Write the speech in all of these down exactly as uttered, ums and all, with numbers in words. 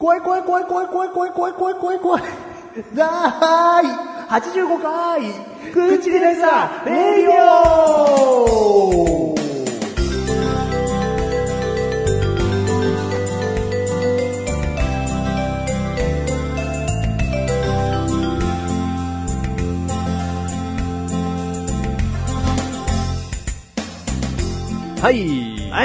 怖い怖い怖い怖い怖い怖い怖い怖い怖い怖い。だーいはちじゅうごかい口に出さレイディオ。はいはい。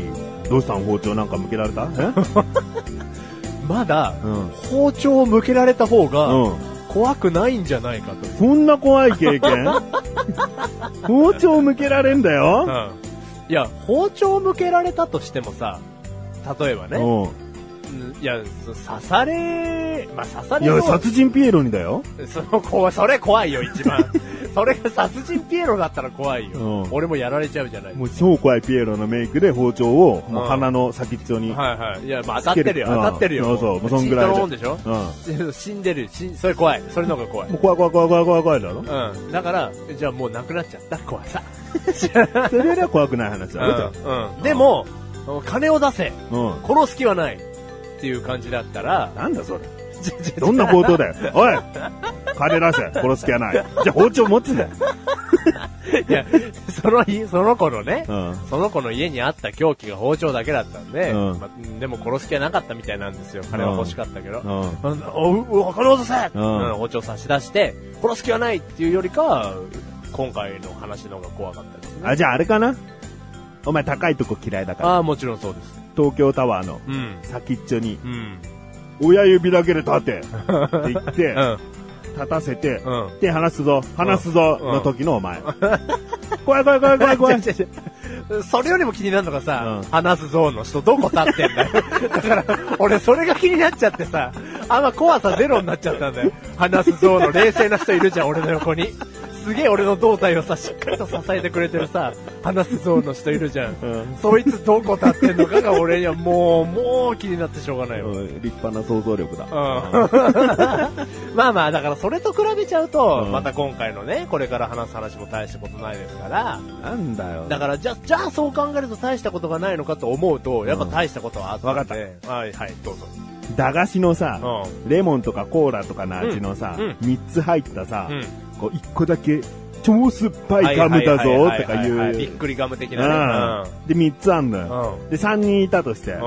どうしたん？包丁なんか向けられた？えまだ、 うん、 包丁を向けられた方が、 うん、 怖くないんじゃないかと。 そんな怖い経験包丁向けられんだよ、 うん、いや、包丁を向けられたとしてもさ、例えばね、 うんいや、刺され、まあ、刺されそう。 いや、殺人ピエロにだよ。 その怖い、それ怖いよ、一番。それが殺人ピエロだったら怖いよ。うん、俺もやられちゃうじゃない。 もう超怖いピエロのメイクで包丁を、もう鼻の先っちょに、うん。 はいはい。いや、まあ、当たってるよ、当たってるよ。 そうそう、もうそんぐらいで。 死んだもんでしょ？うん。死んでる、死それ怖い。それの方が怖い。 もう怖い怖い怖い怖い怖い怖いだろ？ うん。だから、じゃあもうなくなっちゃった、怖さ。 それよりは怖くない話だろ、 うん。うん。でも、金を出せ。うん。殺す気はない。っていう感じだったら、 なんだそれ。どんな強盗だよ。おい金出せ。殺す気はない。じゃあ包丁持つんだよ。 いや、その日、その子のね、 うん、その子の家にあった凶器が包丁だけだったんで、 うんま、でも殺す気はなかったみたいなんですよ。金は欲しかったけど。うん、 おお、金を出せ、 うんうん、包丁差し出して、殺す気はないっていうよりかは、今回の話の方が怖かったですね。 あ、じゃああれかな？お前高いとこ嫌いだから。 ああ、もちろんそうです。 東京タワーの先っちょに、 うん、 親指だけで立てって言って、うん、立たせて、うん、手離すぞ、離すぞの時のお前。うん、怖い怖い怖い怖い怖い。 それよりも気になるのがさ、うん、離すぞの人どこ立ってんだよ。だから、俺それが気になっちゃってさ、あんま怖さゼロになっちゃったんだよ。離すぞの冷静な人いるじゃん、俺の横に。すげえ俺の胴体をさ、しっかりと支えてくれてるさ、話すゾーンの人いるじゃん。うん、そいつどこ立ってんのかが俺にはもう、もう気になってしょうがないよ。 うん、立派な想像力だ。うん、 まあまあ、だからそれと比べちゃうと、うん、また今回のね、これから話す話も大したことないですから。 なんだよ。 だからじゃ、じゃあそう考えると大したことがないのかと思うと、やっぱ大したことはあったんで。 うん、 はいはい、どうぞ。 駄菓子のさ、うん、レモンとかコーラとかの味のさ、うん、みっつ入ったさ、うんこう一個だけ超酸っぱいガムだぞとかいう。 びっくりガム的なね。 うん、で、みっつあんのよ。うん、で、さんにんいたとして、うん、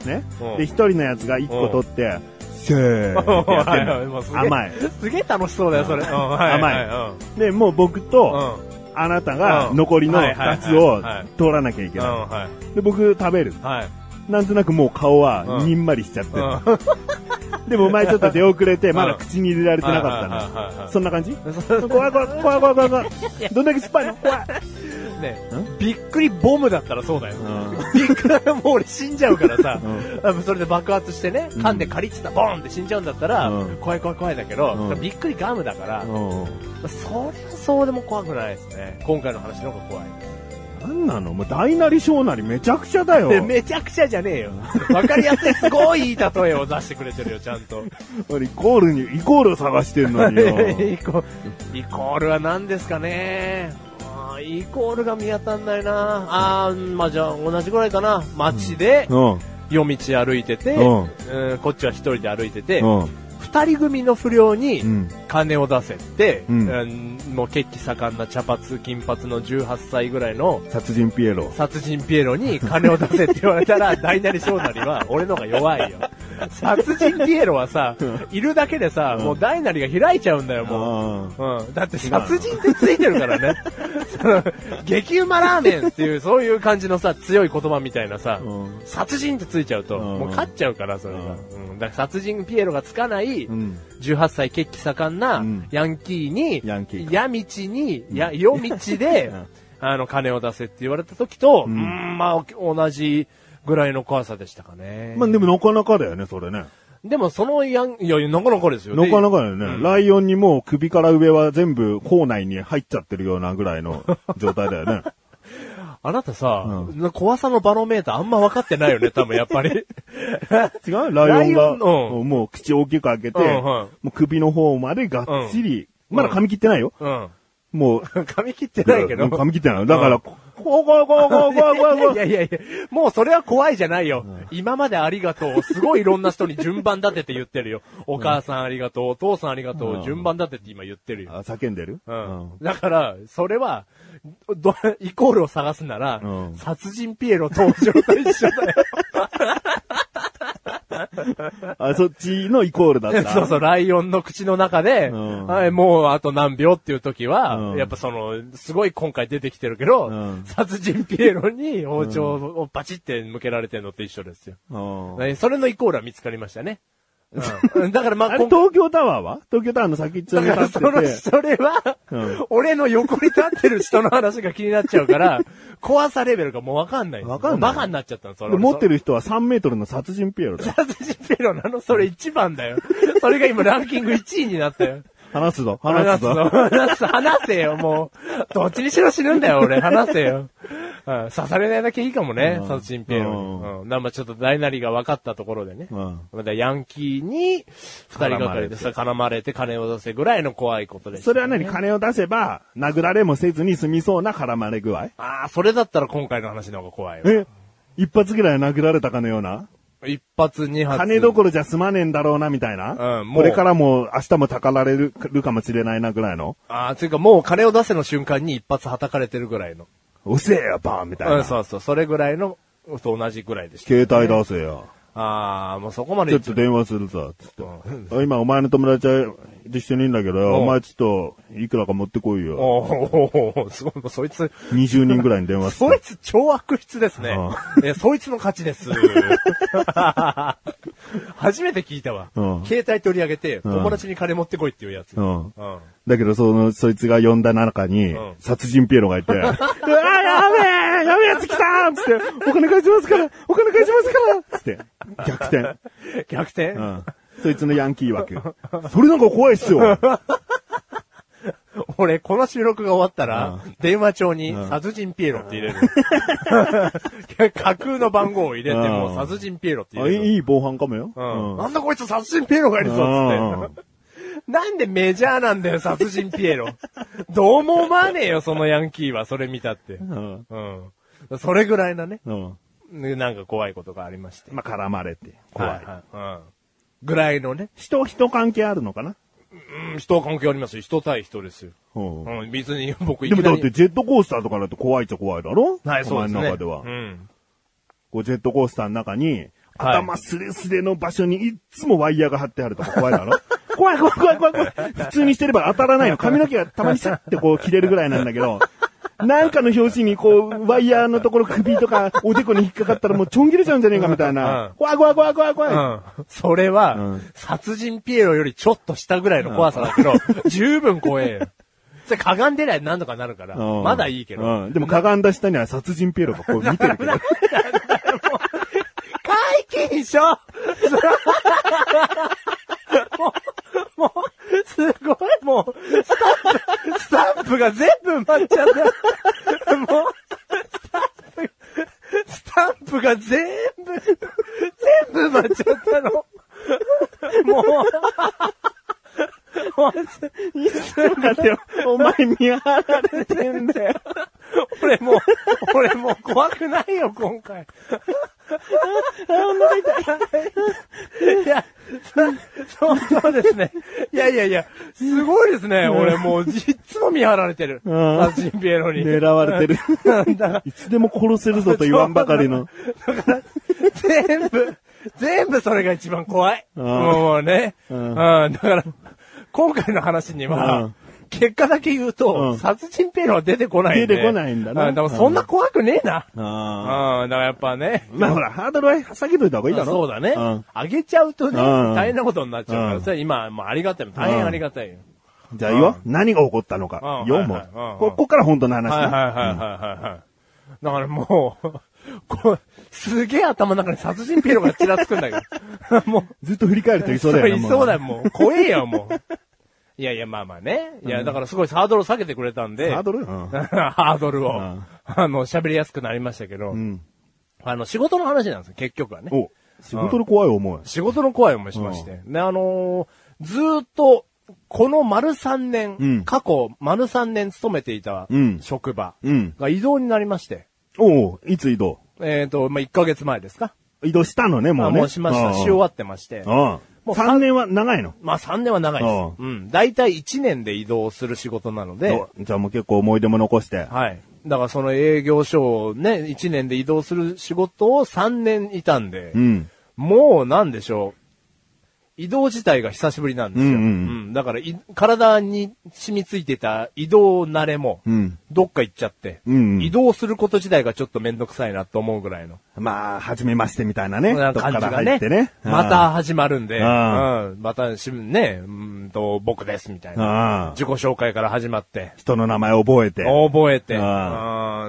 ね、うん。で、ひとりのやつがいっこ取って、うん、せーってやってんの。甘い。 すげえ楽しそうだよ、それ。 甘い。で、もう僕と、あなたが残りのふたつを通らなきゃいけない。で、僕食べる。なんとなくもう顔はにんまりしちゃってる。でもお前ちょっと出遅れて、まだ口に入れられてなかったの。そんな感じ？怖い怖い怖い怖い怖い怖い。どんだけ酸っぱいの？怖い。 ね、びっくりボムだったらそうだよ。びっくり、もう俺死んじゃうからさ、それで爆発してね、噛んでカリッつったボーンって死んじゃうんだったら、怖い怖い怖いだけど、びっくりガムだから、そりゃそうでも怖くないですね。今回の話の方が怖い。 なんなのもう大なり小なりめちゃくちゃだよ。 めちゃくちゃじゃねえよ。わかりやすいすごいいい例えを出してくれてるよ、ちゃんと。 イコールに、イコールを探してんのによ。 イコールは何ですかね。イコールが見当たんないな。あー、まあ、じゃあ同じぐらいかな。街で、夜道歩いてて、うん、こっちは一人で歩いてて、うん二人組の不良に金を出せって、うんうん、もう血気盛んな茶髪金髪のじゅうはっさいぐらいの殺人ピエロ殺人ピエロに金を出せって言われたら大なり小なりは俺の方が弱いよ。殺人ピエロはさいるだけでさ、うん、もう大なりが開いちゃうんだよもう、うん、だって殺人ってついてるからね。その激うまラーメンっていうそういう感じのさ強い言葉みたいなさ、うん、殺人ってついちゃうと、うん、もう勝っちゃうからそれが、うんうん、だから殺人ピエロがつかないうん、じゅうはっさい血気盛んなヤンキーに、 うん、ヤンキー夜道に、や、夜道で、あの、金を出せって言われた時と、うん、うんまあ、同じぐらいの怖さでしたかね。 まあ、でもなかなかだよね、それね。 でも、そのヤン、いや、なかなかですよね。 なかなかだよね、うん。ライオンにもう首から上は全部口内に入っちゃってるようなぐらいの状態だよね。 あなたさ、うん、怖さのバロメーターあんま分かってないよね、多分やっぱり。 違うライオンが、うん、もう口大きく開けて、うんはい、もう首の方までがっちり、うん、まだ噛み切ってないよ。うん、 もう。 髪切ってないけど。 髪切ってない。だから、こう、こう、こう、こう、こう、こう。 いやいやいや、もうそれは怖いじゃないよ。うん、今までありがとう。すごいいろんな人に順番立てて言ってるよ。お母さんありがとう、お父さんありがとう、順番立てて今言ってるよ。 あ、叫んでる？ うん。だから、それは、ど、イコールを探すなら、うん、殺人ピエロ登場と一緒だよ。 あ、そっちのイコールだった。 そうそう、ライオンの口の中で、うん、はい、もうあと何秒っていう時は、うん、やっぱその、すごい今回出てきてるけど、うん、殺人ピエロに包丁をバチって向けられてるのと一緒ですよ。うん、それのイコールは見つかりましたね。うん、だからまあ、 あれ東京タワーは東京タワーの先っちょに立ってて。だからその、それは、うん、俺の横に立ってる人の話が気になっちゃうから、怖さレベルがもうわかんない。 わかんない。 バカになっちゃったの、それ。 持ってる人はさんメートルの殺人ピエロだ。 殺人ピエロなの？それ一番だよ。それが今ランキングいちいになったよ。 話すぞ、話すぞ。 話す、話せよ、もう。どっちにしろ死ぬんだよ、俺。話せよ。うん、刺されないだけいいかもね、殺人ピエロに。うん。うん、まあちょっと大なりが分かったところでね。うん。まだヤンキーに二人がかりでさ、絡まれて金を出せぐらいの怖いことです、ね。 それは何？金を出せば、殴られもせずに済みそうな絡まれ具合？ ああ、それだったら今回の話の方が怖いわ。 え？一発ぐらい殴られたかのような？ 一発二発。 金どころじゃ済まねえんだろうな、みたいな。うん、もう。これからも明日もたかられるかもしれないな、ぐらいの。 ああ、つうかもう金を出せの瞬間に一発叩かれてるぐらいの。 うせえよ、バーンみたいな。 うん、そうそう、それぐらいの、と同じぐらいでした、 ね。携帯出せよ。 ああ、もうそこまでちょっと電話するさ、つって。うん、今お前の友達は一緒にいるんだけど、お前ちょっと、いくらか持ってこいよ。おおすごい、そいつ。 にじゅうにんぐらいに電話して。 そいつ超悪質ですね。え、そいつの勝ちです。初めて聞いたわ。うん、携帯取り上げて、友達に金持ってこいっていうやつ。うんうん、 だけど、その、そいつが呼んだ中に、うん、殺人ピエロがいて、うわ、やべえやべえやつ来たーつって、お金返しますからお金返しますからつって、逆転。 逆転、 うん、そいつのヤンキー枠。それなんか怖いっすよ。 俺、この収録が終わったら、うん、電話帳に殺人ピエロって入れる。架空の番号を入れて、もう殺人ピエロって入れる。 いい防犯カメよ。 うん。なんだこいつ殺人ピエロがいるぞつって。なんでメジャーなんだよ、殺人ピエロ。どうも思わねえよ、そのヤンキーは、それ見たって。うん。うん。それぐらいなね。うん。なんか怖いことがありまして。 まあ、絡まれて。 怖い。はいはい、うん。ぐらいのね。 人、人関係あるのかな？ うん、人は関係ありますよ。人対人ですよ。うん。うん、別に僕でもだってジェットコースターとかだと怖いっちゃ怖いだろ？ はい、そうですね。 お前の中では。うん。こうジェットコースターの中に、頭スレスレの場所にいつもワイヤーが張ってあるとか怖いだろ？怖い怖い怖い怖い怖い。普通にしてれば当たらないの。髪の毛がたまにシャッてこう切れるぐらいなんだけど、なんかの拍子にこう、ワイヤーのところ首とかおでこに引っかかったらもうちょん切れちゃうんじゃねえかみたいな。うん、怖い怖い怖い怖い怖い。うん、 それは、うん、殺人ピエロよりちょっと下ぐらいの怖さだけど、うん、十分怖えよ。それかがんでない何とかなるから、うん、まだいいけど、 うん。でもかがんだ下には殺人ピエロがこう見てるけど。 解禁しょもう、もう、すごい、もう、スタンプ、スタンプが全部埋まっちゃった。もう、スタンプ、スタンプが全部、全部埋まっちゃったの。もう、もう、いつまでお前見張られてんだよ。俺もう、俺もう怖くないよ、今回。いや、そう、そうですね。いやいやいや、すごいですね。俺もう、いつも見張られてる。殺人ピエロに。 狙われてる。いつでも殺せるぞと言わんばかりの。 だから、全部、全部それが一番怖い。もうね。うん。だから、今回の話には、結果だけ言うと、うん、殺人ピエロは出てこないんで。 出てこないんだな。 でもそんな怖くねえな。ああ。だからやっぱね。 まあほら、ハードルは下げといた方がいいだろ。 そうだね。うん、上げちゃうとね、大変なことになっちゃうから、それ今、もうありがたい。大変ありがたいよ。 じゃあいいよ。何が起こったのか。よもう。ここから本当の話だ。 はいはいはいはいはい。だからもう、こう、すげえ頭の中に殺人ピエロがちらつくんだけど。もう。 ずっと振り返るといそうだよね。いそうだよ、もう。怖えよ、もう。いやいや、まあまあね。いや、だからすごいハードルを下げてくれたんで。 ハードル、うん、 ハードルを。うん、あの、喋りやすくなりましたけど。うん、あの、仕事の話なんですよ、結局はね。 お、仕事の怖い思い。 仕事の怖い思いしまして。うん、で、あのー、ずーっと、 この丸三年、 うん、 過去丸三年勤めていた職場が異動になりまして。 うん、おお、いつ移動？ えっ、ー、と、まあ、いっかげつまえですか。 移動したのね、もうね。 もうしました。し終わってまして。 ああもうさんねんは長いの？ まあさんねんは長いです。うん。だいたいいちねんで移動する仕事なので。 じゃあもう結構思い出も残して。 はい。だからその営業所をね、いちねんで移動する仕事をさんねんいたんで。 うん。 もうなんでしょう。移動自体が久しぶりなんですよ。うんうんうん、だからい、体に染みついてた移動慣れも、どっか行っちゃって、うんうん、移動すること自体がちょっとめんどくさいなと思うぐらいの。 まあ、初めましてみたいなね。 感じがね。ねまた始まるんで、うん、またし、ね、うんと、僕ですみたいな。自己紹介から始まって。 人の名前覚えて。 覚えて。うん、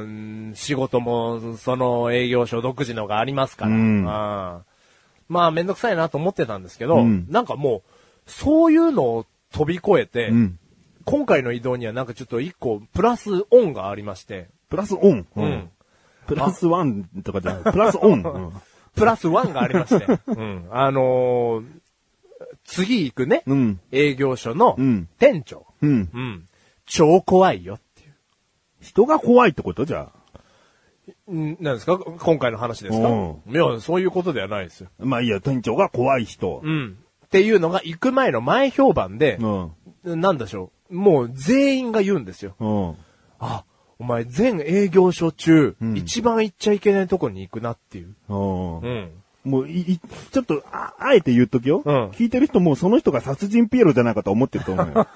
仕事も、その営業所独自のがありますから。うんまあめんどくさいなと思ってたんですけど、うん、なんかもう、そういうのを飛び越えて、うん、今回の移動にはなんかちょっと一個プラスオンがありまして。 プラスオン、うん、プラスワンとかじゃない、プラスオン、うん、 プラスワンがありまして。うん、あのー、次行くね、うん、営業所の店長、うんうん。超怖いよっていう。 人が怖いってことじゃあ。 んなんですか今回の話ですか、うん、いや、そういうことではないですよ。 まあいいや、店長が怖い人。 うん。っていうのが行く前の前評判で、うん、なんでしょう。もう全員が言うんですよ。うん、あ、お前全営業所中、うん、一番行っちゃいけないとこに行くなっていう。うん。 うん、もうい、い、ちょっとあ、あえて言っときよ、うん。聞いてる人もその人が殺人ピエロじゃないかと思ってると思うよ。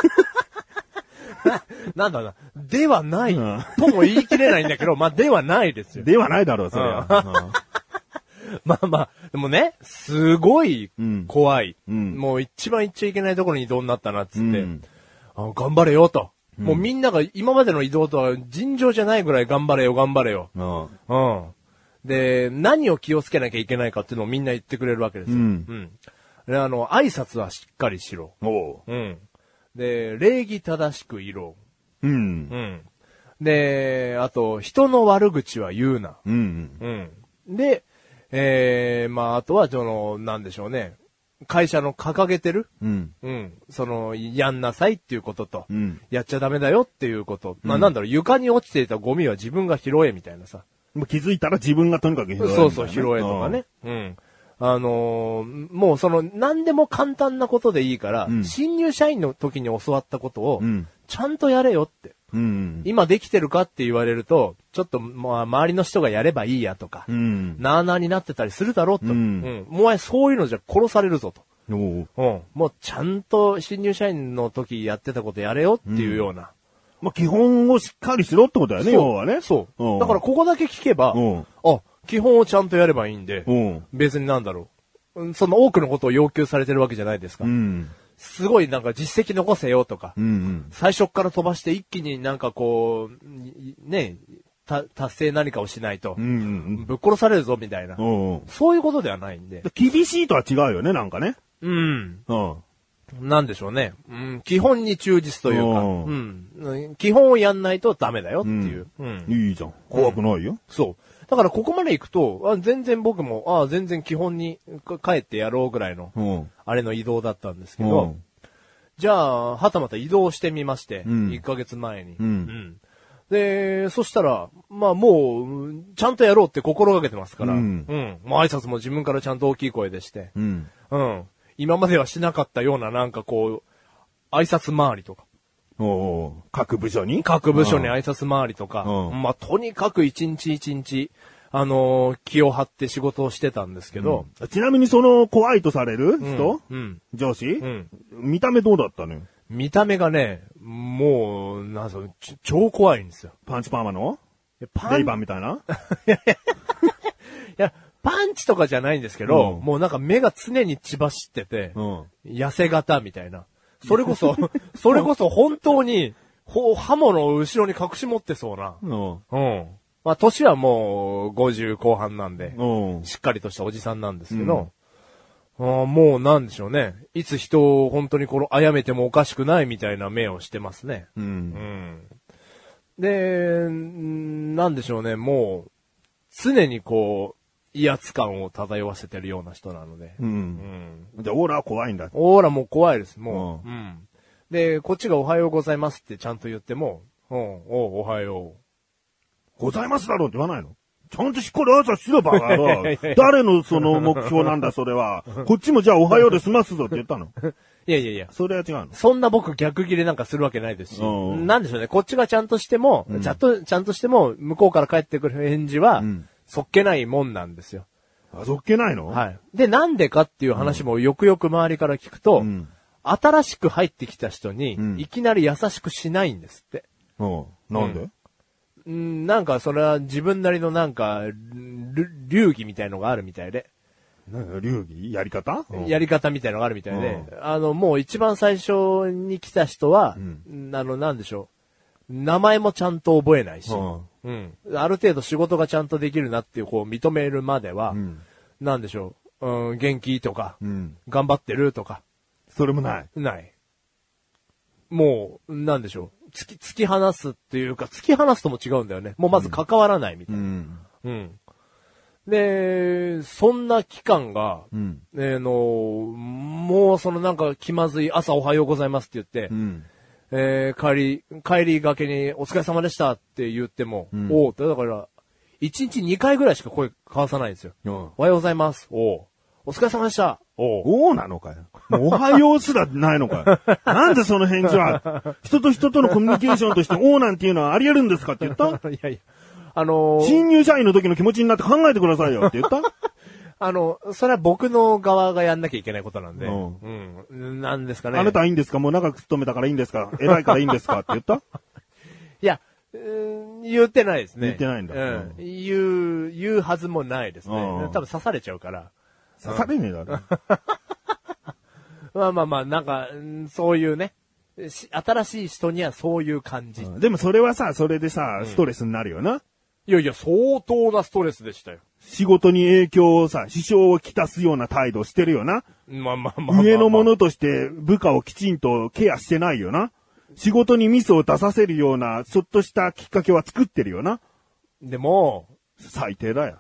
なんだろうな。ではない、うん。とも言い切れないんだけど、まあ、ではないですよ。 ではないだろう、それは。 うん、まあまあ、でもね、すごい怖い。うん、もう一番行っちゃいけないところに移動になったな、っつって、うん、あ。頑張れよ、と、うん。もうみんなが今までの移動とは尋常じゃないぐらい頑張れよ、頑張れよ。うん。うん。で、何を気をつけなきゃいけないかっていうのをみんな言ってくれるわけですよ。うん。うん、で、あの、挨拶はしっかりしろ。おう。うん。で、礼儀正しくいろ。うん。うん。で、あと、人の悪口は言うな。うん。うん。で、えー、まあ、あとは、その、なんでしょうね。会社の掲げてる。うん。うん。その、やんなさいっていうことと、うん、やっちゃダメだよっていうこと。うん、まあ、なんだろう、床に落ちていたゴミは自分が拾えみたいなさ。 もう気づいたら自分がとにかく拾え、ね。 そうそう、拾えとかね。うん。あのー、もうその、何でも簡単なことでいいから、うん、新入社員の時に教わったことを、ちゃんとやれよって。うん、今できてるかって言われると、ちょっと、まあ、周りの人がやればいいやとか、うん、なーなーになってたりするだろうと。うん。うん、お前そういうのじゃ殺されるぞと。うん。もうちゃんと新入社員の時やってたことやれよっていうような。うん、 まあ、基本をしっかりしろってことだよね、要はね。 そう。うん、だからここだけ聞けば、うん、あ、基本をちゃんとやればいいんで、うん、別になんだろう。その多くのことを要求されてるわけじゃないですか。うん、すごいなんか実績残せよとか、うんうん、最初から飛ばして一気になんかこう、ね、た達成何かをしないと、うんうんうん、ぶっ殺されるぞみたいな、うんうん。そういうことではないんで。 厳しいとは違うよね、なんかね。 うん。うん。なんでしょうね。うん、基本に忠実というか、うん、基本をやんないとダメだよっていう。 うんうん、いいじゃん。怖くないよ。うん、 そう。だからここまで行くと、あ全然僕も、あ全然基本に帰ってやろうぐらいの、うん、あれの移動だったんですけど、うん、じゃあ、はたまた移動してみまして、うん、いっかげつまえに、うんうん。で、そしたら、まあもう、ちゃんとやろうって心がけてますから、うん。うん、もう挨拶も自分からちゃんと大きい声でして、うん。うん。今まではしなかったようななんかこう、挨拶回りとか。 お各部署に各部署に挨拶回りとか、まあ、とにかく一日一日、あのー、気を張って仕事をしてたんですけど。 うん、ちなみにその怖いとされる人、うんうん、上司、うん、見た目どうだったのよ？ 見た目がね、もう、なんそ超怖いんですよ。 パンチパーマのパンレイバンみたいないや、いや、パンチとかじゃないんですけど、うん、もうなんか目が常に血走ってて、うん、痩せ型みたいな。それこそ、それこそ本当に、刃物を後ろに隠し持ってそうな。うん。うん。まあ、年はもうごじゅうこう半なんで、うん、しっかりとしたおじさんなんですけど、うん、あもうなんでしょうね。いつ人を本当にこの殺めてもおかしくないみたいな目をしてますね。うん。うん、で、なんでしょうね。もう、常にこう、 威圧感を漂わせてるような人なので。 うん。うん、じゃあ、オーラは怖いんだ。 オーラも怖いです、もう。うん。うん、で、こっちがおはようございますってちゃんと言っても、うん、おう、おはよう。ございますだろうって言わないの？ちゃんとしっかり朝しろばかろ。誰のその目標なんだ、それは。こっちもじゃあおはようで済ますぞって言ったの。 いやいやいや。 それは違うの？ そんな僕逆切れなんかするわけないですし。なんでしょうね。こっちがちゃんとしても、うん、ちゃんと、ちゃんとしても、向こうから返ってくる返事は、うん、そっけないもんなんですよ。 あ、そっけないの？ はい。で、なんでかっていう話もよくよく周りから聞くと、うん、新しく入ってきた人に、いきなり優しくしないんですって。 うん。なんで？ うん、なんかそれは自分なりのなんか、流儀みたいのがあるみたいで。 流儀？やり方？ やり方みたいのがあるみたいで、あの、もう一番最初に来た人は、うん、あの、なんでしょう。名前もちゃんと覚えないし、うん、ある程度仕事がちゃんとできるなっていう、こう、認めるまでは、うん、なんでしょう。うん、元気とか、うん、頑張ってるとか。 それもない。 ない。もう、なんでしょう。突き、突き放すっていうか、突き放すとも違うんだよね。もうまず関わらないみたいな。うん。うん、で、そんな期間が、うん、えー、の、もうそのなんか気まずい朝おはようございますって言って、うん、えー、帰り、帰りがけにお疲れ様でしたって言っても、うん、おうって、だから、いちにちにかいぐらいしか声交わさないんですよ。うん、おはようございます。おう。お疲れ様でした。 おう。おうなのかよ。おはようすらないのかよ。なんでその返事は、人と人とのコミュニケーションとしておうなんていうのはあり得るんですかって言った？ いやいや。あのー、 新入社員の時の気持ちになって考えてくださいよって言った？ あの、それは僕の側がやんなきゃいけないことなんで。うん。うん。なんですかね。 あなたはいいんですか？もう長く勤めたからいいんですか？偉いからいいんですかって言った？ いや、うん言ってないですね。 言ってないんだ。 うん。言う、言うはずもないですね。多分刺されちゃうから。 刺されねえだろ。 まあまあまあ、なんか、そういうね。新しい人にはそういう感じ。 でもそれはさ、それでさ、ストレスになるよな。 いやいや、相当なストレスでしたよ。 仕事に影響をさ、支障をきたすような態度してるよな。 まあまあまあ、まあ。 上の者として部下をきちんとケアしてないよな。仕事にミスを出させるような、ちょっとしたきっかけは作ってるよな。 でも、 最低だよ。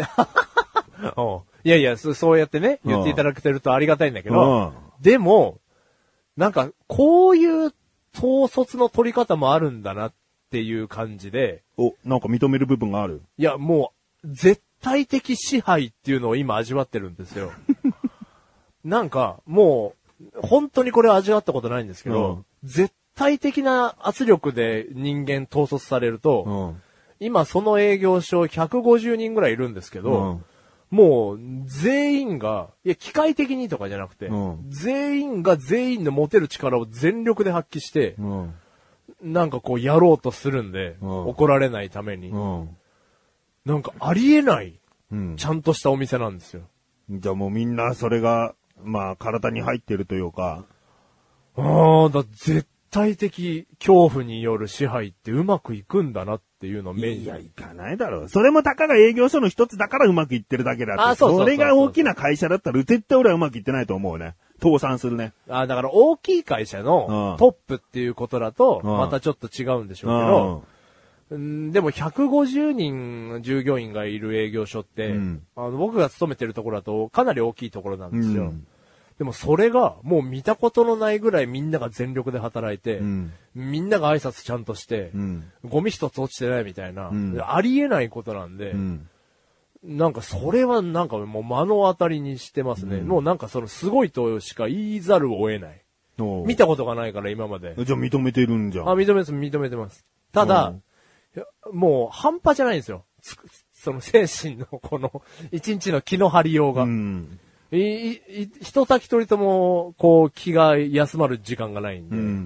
いやいやそ、そうやってね、言っていただけてるとありがたいんだけど、でも、なんか、こういう統率の取り方もあるんだなっていう感じで。 お、なんか認める部分がある。 いや、もう、絶対的支配っていうのを今味わってるんですよ。なんか、もう、本当にこれは味わったことないんですけど、うん、絶対的な圧力で人間統率されると、うん、今その営業所ひゃくごじゅうにんぐらいいるんですけど、うんもう、全員が、いや、機械的にとかじゃなくて、うん、全員が全員の持てる力を全力で発揮して、うん、なんかこうやろうとするんで、うん、怒られないために、うん、なんかありえない、うん、ちゃんとしたお店なんですよ。 じゃあもうみんなそれが、まあ体に入ってるというか、 ああ、だ、絶対的恐怖による支配ってうまくいくんだなっていうのを目に。 いや、いかないだろう。それもたかが営業所の一つだからうまくいってるだけだって。あ、そうそうそうそう。それが大きな会社だったら絶対俺はうまくいってないと思うね。倒産するね。 あ、だから大きい会社のトップっていうことだと、またちょっと違うんでしょうけど、うん、でもひゃくごじゅうにん従業員がいる営業所って、うん、あの僕が勤めてるところだとかなり大きいところなんですよ。うんでもそれがもう見たことのないぐらいみんなが全力で働いて、うん、みんなが挨拶ちゃんとして、うん、ゴミ一つ落ちてないみたいな、うん、ありえないことなんで、うん、なんかそれはなんかもう目の当たりにしてますね。うん、もうなんかそのすごいとしか言いざるを得ない。見たことがないから今まで。 じゃあ認めてるんじゃん。 あ、認めます、認めてます。ただ、もう半端じゃないんですよ。その精神のこの一日の気の張りようが。うんい、い、一た一人とも、こう、気が休まる時間がないんで。うん。うん、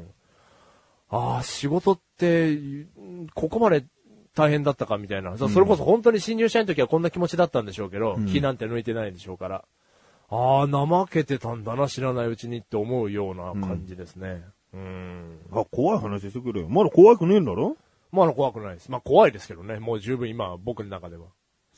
ああ、仕事って、ここまで大変だったかみたいな。それこそ本当に新入社員の時はこんな気持ちだったんでしょうけど、うん、気なんて抜いてないんでしょうから。ああ、怠けてたんだな、知らないうちにって思うような感じですね。うん。 うんあ、怖い話してくれよ。まだ怖くねえんだろ？ まだ怖くないです。まあ怖いですけどね。もう十分今、僕の中では。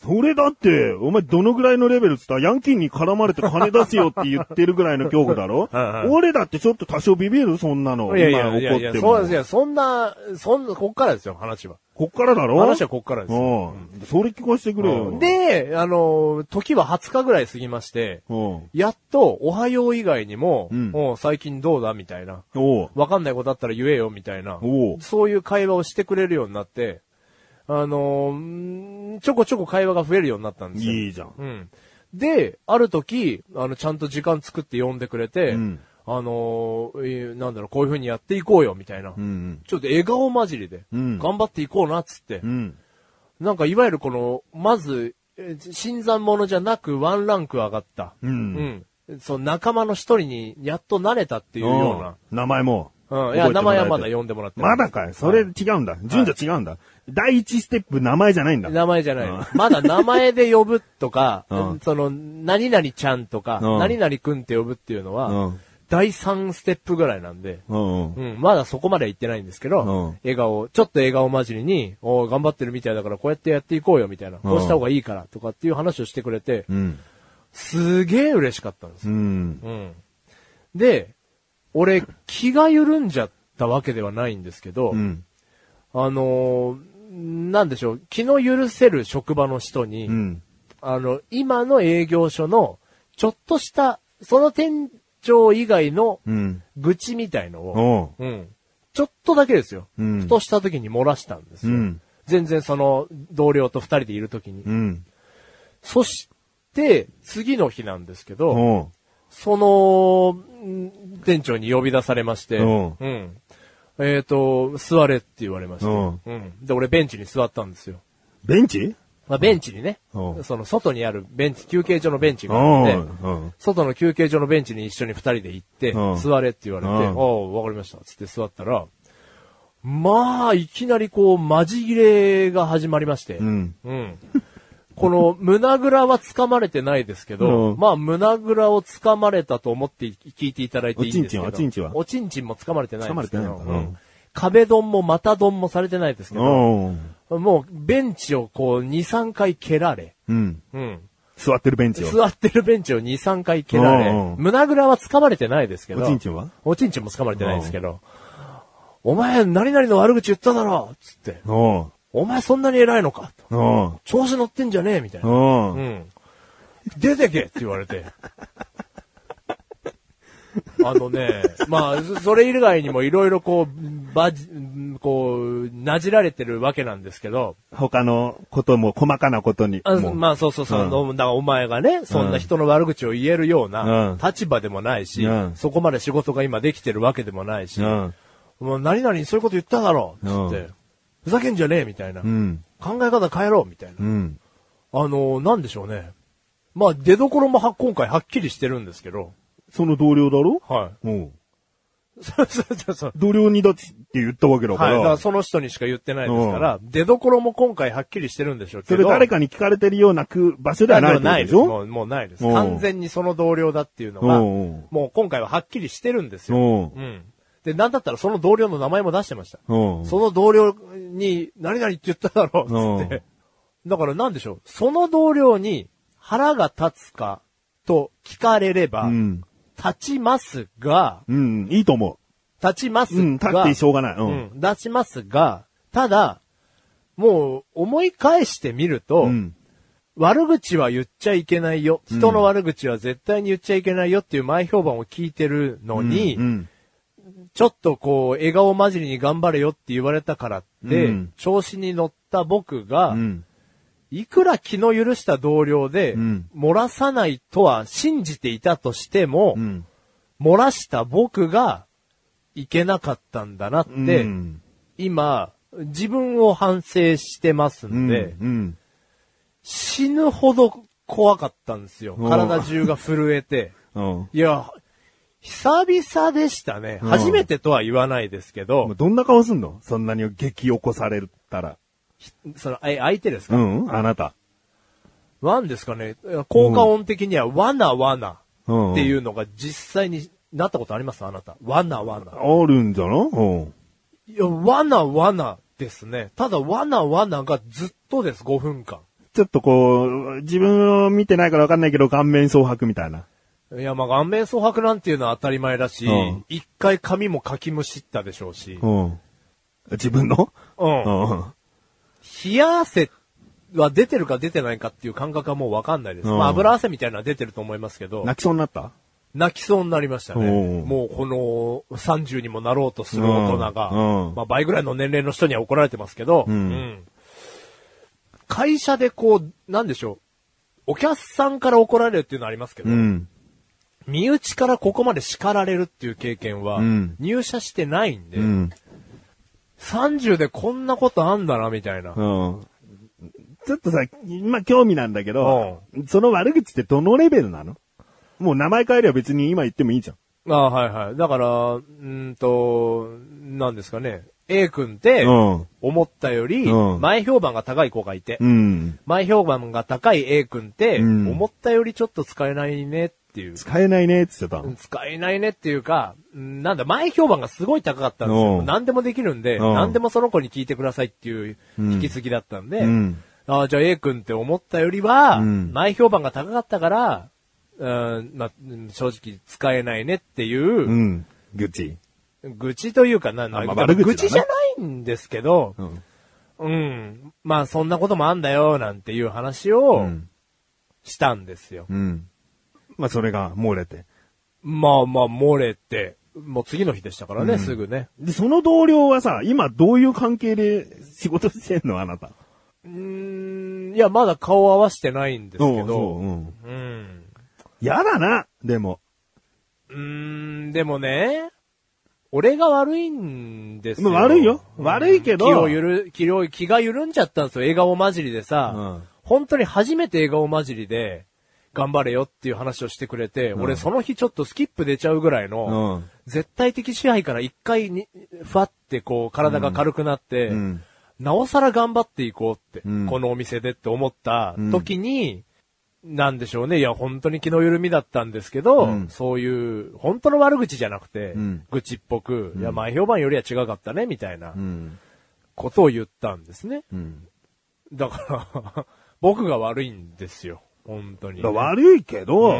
それだって、お前どのぐらいのレベルっつったらヤンキーに絡まれて金出すよって言ってるぐらいの恐怖だろはい、はい、俺だってちょっと多少ビビるそんなの。 いやいやいやいや、そうですよ。そんな、そんな、こっからですよ、話は。 こっからだろ話はこっからですよ。 うん。それ聞かせてくれよ。 で、あの、時ははつかぐらい過ぎまして、やっと、おはよう以外にも、うん、もう最近どうだみたいな。わかんないことあったら言えよみたいな。そういう会話をしてくれるようになって、あのー、ちょこちょこ会話が増えるようになったんですよ。 いいじゃん。 うん。で、ある時、あの、ちゃんと時間作って呼んでくれて、うん、あのーえー、なんだろう、こういう風にやっていこうよ、みたいな。うんうん、ちょっと笑顔混じりで、うん、頑張っていこうな、っつって。うん、なんか、いわゆるこの、まず、新参者じゃなくワンランク上がった。うん。うん。その仲間の一人にやっと慣れたっていうような。 名前も。 うん。いや、名前はまだ呼んでもらってる。 まだかいそれ違うんだ。順序違うんだ。第一ステップ名前じゃないんだ。 名前じゃない。まだ名前で呼ぶとか、その、何々ちゃんとか、何々くんって呼ぶっていうのは、第三ステップぐらいなんで、うんうん、まだそこまでは行ってないんですけど、うん、笑顔、ちょっと笑顔混じりに、お頑張ってるみたいだからこうやってやっていこうよみたいな、こうした方がいいからとかっていう話をしてくれて、うん、すげえ嬉しかったんですよ、うんうん。で、俺気が緩んじゃったわけではないんですけど、うん、あのー、なんでしょう、気の許せる職場の人に、うん、あの、今の営業所のちょっとした、その店長以外の愚痴みたいのを、うんうん、ちょっとだけですよ、うん、ふとした時に漏らしたんですよ、うん、全然その同僚と二人でいる時に、うん、そして次の日なんですけど、その店長に呼び出されまして、うんえっと座れって言われまして、うん、で俺ベンチに座ったんですよ。 ベンチ？ まあ、ベンチにね、その外にあるベンチ、休憩所のベンチがあって、外の休憩所のベンチに一緒に二人で行って、座れって言われて、おう、わかりました、つって座ったら、まあ、いきなりこう、マジ切れが始まりまして、うん。うん、この、胸ぐらは掴まれてないですけど、うん、まあ、胸ぐらを掴まれたと思って聞いていただいていいんですけど、 おちんちんは、おちんちんはおちんちんも掴まれてないですけど、 掴まれてないのかな、うん、 壁ドンも股ドンもされてないですけど、もう、ベンチをこう、に、さんかい蹴られ。うん。うん。 座ってるベンチを。 座ってるベンチをに、さんかい蹴られ。胸ぐらは掴まれてないですけど。 おちんちんはおちんちんも掴まれてないですけど。お前、何々の悪口言っただろつって。お前そんなに偉いのかと。調子乗ってんじゃねえみたいな。うん。出てけって言われて。あのね、まあ、それ以外にもいろいろこう、ばじ、こう、なじられてるわけなんですけど。 他のことも細かなことに。 あまあ、そうそうそう、うん。だからお前がね、そんな人の悪口を言えるような立場でもないし、うん、そこまで仕事が今できてるわけでもないし、うん、もう何々にそういうこと言っただろう、つって、うん、ふざけんじゃねえ、みたいな、うん。考え方変えろ、みたいな。うん、あの、なんでしょうね。まあ、出所もは今回はっきりしてるんですけど、 その同僚だろはい。うん。そうそうそうそう。 同僚にだって言ったわけだから。はい。だからその人にしか言ってないですから、うん、出所も今回はっきりしてるんでしょうけど。 それ誰かに聞かれてるような場所ではないでしょ？ないです。 もう、もうないです。完全にその同僚だっていうのが、もう今回ははっきりしてるんですよ。うん。で、なんだったらその同僚の名前も出してました。その同僚に何々って言っただろう、つって。だからなんでしょう。その同僚に腹が立つかと聞かれれば、うん立ちますが、 うん、いいと思う。立ちますが、うん、 立ってしょうがない。うん。うん、 立ちますが、ただ、もう思い返してみると、うん、悪口は言っちゃいけないよ。人の悪口は絶対に言っちゃいけないよっていう前評判を聞いてるのに、うんうん、ちょっとこう、笑顔混じりに頑張れよって言われたからって、うん、調子に乗った僕が、うんいくら気の許した同僚で、うん、漏らさないとは信じていたとしても、うん、漏らした僕がいけなかったんだなって、うん、今、自分を反省してますんで、うんうん、死ぬほど怖かったんですよ。体中が震えて。いや、久々でしたね。初めてとは言わないですけど。 どんな顔すんの？そんなに激起こされたら。 その、え、相手ですか？ うん、あなた。 なんですかね、効果音的には、わなわなっていうのが実際になったことあります？あなた。わなわな。 あるんじゃな？うん。 いや、わなわなですね。ただ、わなわながずっとです、ごふんかん。 ちょっとこう、自分を見てないからわかんないけど、顔面蒼白みたいな。 いや、まあ、顔面蒼白なんていうのは当たり前だし、一、うん、回髪もかきむしったでしょうし。 うん、自分のうん。うん、冷や汗は出てるか出てないかっていう感覚はもうわかんないです。うん、まあ、油汗みたいなのは出てると思いますけど。 泣きそうになった？ 泣きそうになりましたね。もうこのさんじゅうにもなろうとする大人が、うんうん、まあ倍ぐらいの年齢の人には怒られてますけど、うんうん、会社でこう、なんでしょう、お客さんから怒られるっていうのはありますけど、うん、身内からここまで叱られるっていう経験は入社してないんで、うん、さんじゅうでこんなことあんだなみたいな。うん、 ちょっとさ、まあ興味なんだけど、うん、その悪口ってどのレベルなの？もう名前変えれば別に今言ってもいいじゃん。 ああ、はいはい。だから、うんと、なんですかね。A 君って、思ったより、前評判が高い子がいて、うん、前評判が高い A 君って、うん、思ったよりちょっと使えないねっていう。 使えないねって言ってたの？ 使えないねっていうか、なんだ、前評判がすごい高かったんですよ。何でもできるんで、何でもその子に聞いてくださいっていう引き継ぎだったんで、うん、ああ、じゃあ A 君って思ったよりは、前評判が高かったから、うん、まあ、正直使えないねっていう。うん。 愚痴。 愚痴というか、な、な、まあ、愚痴じゃないんですけど、うん、うん。まあ、そんなこともあんだよ、なんていう話を、したんですよ。うん。 まあ、それが漏れて。 まあまあ、漏れて、もう次の日でしたからね、うん、すぐね。 で、その同僚はさ、今どういう関係で仕事してんの、あなた。 うーん、いや、まだ顔合わせてないんですけど、そう、うん。うん。 やだな、でも。 うーん、でもね、俺が悪いんですよ。 悪いよ。悪いけど。 気をゆる、気を、気が緩んじゃったんですよ。笑顔混じりでさ、うん、本当に初めて笑顔混じりで、頑張れよっていう話をしてくれて、うん、俺その日ちょっとスキップ出ちゃうぐらいの、うん、絶対的支配から一回に、ふわってこう体が軽くなって、うん、なおさら頑張っていこうって、このお店でって思った時に、なんでしょうね。いや、本当に気の緩みだったんですけど、うん、そういう、本当の悪口じゃなくて、うん、愚痴っぽく、うん、いや、前評判よりは違かったね、みたいな、ことを言ったんですね。うん、だから、僕が悪いんですよ。本当に、ね。 悪いけど、うん、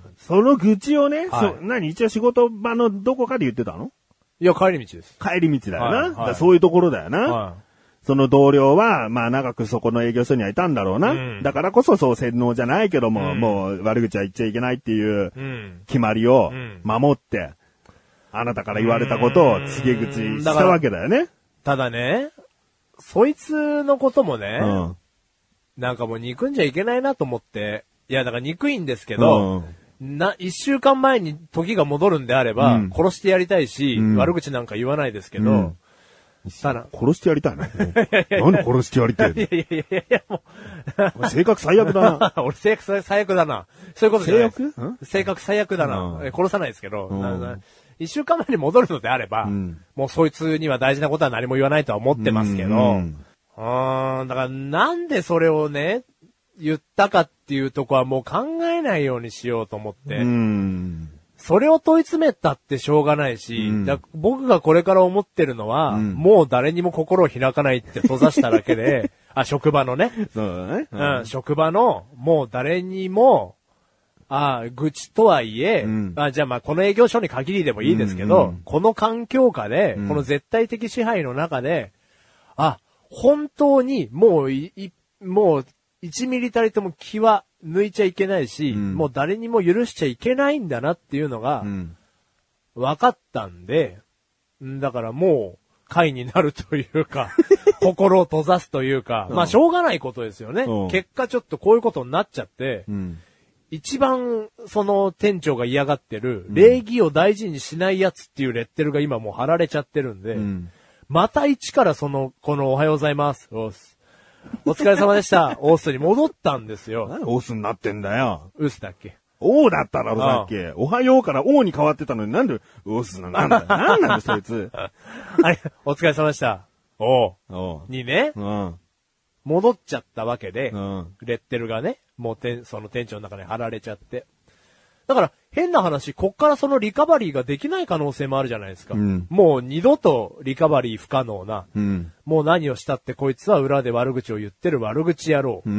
その愚痴をね、はい、そ何一応仕事場のどこかで言ってたの？ いや、帰り道です。 帰り道だよな。はいはい、そういうところだよな。はいその同僚は、まあ長くそこの営業所にはいたんだろうな。うん、だからこそそう洗脳じゃないけども、うん、もう悪口は言っちゃいけないっていう決まりを守って、あなたから言われたことを告げ口したわけだよね。 ただね、そいつのこともね、うん、なんかもう憎んじゃいけないなと思って、いやだから憎いんですけど、うん、な、一週間前に時が戻るんであれば、うん、殺してやりたいし、うん、悪口なんか言わないですけど、うん殺してやりたいね。何殺してやりたいの？いやいやいやいや、もう。性格最悪だな。 俺性格最悪だな。そういうことじゃない。性格？性格最悪だな。殺さないですけど、一週間前に戻るのであれば、うん、もうそいつには大事なことは何も言わないとは思ってますけど、うん、うん、だからなんでそれをね、言ったかっていうとこはもう考えないようにしようと思って、うんそれを問い詰めたってしょうがないし、うん、だ僕がこれから思ってるのは、うん、もう誰にも心を開かないって閉ざしただけで、あ、職場のね。 そうだね。 うん、うん、職場の、もう誰にも、あ愚痴とはいえ、うん、あじゃあまあこの営業所に限りでもいいですけど、うんうん、この環境下で、うん、この絶対的支配の中で、あ、本当にもうい、いもういちミリたりとも気は抜いちゃいけないし、うん、もう誰にも許しちゃいけないんだなっていうのが、分かったんで、だからもう、会になるというか、心を閉ざすというか、まあしょうがないことですよね。うん、結果ちょっとこういうことになっちゃって、うん、一番その店長が嫌がってる、礼儀を大事にしないやつっていうレッテルが今もう貼られちゃってるんで、うん、また一からその、このおはようございます。お疲れ様でした。オースに戻ったんですよ。 何オースになってんだよ。 ウスだっけオーだっただろ、さっき。おはようからオーに変わってたのになんでオースなのなんだよ。なんなんだそいつ。 あれ、お疲れ様でした。おう。にね、うん、戻っちゃったわけで、うん、レッテルがね、もうてその店長の中に貼られちゃって。だから、変な話、こっからそのリカバリーができない可能性もあるじゃないですか。うん、もう二度とリカバリー不可能な、うん、もう何をしたってこいつは裏で悪口を言ってる悪口野郎、うん、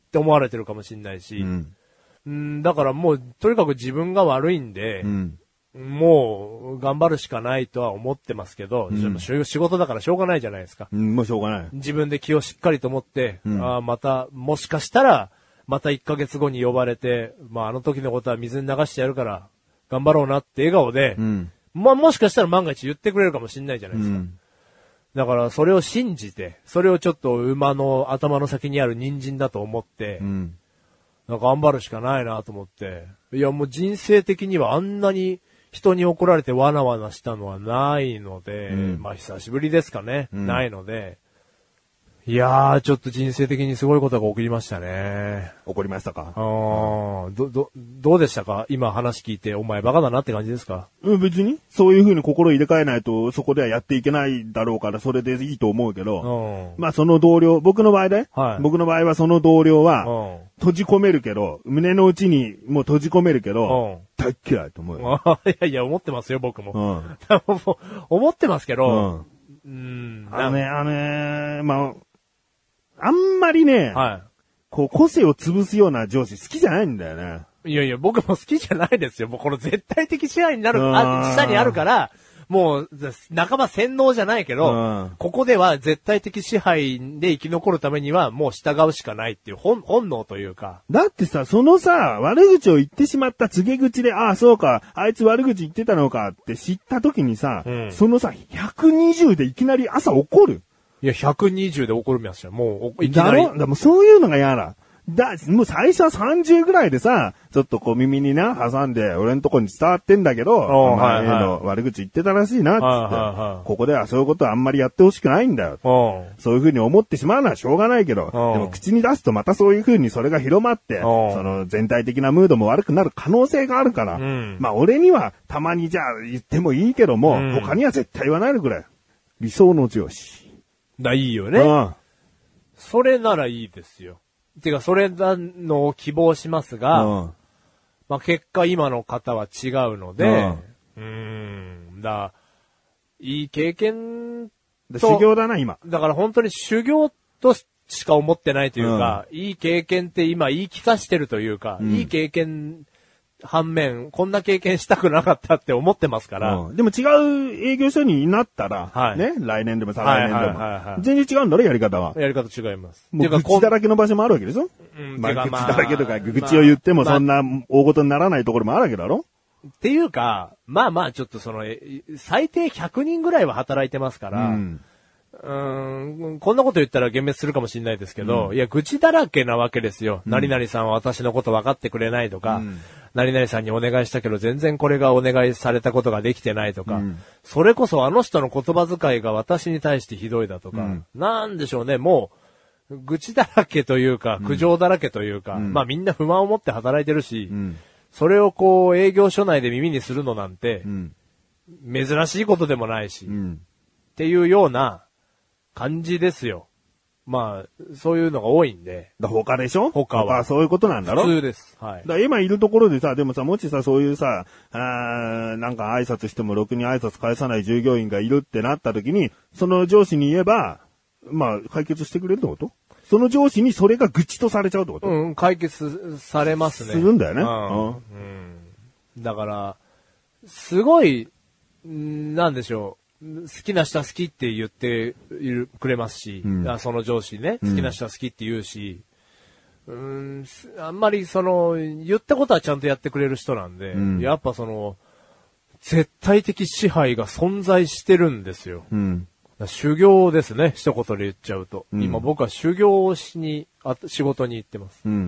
って思われてるかもしれないし、うん、うんだからもう、とにかく自分が悪いんで、うん、もう、頑張るしかないとは思ってますけど、うん、仕事だからしょうがないじゃないですか。 うん、もうしょうがない。 自分で気をしっかりと持って、うん、あまた、もしかしたら、またいっかげつごに呼ばれて、まあ、あの時のことは水に流してやるから、頑張ろうなって笑顔で、うん、まあ、もしかしたら万が一言ってくれるかもしれないじゃないですか。うんだから、それを信じて、それをちょっと馬の頭の先にある人参だと思って、うん、なんか頑張るしかないなと思って、いやもう人生的にはあんなに人に怒られてわなわなしたのはないので、うん、まあ久しぶりですかね、うん、ないので、いやー、ちょっと人生的にすごいことが起こりましたね。 起こりましたか？ あー、ど、ど、どうでしたか？今話聞いて、お前バカだなって感じですか？ うん、別に。そういう風に心入れ替えないと、そこではやっていけないだろうから、それでいいと思うけど、まあその同僚、僕の場合で、はい、僕の場合はその同僚は、閉じ込めるけど、胸の内にもう閉じ込めるけど、大っ嫌いと思うよ。 いやいや、思ってますよ、僕も。うん、思ってますけど、うん、うんあのね、あのね、まあ、あんまりね、はい、こう個性を潰すような上司好きじゃないんだよね。 いやいや、僕も好きじゃないですよ。もうこの絶対的支配になる、あ、下にあるから、もう、仲間洗脳じゃないけど、ここでは絶対的支配で生き残るためにはもう従うしかないっていう本、本能というか。 だってさ、そのさ、悪口を言ってしまった告げ口で、ああ、そうか、あいつ悪口言ってたのかって知った時にさ、うん、そのさ、ひゃくにじゅうでいきなり朝怒る。 いや、ひゃくにじゅうで怒るみますよ。もう、いきなり。 だろ？だもうそういうのが嫌だ。だ、もう最初はさんじゅうぐらいでさ、ちょっとこう耳にな、挟んで、俺のとこに伝わってんだけど、お前の悪口言ってたらしいな、つって、はいはいはい。ここではそういうことはあんまりやってほしくないんだよ。そういう風に思ってしまうのはしょうがないけど、でも口に出すとまたそういう風にそれが広まって、その全体的なムードも悪くなる可能性があるから、うん、まあ俺にはたまにじゃあ言ってもいいけども、うん、他には絶対言わないでくれ。理想の上司。 だ、いいよね。うん。それならいいですよ。てか、それのを希望しますが、うん、まあ結果今の方は違うので、うん、うーんだ、いい経験と、 修行だな、今。 だから本当に修行としか思ってないというか、うん、いい経験って今言い聞かしてるというか、うん、いい経験、反面、こんな経験したくなかったって思ってますから。 うん、でも違う営業所になったら、はい、ね、来年でも再来年でも、はいはいはいはい、全然違うんだろ、やり方は。 やり方違います。 もう愚痴だらけの場所もあるわけでしょ、うん、まあ、愚痴だらけとか、愚痴を言ってもそんな大事にならないところもあるわけだろ、 っていうか、まあまあちょっとその、最低ひゃくにんぐらいは働いてますから、うんうーんこんなこと言ったら幻滅するかもしれないですけど、うん、いや、愚痴だらけなわけですよ。うん、何々さんは私のこと分かってくれないとか、うん、何々さんにお願いしたけど全然これがお願いされたことができてないとか、うん、それこそあの人の言葉遣いが私に対してひどいだとか、うん、なんでしょうね、もう、愚痴だらけというか、苦情だらけというか、うん、まあみんな不満を持って働いてるし、うん、それをこう営業所内で耳にするのなんて、珍しいことでもないし、っていうような、感じですよ。まあ、そういうのが多いんで。 だ他でしょ？ 他は。 他そういうことなんだろ？ 普通です。はい。 だ今いるところでさ、でもさ、もしさ、そういうさ、あなんか挨拶してもろくに挨拶返さない従業員がいるってなった時に、その上司に言えば、まあ、解決してくれるってこと？その上司にそれが愚痴とされちゃうってこと？ うん、解決されますね。 するんだよね。 うん。うん、だから、すごい、なんでしょう。好きな人は好きって言ってくれますし、うん、その上司ね、好きな人は好きって言うし、うん、あんまりその、言ったことはちゃんとやってくれる人なんで、うん、やっぱその、絶対的支配が存在してるんですよ。うん、修行ですね、一言で言っちゃうと。うん、今僕は修行をしに、あ仕事に行ってます。うんうん、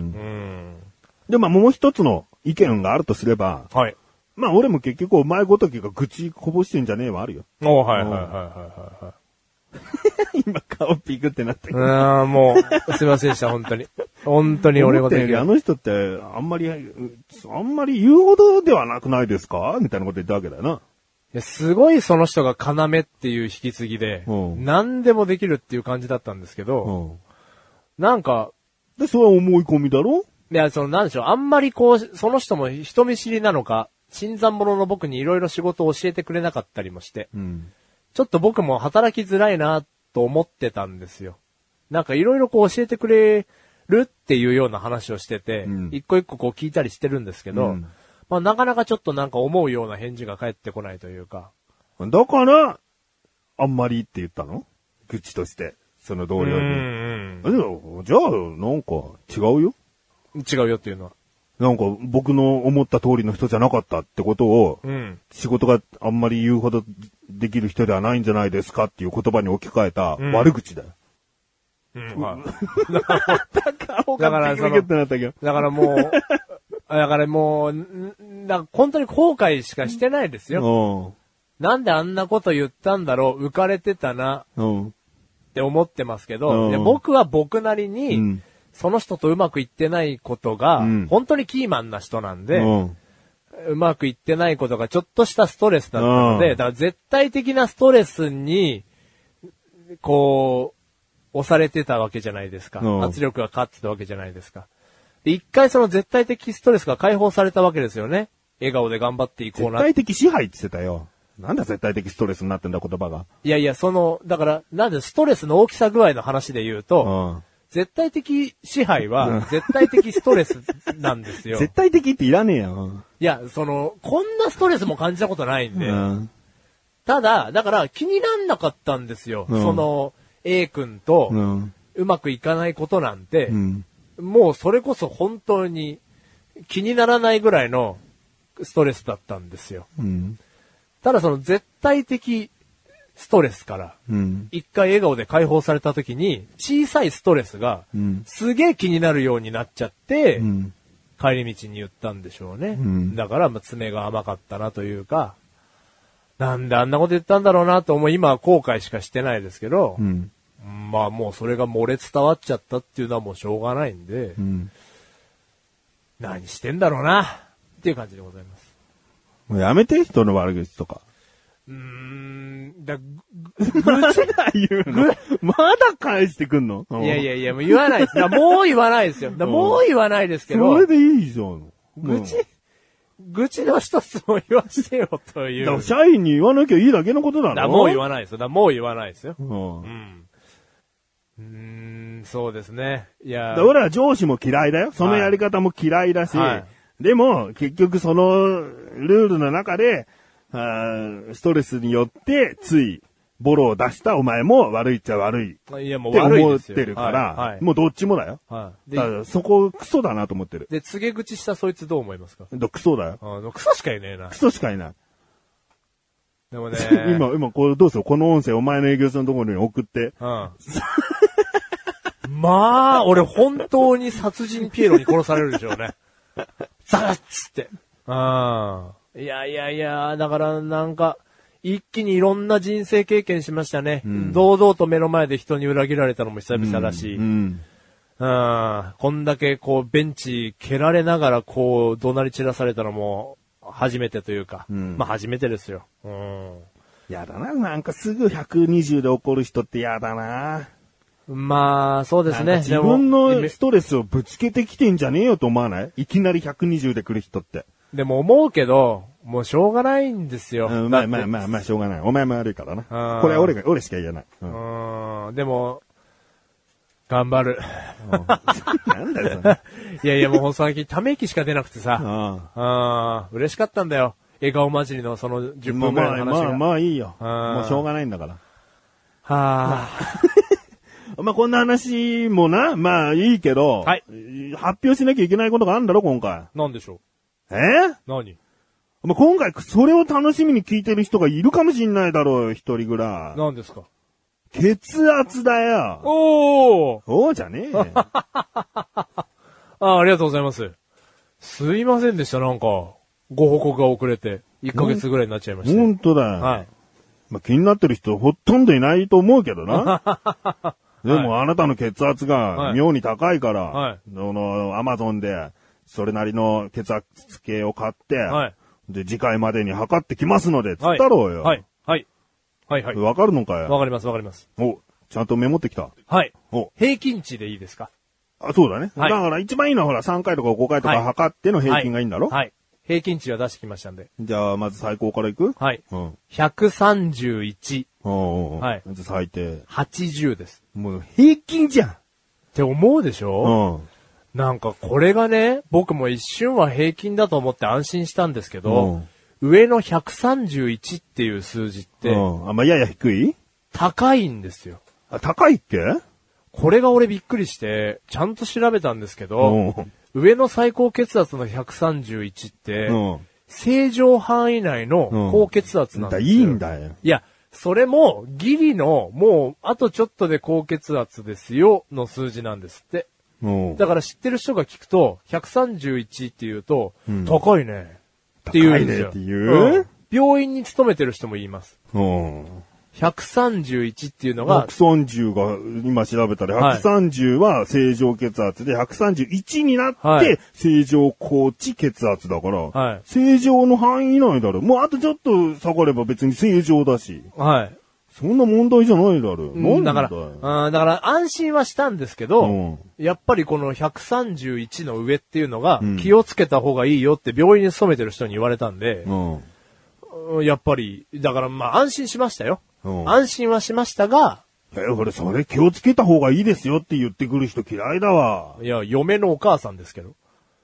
で、まあもう一つの意見があるとすれば、はい。まあ俺も結局お前ごときが愚痴こぼしてんじゃねえわあるよ。 おはいはいはいはいはい。 今顔ピクってなってる。 ああ、もう、すいませんでした、本当に。本当に俺ごとき。 あの人って、あんまり、あんまり言うほどではなくないですかみたいなこと言ったわけだよな。いや、すごいその人が要っていう引き継ぎで、うん、何でもできるっていう感じだったんですけど、うん、なんか、 で、それは思い込みだろ？ いや、その、なんでしょう、あんまりこう、その人も人見知りなのか、新参者の僕にいろいろ仕事を教えてくれなかったりもして、うん、ちょっと僕も働きづらいなと思ってたんですよ。なんかいろいろこう教えてくれるっていうような話をしてて、うん、一個一個こう聞いたりしてるんですけど、うん、まあなかなかちょっとなんか思うような返事が返ってこないというか。 だから、あんまりって言ったの？愚痴として、その同僚に。うんうん、じゃあ、なんか違うよ。 違うよっていうのは。 なんか僕の思った通りの人じゃなかったってことを、うん、仕事があんまり言うほどできる人ではないんじゃないですかっていう言葉に置き換えた悪口だよ。うんうんはい、だからその、 だからもう、だからもう、だから本当に後悔しかしてないですよ。なんであんなこと言ったんだろう、浮かれてたな、って思ってますけど、で僕は僕なりに、うん、その人とうまくいってないことが、うん、本当にキーマンな人なんで、うん、うまくいってないことがちょっとしたストレスだったので、だから絶対的なストレスに、こう、押されてたわけじゃないですか。圧力がかかってたわけじゃないですか。で、一回その絶対的ストレスが解放されたわけですよね。笑顔で頑張っていこうな。 絶対的支配って言ってたよ。なんだ絶対的ストレスになってんだ言葉が。 いやいや、その、だから、なんでストレスの大きさ具合の話で言うと、うん、絶対的支配は絶対的ストレスなんですよ。 絶対的っていらねえよ。 いや、その、こんなストレスも感じたことないんで。うん、ただ、だから気になんなかったんですよ。うん、その、A 君とうまくいかないことなんて、うん、もうそれこそ本当に気にならないぐらいのストレスだったんですよ。うん、ただその絶対的ストレスから、一回笑顔で解放された時に、小さいストレスが、すげえ気になるようになっちゃって、うん、帰り道に言ったんでしょうね。うん、だから、まあ、爪が甘かったなというか、なんであんなこと言ったんだろうなと思い、今は後悔しかしてないですけど、うん、まあもうそれが漏れ伝わっちゃったっていうのはもうしょうがないんで、うん、何してんだろうな、っていう感じでございます。 もうやめて、人の悪口とか。 うーん、だ、ぐ、 ぐちだ言うのまだ返してくんのいやいやいや、もう言わないです。だもう言わないですよ。だもう言わないですけど。 それでいいじゃん。 愚痴、愚痴の一つも言わせよという。 だから社員に言わなきゃいいだけのことだろ。 だもう言わないですよ。だもう言わないですよ。うん。うん、うーんそうですね。いや。 だ俺は上司も嫌いだよ。そのやり方も嫌いだし。はい、でも、結局そのルールの中で、ストレスによってついボロを出したお前も悪いっちゃ悪いって思ってるから、はいはい、もうどっちもだよ。はい、だからそこクソだなと思ってる。 で、告げ口したそいつどう思いますか？ クソだよ。 あクソしかいねえな。 クソしかいない。 でもね。 今、今これどうする？この音声お前の営業所のところに送って。うん、 まあ、俺本当に殺人ピエロに殺されるでしょうね。ザッつって。ああ。いやいやいや、だからなんか、一気にいろんな人生経験しましたね。うん、堂々と目の前で人に裏切られたのも久々だし、うんうん、こんだけこうベンチ蹴られながらこう怒鳴り散らされたのも初めてというか、うん、まあ初めてですよ。うん、 やだな、なんかすぐひゃくにじゅうで怒る人ってやだな。 まあ、そうですね。 自分のストレスをぶつけてきてんじゃねえよと思わない？いきなりひゃくにじゅうで来る人って。 でも思うけど、もうしょうがないんですよ。 うん、まあまあまあまあ、しょうがない。お前も悪いからな。これは俺が、俺しか言えない。 うん、うんでも、頑張る。 なんだよ、それ。 いやいや、もう最近ため息しか出なくてさ。あ嬉しかったんだよ。笑顔混じりのそのじゅっぷんぐらいの話が。 まあまあ、まあいいよ。もうしょうがないんだから。 はぁ。まあこんな話もな、まあいいけど、はい、発表しなきゃいけないことがあるんだろ、今回。 なんでしょう。えー、 何まあ、今回それを楽しみに聞いてる人がいるかもしんないだろう、一人ぐらい。 何ですか？ 血圧だよ。 おーおーじゃねえよ。 あ、ありがとうございます。すいませんでした、なんか、ご報告が遅れて、いっかげつぐらいになっちゃいました。 ほんとだよ。はい。まあ、気になってる人ほとんどいないと思うけどな。でも、はい、あなたの血圧が妙に高いから、はい、あの、アマゾンで、それなりの血圧計を買って、はい、で、次回までに測ってきますので、つったろうよ。 はい。はい。はいはい。 わかるのかよ。 わかりますわかります。 お、ちゃんとメモってきた。 はい。お、平均値でいいですか？ あ、そうだね。はい、だから一番いいのはほらさんかいとかごかいとか測っての平均がいいんだろ？はい。はい、 平均値は出してきましたんで。 じゃあ、まず最高からいく？ はい。うん。ひゃくさんじゅういち。 おうおうはい。じゃあ最低。 はちじゅうです。 もう平均じゃん。 って思うでしょ？うん。なんかこれがね、僕も一瞬は平均だと思って安心したんですけど、うん、上のひゃくさんじゅういちっていう数字って、うん、 あ、まあ、やや低い？ 高いんですよ。 あ、高いっけ？ これが俺びっくりして、ちゃんと調べたんですけど、うん、上の最高血圧のひゃくさんじゅういちって、うん、正常範囲内の高血圧なんですよ。 うん、いいんだよ。 いや、それもギリのもうあとちょっとで高血圧ですよの数字なんですって。だから知ってる人が聞くとひゃくさんじゅういちって言うと、うん、高いねって言うんですよ。 高いねって言う、うん、 病院に勤めてる人も言います。うん、ひゃくさんじゅういちっていうのが。 ひゃくさんじゅうが、今調べたら、ひゃくさんじゅうは正常血圧で、ひゃくさんじゅういちになって、正常高値血圧だから、はい、正常の範囲内だろ。もうあとちょっと下がれば別に正常だし。はい。そんな問題じゃないだろ。うん、 だから、だから安心はしたんですけど、うん、やっぱりこのひゃくさんじゅういちの上っていうのが、気をつけた方がいいよって病院に勤めてる人に言われたんで、うん、やっぱり、だからまあ安心しましたよ。うん、安心はしましたが、 え、俺それ気をつけた方がいいですよって言ってくる人嫌いだわ。 いや、嫁のお母さんですけど。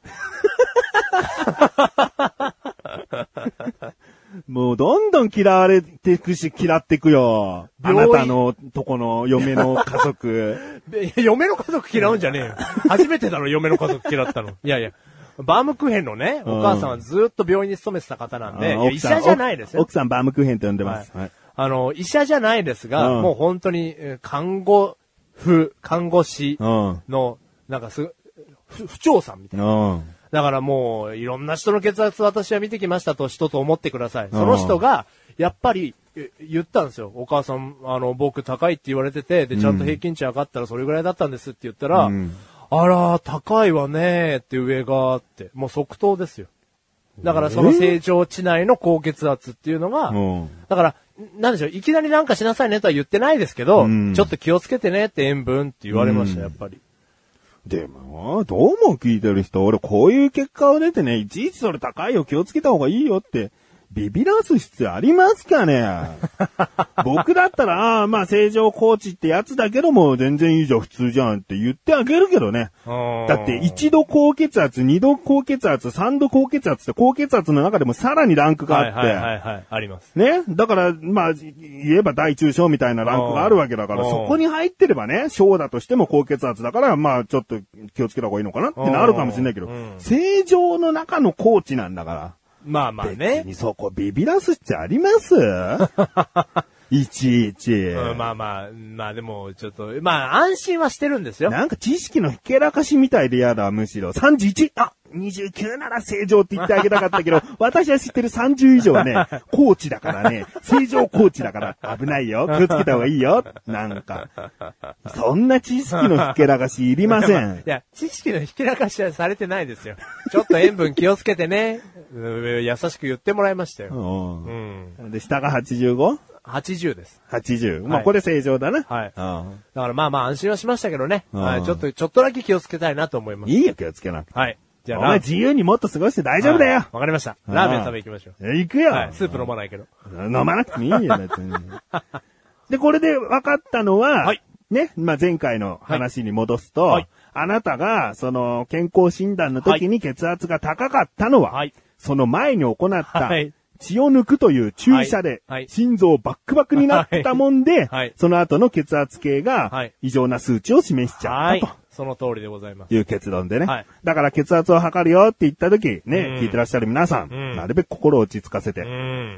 もうどんどん嫌われていくし嫌っていくよ。あなたのとこの嫁の家族。 嫁の家族嫌うんじゃねえよ。初めてだろ、嫁の家族嫌ったの。いやいや。バームクーヘンのね、お母さんはずっと病院に勤めてた方なんで、医者じゃないですよ。 奥さんバームクーヘンって呼んでます。はいはい、 あの、医者じゃないですが、うん、もう本当に、看護婦、看護師の、なんかす、不調さんみたいな。うんだからもう、いろんな人の血圧私は見てきましたと人と思ってください。その人が、やっぱり、言ったんですよ。お母さん、あの、僕高いって言われてて、で、ちゃんと平均値上がったらそれぐらいだったんですって言ったら、うん、あら、高いわねーって上があって、もう即答ですよ。だからその正常値内の高血圧っていうのが、だから、なんでしょう、いきなりなんかしなさいねとは言ってないですけど、うん、ちょっと気をつけてねって塩分って言われました、やっぱり。 でも、どうも聞いてる人、俺こういう結果を出てね、いちいちそれ高いよ、気をつけた方がいいよって、ビビらす必要ありますかね僕だったら、ああ、まあ正常コーチってやつだけども、全然いいじゃん、普通じゃんって言ってあげるけどね。だって一度高血圧、二度高血圧、三度高血圧って高血圧の中でもさらにランクがあって。 はいはいはい、はい、あります。 ね。だから、まあ、言えば大中小みたいなランクがあるわけだから、そこに入ってればね、小だとしても高血圧だから、まあちょっと気をつけた方がいいのかなってなるかもしれないけど、正常の中のコーチなんだから。 まあまあね。 別にそこビビらす必要ありますいちいち、 うん。まあまあ、まあでも、ちょっと、まあ安心はしてるんですよ。 なんか知識のひけらかしみたいでやだ、むしろ。さんじゅういち! あにじゅうきゅうなら正常って言ってあげたかったけど、私は知ってるさんじゅう以上はね、コーチだからね、正常コーチだから危ないよ、気をつけた方がいいよ。なんか、そんな知識のひけらかしいりません。 いや、知識のひけらかしはされてないですよ。ちょっと塩分気をつけてね、優しく言ってもらいましたよ。 うん。で、下が はちじゅうご？ はちじゅうです。 はちじゅう。まあ、これ正常だな。 はい。だからまあまあ安心はしましたけどね。はい。ちょっと、ちょっとだけ気をつけたいなと思います。 いいよ、気をつけなくて。 はい。 じゃあ、お前自由にもっと過ごして大丈夫だよ。 わかりました。ラーメン食べ行きましょう。行くよ。 はい。スープ飲まないけど。 飲まなくてもいいよ、別に。で、これで分かったのは、はい。ね、まあ、前回の話に戻すと、はい。あなたが、その、健康診断の時に血圧が高かったのは、はい。その前に行った、はい。血を抜くという注射で、心臓バックバックになったもんで、はい、その後の血圧計が異常な数値を示しちゃったと。はい、 その通りでございます。 いう結論でね。はい、だから血圧を測るよって言った時、ね、聞いてらっしゃる皆さん、うん、なるべく心を落ち着かせて、うん、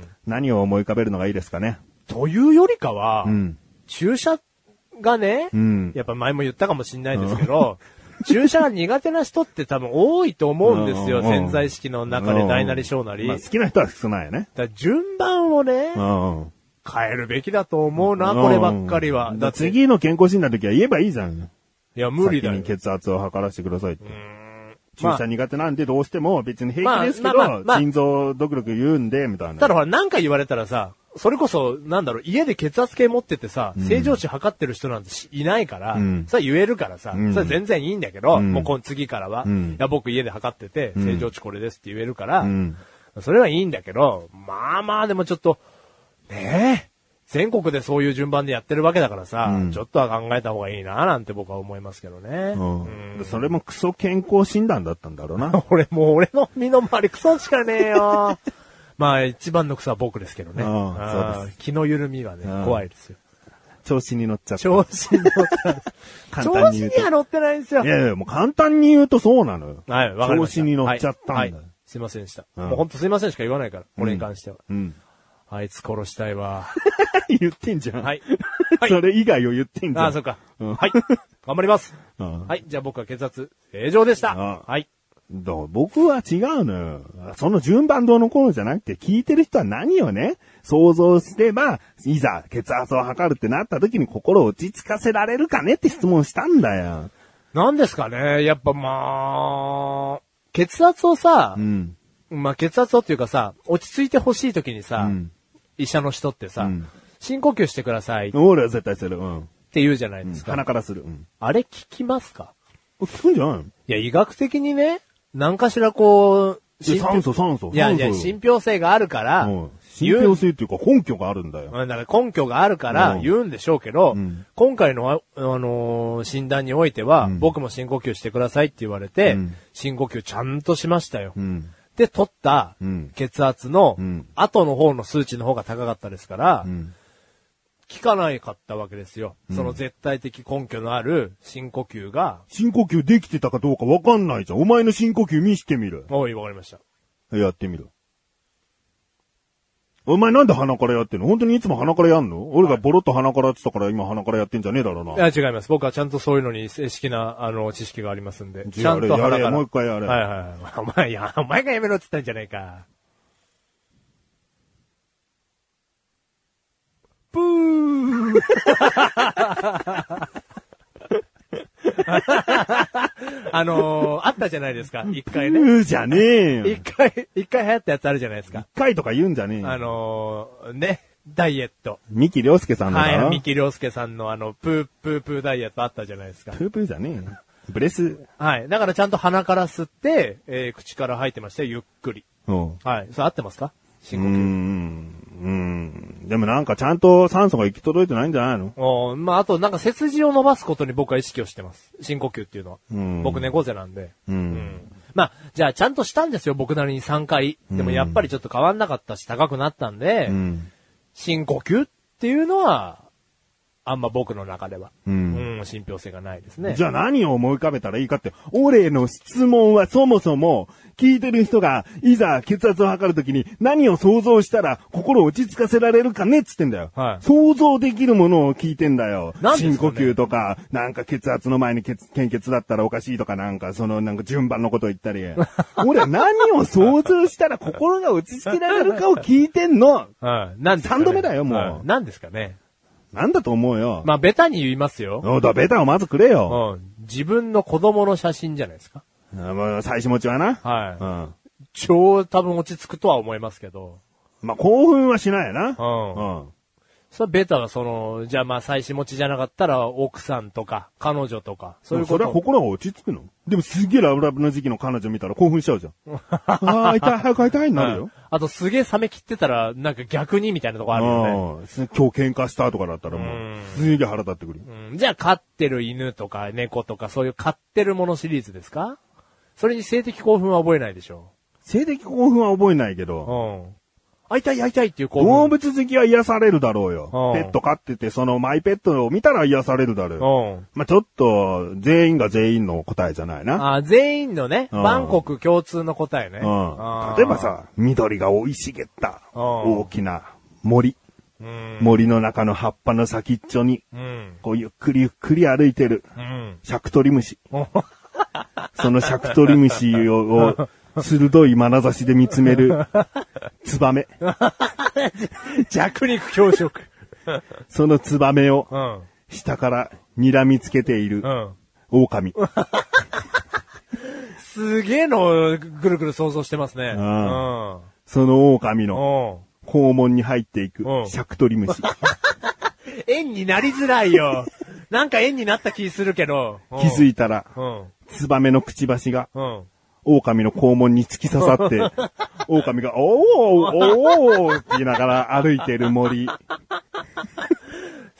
何を思い浮かべるのがいいですかね。 というよりかは、うん、注射がね、うん、やっぱ前も言ったかもしれないですけど、注射が苦手な人って多分多いと思うんですよ。潜在意識の中で大なり小なり。 まあ、好きな人は少ないよね。 だ順番をね、変えるべきだと思うな、こればっかりは。 だ次の健康診断の時は言えばいいじゃん。 いや、無理だよ。 先に血圧を測らせてくださいって。注射苦手なんでどうしても別に平気ですけど、まあまあまあ、心臓ドクドク言うんで、みたいな。 ただほら、なんか言われたらさ、それこそ、なんだろう、家で血圧計持っててさ、うん、正常値測ってる人なんていないから、うん、それ言えるからさ、うん、それ全然いいんだけど、うん、もうこの次からは、うん、いや僕家で測ってて、正常値これですって言えるから、うん、それはいいんだけど、まあまあでもちょっと、ねえ、 全国でそういう順番でやってるわけだからさ、 うん、 ちょっとは考えた方がいいななんて僕は思いますけどね。 うん。 うん、 それもクソ健康診断だったんだろうな。 俺もう俺の身の回りクソしかねえよ。まあ一番のクソは僕ですけどね。 ああ、そうです。 気の緩みはね、怖いですよ。 調子に乗っちゃった。 調子に乗った。簡単に言うと。調子には乗ってないんですよ。 いやいや、もう簡単に言うとそうなのよ。 はい、わかりました。 調子に乗っちゃったんだ。はいはい、 すいませんでした。うん、もうほんとすいませんしか言わないから、これに関しては。 うん。うん、 あいつ殺したいわ。 言ってんじゃん。 はい。 それ以外を言ってんじゃん。 ああ、そっか。うん、はい。頑張ります。はい。じゃあ僕は血圧正常でした。はい。 だ僕は違うのよ。その順番どうのこうのじゃなくて、聞いてる人は何をね、想像すれば、いざ血圧を測るってなった時に心を落ち着かせられるかねって質問したんだよ。 なんですかね、やっぱまあ、血圧をさ、うん、まあ血圧をっていうかさ、落ち着いてほしい時にさ、うん、医者の人ってさ、うん、深呼吸してください。 俺は絶対する。うん。 って言うじゃないですか。 うん、鼻からする。うん、 あれ聞きますか？ 聞くんじゃないの？いや、医学的にね、何かしらこう、 酸素酸素。 いやいや、信憑性があるから、うん、 信憑性っていうか根拠があるんだよ。 だから根拠があるから言うんでしょうけど、うん、今回の、あのー、診断においては、うん、僕も深呼吸してくださいって言われて、うん、深呼吸ちゃんとしましたよ。うん、で、取った血圧の後の方の数値の方が高かったですから、うん、効かないかったわけですよ。うん、その絶対的根拠のある深呼吸が。 深呼吸できてたかどうかわかんないじゃん。お前の深呼吸見してみる。 おい、わかりました。 やってみる。お前なんで鼻からやってんの？本当にいつも鼻からやんの？俺がボロッと鼻からって言ったから今鼻からやってんじゃねえだろうな。 いや、違います。僕はちゃんとそういうのに正式な、あの、知識がありますんで。 ちゃんと鼻から。やれ、もう一回やれ。 はいはいはい。お前、いや、お前がやめろって言ったんじゃないか。プーあのー、あったじゃないですか、一回ね。 プーじゃねえよ。 一回、一回流行ったやつあるじゃないですか。 一回とか言うんじゃねえよ。 あのー、ね、ダイエット。 三木亮介さんのはい、三木亮介さんのあの、プー、プープーダイエットあったじゃないですか。 プープーじゃねえよ。ブレス。 はい。だからちゃんと鼻から吸って、えー、口から吐いてましたよ、ゆっくり。はい。それ合ってますか？深呼吸。うーん。 うん。でもなんかちゃんと酸素が行き届いてないんじゃないの？ おまあ、あとなんか背筋を伸ばすことに僕は意識をしてます。深呼吸っていうのは。うん、僕猫背なんで。うん、うん。まあ、じゃあちゃんとしたんですよ、僕なりにさんかい。でもやっぱりちょっと変わんなかったし、高くなったんで、うん、深呼吸っていうのは、あんま僕の中では、うん、うん、信憑性がないですね。 じゃあ何を思い浮かべたらいいかって、俺の質問はそもそも、聞いてる人が、いざ血圧を測るときに何を想像したら心を落ち着かせられるかねっつってんだよ。はい、想像できるものを聞いてんだよ。ね、深呼吸とか、なんか血圧の前に血献血だったらおかしいとかなんか、そのなんか順番のことを言ったり。俺は何を想像したら心が落ち着けられるかを聞いてんの。はい、なんですかね、さんどめだよ、もう。はい、 何ですかね。 なんだと思うよ。 まあ、ベタに言いますよ。 そうだ、ベタをまずくれよ。 うん。自分の子供の写真じゃないですか。 あまあ、最初持ちはな。 はい。うん。超多分落ち着くとは思いますけど。 まあ、興奮はしないよな。うん。うん。 それベタはその、じゃあまあ、妻子持ちじゃなかったら、奥さんとか、彼女とか、そういうこと。 それは心が落ち着くの？でもすげえラブラブな時期の彼女見たら興奮しちゃうじゃん。ああ、痛い、早く痛いになるよ。 あとすげえ冷め切ってたら、なんか逆にみたいなとこあるよね。今日喧嘩したとかだったらもう、すげえ腹立ってくる。 うん、じゃあ飼ってる犬とか猫とか、そういう飼ってるものシリーズですか？それに性的興奮は覚えないでしょ？ 性的興奮は覚えないけど、うん。 会いたい会いたいっていう興奮。 動物好きは癒されるだろうよ。うん、ペット飼ってて、そのマイペットを見たら癒されるだろうよ。うん、まあちょっと、全員が全員の答えじゃないな。 あ全員のね、うん、万国共通の答えね。うん、 例えばさ、緑が生い茂った大きな森。うん、森の中の葉っぱの先っちょに、うん、こうゆっくりゆっくり歩いてる、うん、シャクトリムシ。そのシャクトリムシを、を鋭い眼差しで見つめる、ツバメ。 弱肉強食。 そのツバメを、下から睨みつけている、狼。 すげえのぐるぐる想像してますね。うん、 その狼の、肛門に入っていく、シャクトリムシ。 円になりづらいよ。なんか円になった気するけど。 気づいたら、ツバメのくちばしが、狼の肛門に突き刺さって、狼が、おーおーおーって言いながら歩いてる森。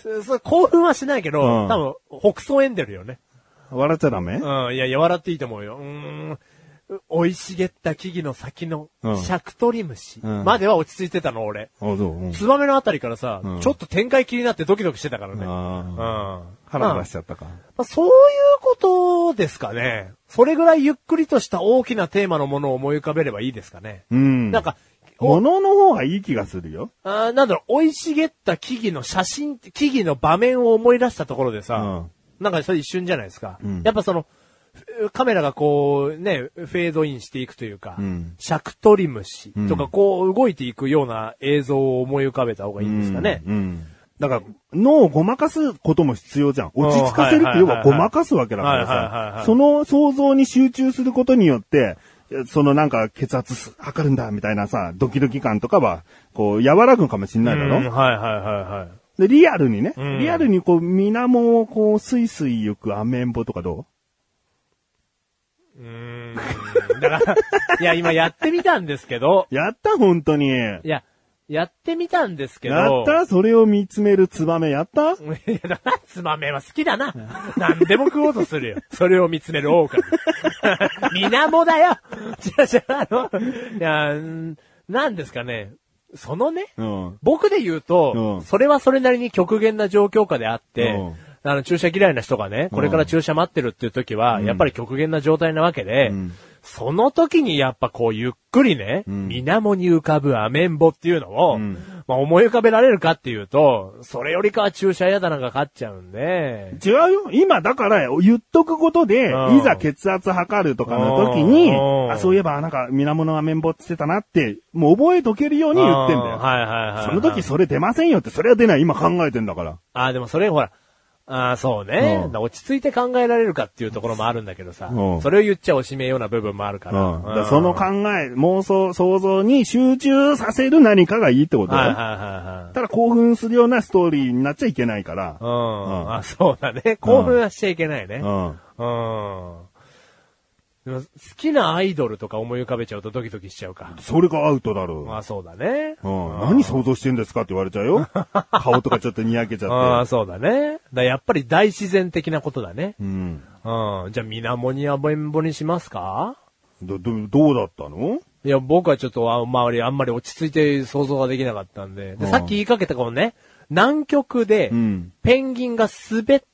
そそ興奮はしないけど、うん、多分、北総エンデルよね。 笑っちゃダメ？ うん、いやいや、笑っていいと思うよ。うーん。生い茂った木々の先の、シャクトリムシまでは落ち着いてたの、俺。 あ、そう。うん、 ツバメのあたりからさ、うん、ちょっと展開気になってドキドキしてたからね。 あうん。腹出しちゃったか。 まあ、そういうことですかね。それぐらいゆっくりとした大きなテーマのものを思い浮かべればいいですかね。 うん。 なんか、 物の方がいい気がするよ。 あなんだろう、生い茂った木々の写真、木々の場面を思い出したところでさ、うん、なんかそれ一瞬じゃないですか。うん、やっぱその、カメラがこうね、フェードインしていくというか、うん、シャクトリムシとかこう動いていくような映像を思い浮かべた方がいいんですかね。 うんうん、だから脳をごまかすことも必要じゃん。落ち着かせるって要はごまかすわけだからさ、その想像に集中することによって、そのなんか血圧測るんだみたいなさ、ドキドキ感とかは、こう和らぐかもしんないだろ、うん、 はいはいはいはい。 で、リアルにね、うん、リアルにこう水面をこうスイスイ行くアメンボとかどう？ うーん。だから、いや、今やってみたんですけど。 やった本当に。いや、やってみたんですけど。 やったそれを見つめるツバメやったいや、だな、ツバメは好きだな。何でも食おうとするよ。それを見つめる狼。水面だよ。違う違う、あの、いや、なんですかね。そのね、うん、僕で言うと、うん、それはそれなりに極限な状況下であって、うんあの、注射嫌いな人がね、これから注射待ってるっていう時は、うん、やっぱり極限な状態なわけで、うん、その時にやっぱこうゆっくりね、うん、水面に浮かぶアメンボっていうのを、うん、まあ思い浮かべられるかっていうと、それよりかは注射嫌だなんかかかっちゃうんで。 違うよ。今だから言っとくことで、うん、いざ血圧測るとかの時に、あ、そういえばなんか水面のアメンボって言ってたなって、もう覚えとけるように言ってんだよ。 はいはいはい、はい。 その時それ出ませんよって、それは出ない。今考えてんだから。 あ、でもそれほら、ああ、そうね、うん。落ち着いて考えられるかっていうところもあるんだけどさ。うん、それを言っちゃおしめような部分もあるから。うん、 だからその考え、妄想、想像に集中させる何かがいいってことだよ。はいはいはいはい。ただ興奮するようなストーリーになっちゃいけないから。 うん。うん、あ、そうだね。興奮はしちゃいけないね。うん。うん。でも好きなアイドルとか思い浮かべちゃうとドキドキしちゃうか。 それがアウトだろう。 まあそうだね。 うん。何想像してんですかって言われちゃうよ。顔とかちょっとにやけちゃって。 ああ、そうだね。だやっぱり大自然的なことだね。うん。うん。じゃあ、水面にアメンボにしますか？ ど、ど、どうだったの？ いや、僕はちょっとあんまり、あんまり落ち着いて想像ができなかったんで。で、さっき言いかけたこのね、南極で、ペンギンが滑って、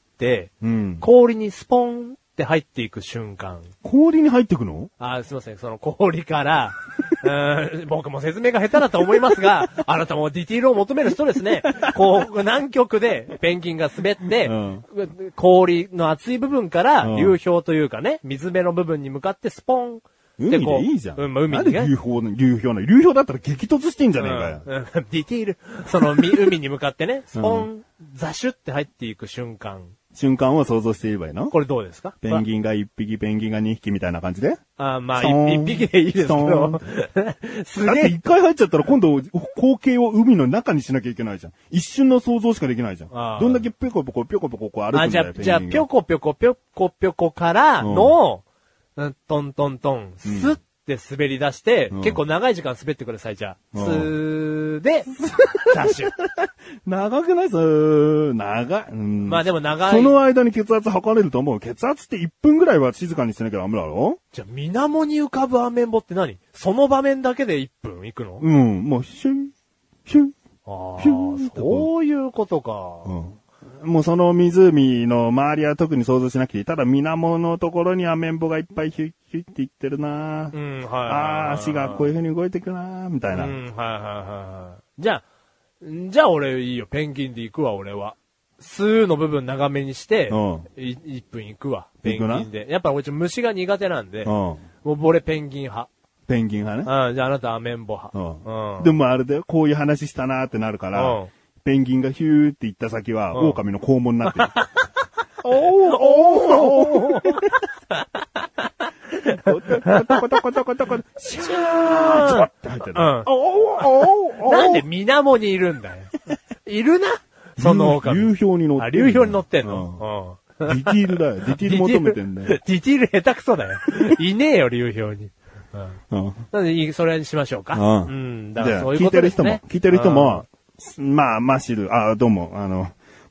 うん、氷にスポンって入っていく瞬間。 氷に入っていくの？ あ、すいません。その氷から、うん、僕も説明が下手だと思いますが、あなたもディティールを求める人ですね。こう、南極でペンギンが滑って、うん、氷の厚い部分から流氷というかね、水辺の部分に向かってスポン。 海でいいじゃん。 うん、まあ、海でね。 流氷、流氷な。流氷だったら激突してんじゃねえかよ。 うんうん、ディティール。その、海に向かってね、スポン、うん、ザシュって入っていく瞬間。 瞬間を想像していればいいの？ これどうですか？ ペンギンが一匹、ペンギンが二匹みたいな感じで？ あまあ、一匹でいいですけど。 すげえ。だって一回入っちゃったら今度光景を海の中にしなきゃいけないじゃん。一瞬の想像しかできないじゃん。どんだけぴょこぴょこぴょこぴょここう歩くんだよ。あ、 じゃあ、じゃあ、ぴょこぴょこぴょこぴょこからの、うん、トントントン、スッって滑り出して、うん、結構長い時間滑ってください、じゃあ。うん、スーで、ダッシュ。 長くないっす長い、うん。 まあでも長い。 その間に血圧測れると思う。血圧っていっぷんぐらいは静かにしてなきゃダメだろ？ じゃあ、水面に浮かぶアメンボって何？その場面だけでいっぷん行くの？ うん、もう、シュン、シュン、 あシュン。そういうことか。 うんもうその湖の周りは特に想像しなくていい。ただ水面のところにアメンボがいっぱいヒュッヒュッっていってるなうん、はい、はい。 ああ、足がこういう風に動いてくなみたいな。うん、 はい、はい、はい。じゃあ、じゃあ俺いいよ。ペンギンで行くわ、俺は。数の部分長めにして、うん、いいっぷん行くわ。ペンギンで。やっぱ俺ちょっと虫が苦手なんで、うん、もう俺ペンギン派。 ペンギン派ね。うん、じゃああなたアメンボ派。 うん。でもあれだよ、こういう話したなーってなるから、うんペンギンがヒューって言った先は、うん、狼の肛門になってる。おーおーおーコトコトコトコトコトシャーズバッて入ってる。うん。おーおーなんで水面にいるんだよ。いるなその狼。 流氷に乗ってる。流氷に乗ってんの、 うん、ディティールだよ。ディティール求めてんだよ。 ディティール下手くそだよ。いねえよ、流氷に。うん。なので、それにしましょうか。うん。うん。だからそういうことですね。 聞いてる人も、聞いてる人も、まあ、マシル、あ、どうも、あの、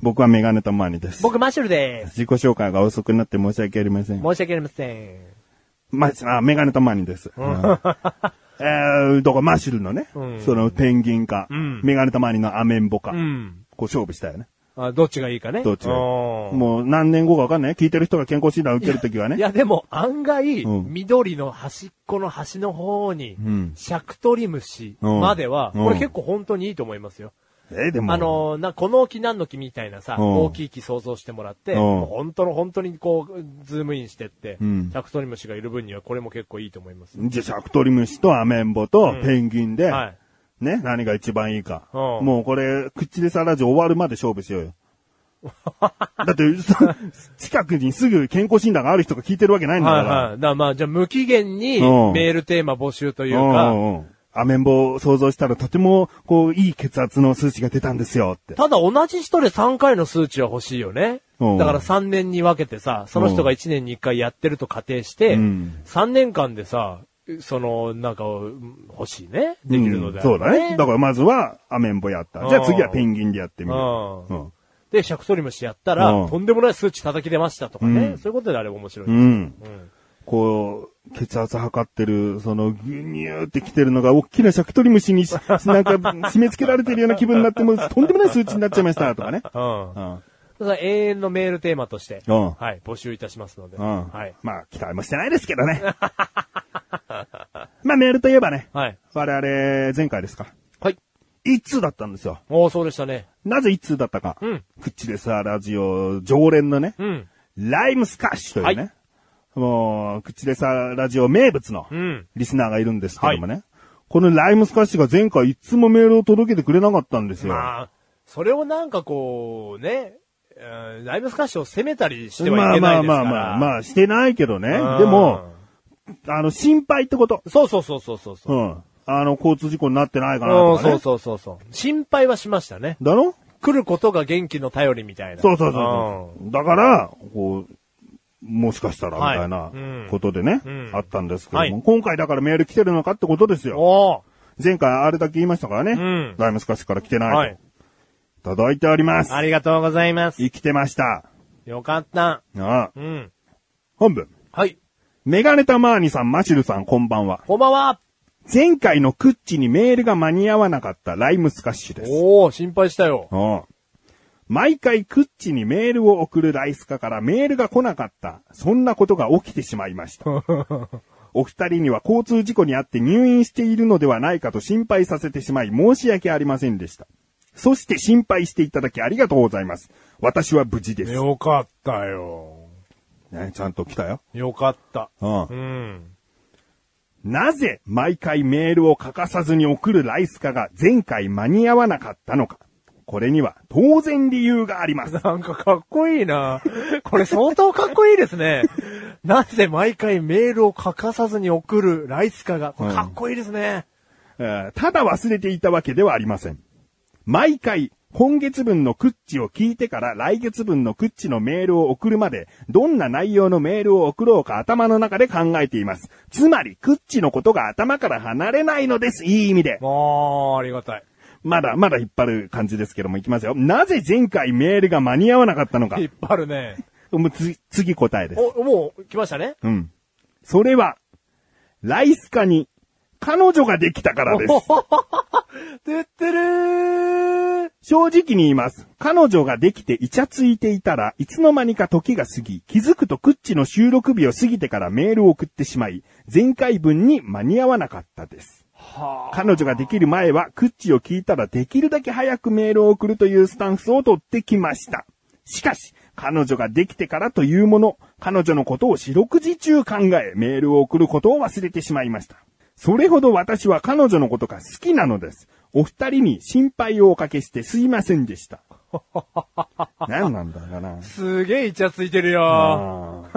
僕はメガネとマニです。 僕マッシュルです。 自己紹介が遅くなって申し訳ありません。 申し訳ありません。 まあ、メガネとマニです。うん、えー、だからマシュルのね、うん、そのペンギンか、うん、メガネとマニのアメンボか、うん、こう勝負したよね。 あ、どっちがいいかね。 どっちがいい。もう何年後かわかんない。聞いてる人が健康診断受けるときはね。 いや、いやでも案外、うん、緑の端っこの端の方に、うん、シャクトリムシまでは、うん、これ結構本当にいいと思いますよ。 えー、でも。 あのー、な、この木何の木みたいなさ、大きい木想像してもらって、もう本当の本当にこう、ズームインしてって、うん、シャクトリムシがいる分にはこれも結構いいと思います。 じゃあ、シャクトリムシとアメンボとペンギンで、うん、はい。ね、何が一番いいか。うん、もうこれ、口でさラジオ終わるまで勝負しようよ。だって、近くにすぐ健康診断がある人が聞いてるわけないんだから。はいはい。 だからまあ、じゃあ無期限にメールテーマ募集というか、うんうんうん、 アメンボを想像したらとても、こう、いい血圧の数値が出たんですよって。 ただ同じ人でさんかいの数値は欲しいよね。だからさんねんに分けてさ、その人がいちねんにいっかいやってると仮定して、うん、さんねんかんでさ、その、なんか、欲しいね。できるのであれば、ね、 うん。そうだね。だからまずはアメンボやった。じゃあ次はペンギンでやってみる。うんで、シャクトリムシやったら、うん、とんでもない数値叩き出ましたとかね。うん、そういうことであれば面白いです。うん。うん、 こう、血圧測ってる、その、ギュニューって来てるのが、大きなシャクトリムシに、なんか、締め付けられてるような気分になっても、とんでもない数値になっちゃいました、とかね。うん。うん。 それは永遠のメールテーマとして、うん、はい、募集いたしますので。うん。はい。 まあ、期待もしてないですけどね。まあ、メールといえばね。はい。我々、前回ですか。 はい。 一通だったんですよ。 おー、そうでしたね。 なぜ一通だったか。うん。クッチレスアラジオ常連のね。うん。ライムスカッシュというね。はい、もう、クッチレスアラジオ名物の。うん。リスナーがいるんですけどもね。はい、このライムスカッシュが前回いつもメールを届けてくれなかったんですよ。まあ、 それをなんかこう、ね。ライムスカッシュを責めたりしてはいけないですから。まあまあまあまあ、まあ、してないけどね。でも、あの、心配ってこと。 そうそうそうそうそう。 うん。あの、交通事故になってないかなとかね。 そうそうそうそう。心配はしましたね。 だろ？ 来ることが元気の頼りみたいな。 そうそうそうそう。だから、こう、もしかしたらみたいなことでね、はいうん、あったんですけども、はい、今回だからメール来てるのかってことですよ。お前回あれだけ言いましたからね。うん、ライムスカッシュから来てないと。はい、届いております。 ありがとうございます。 生きてました。 よかった。 ああうん。本文。 はい。 メガネタマーニさん、マシルさん、こんばんは。 こんばんは。 前回のクッチにメールが間に合わなかったライムスカッシュです。 おー、心配したよ。 お毎回クッチにメールを送るライスカからメールが来なかった。そんなことが起きてしまいました。お二人には交通事故にあって入院しているのではないかと心配させてしまい申し訳ありませんでした。そして心配していただきありがとうございます。私は無事です。 よかったよ。 ね、ちゃんと来たよ。 よかった。 うん。うんなぜ毎回メールを欠かさずに送るライスカが前回間に合わなかったのか。これには当然理由があります。 なんかかっこいいな。これ相当かっこいいですね。なぜ毎回メールを欠かさずに送るライスカが。これかっこいいですね、 うんえー。ただ忘れていたわけではありません。毎回今月分のクッチを聞いてから来月分のクッチのメールを送るまで、どんな内容のメールを送ろうか頭の中で考えています。つまり、クッチのことが頭から離れないのです。いい意味で。 ああ、ありがたい。 まだ、まだ引っ張る感じですけども、いきますよ。なぜ前回メールが間に合わなかったのか。 引っ張るね。 もうつ、次答えです。 お、もう来ましたね。 うん。それは、ライスカに彼女ができたからです。 てってるー。 正直に言います。彼女ができてイチャついていたらいつの間にか時が過ぎ、気づくとクッチの収録日を過ぎてからメールを送ってしまい、前回分に間に合わなかったです。はあ、彼女ができる前はクッチを聞いたらできるだけ早くメールを送るというスタンスを取ってきました。しかし、彼女ができてからというもの、彼女のことを四六時中考え、メールを送ることを忘れてしまいました。それほど私は彼女のことが好きなのです。お二人に心配をおかけしてすいませんでした。何なんだかな。 すげえイチャついてるよ。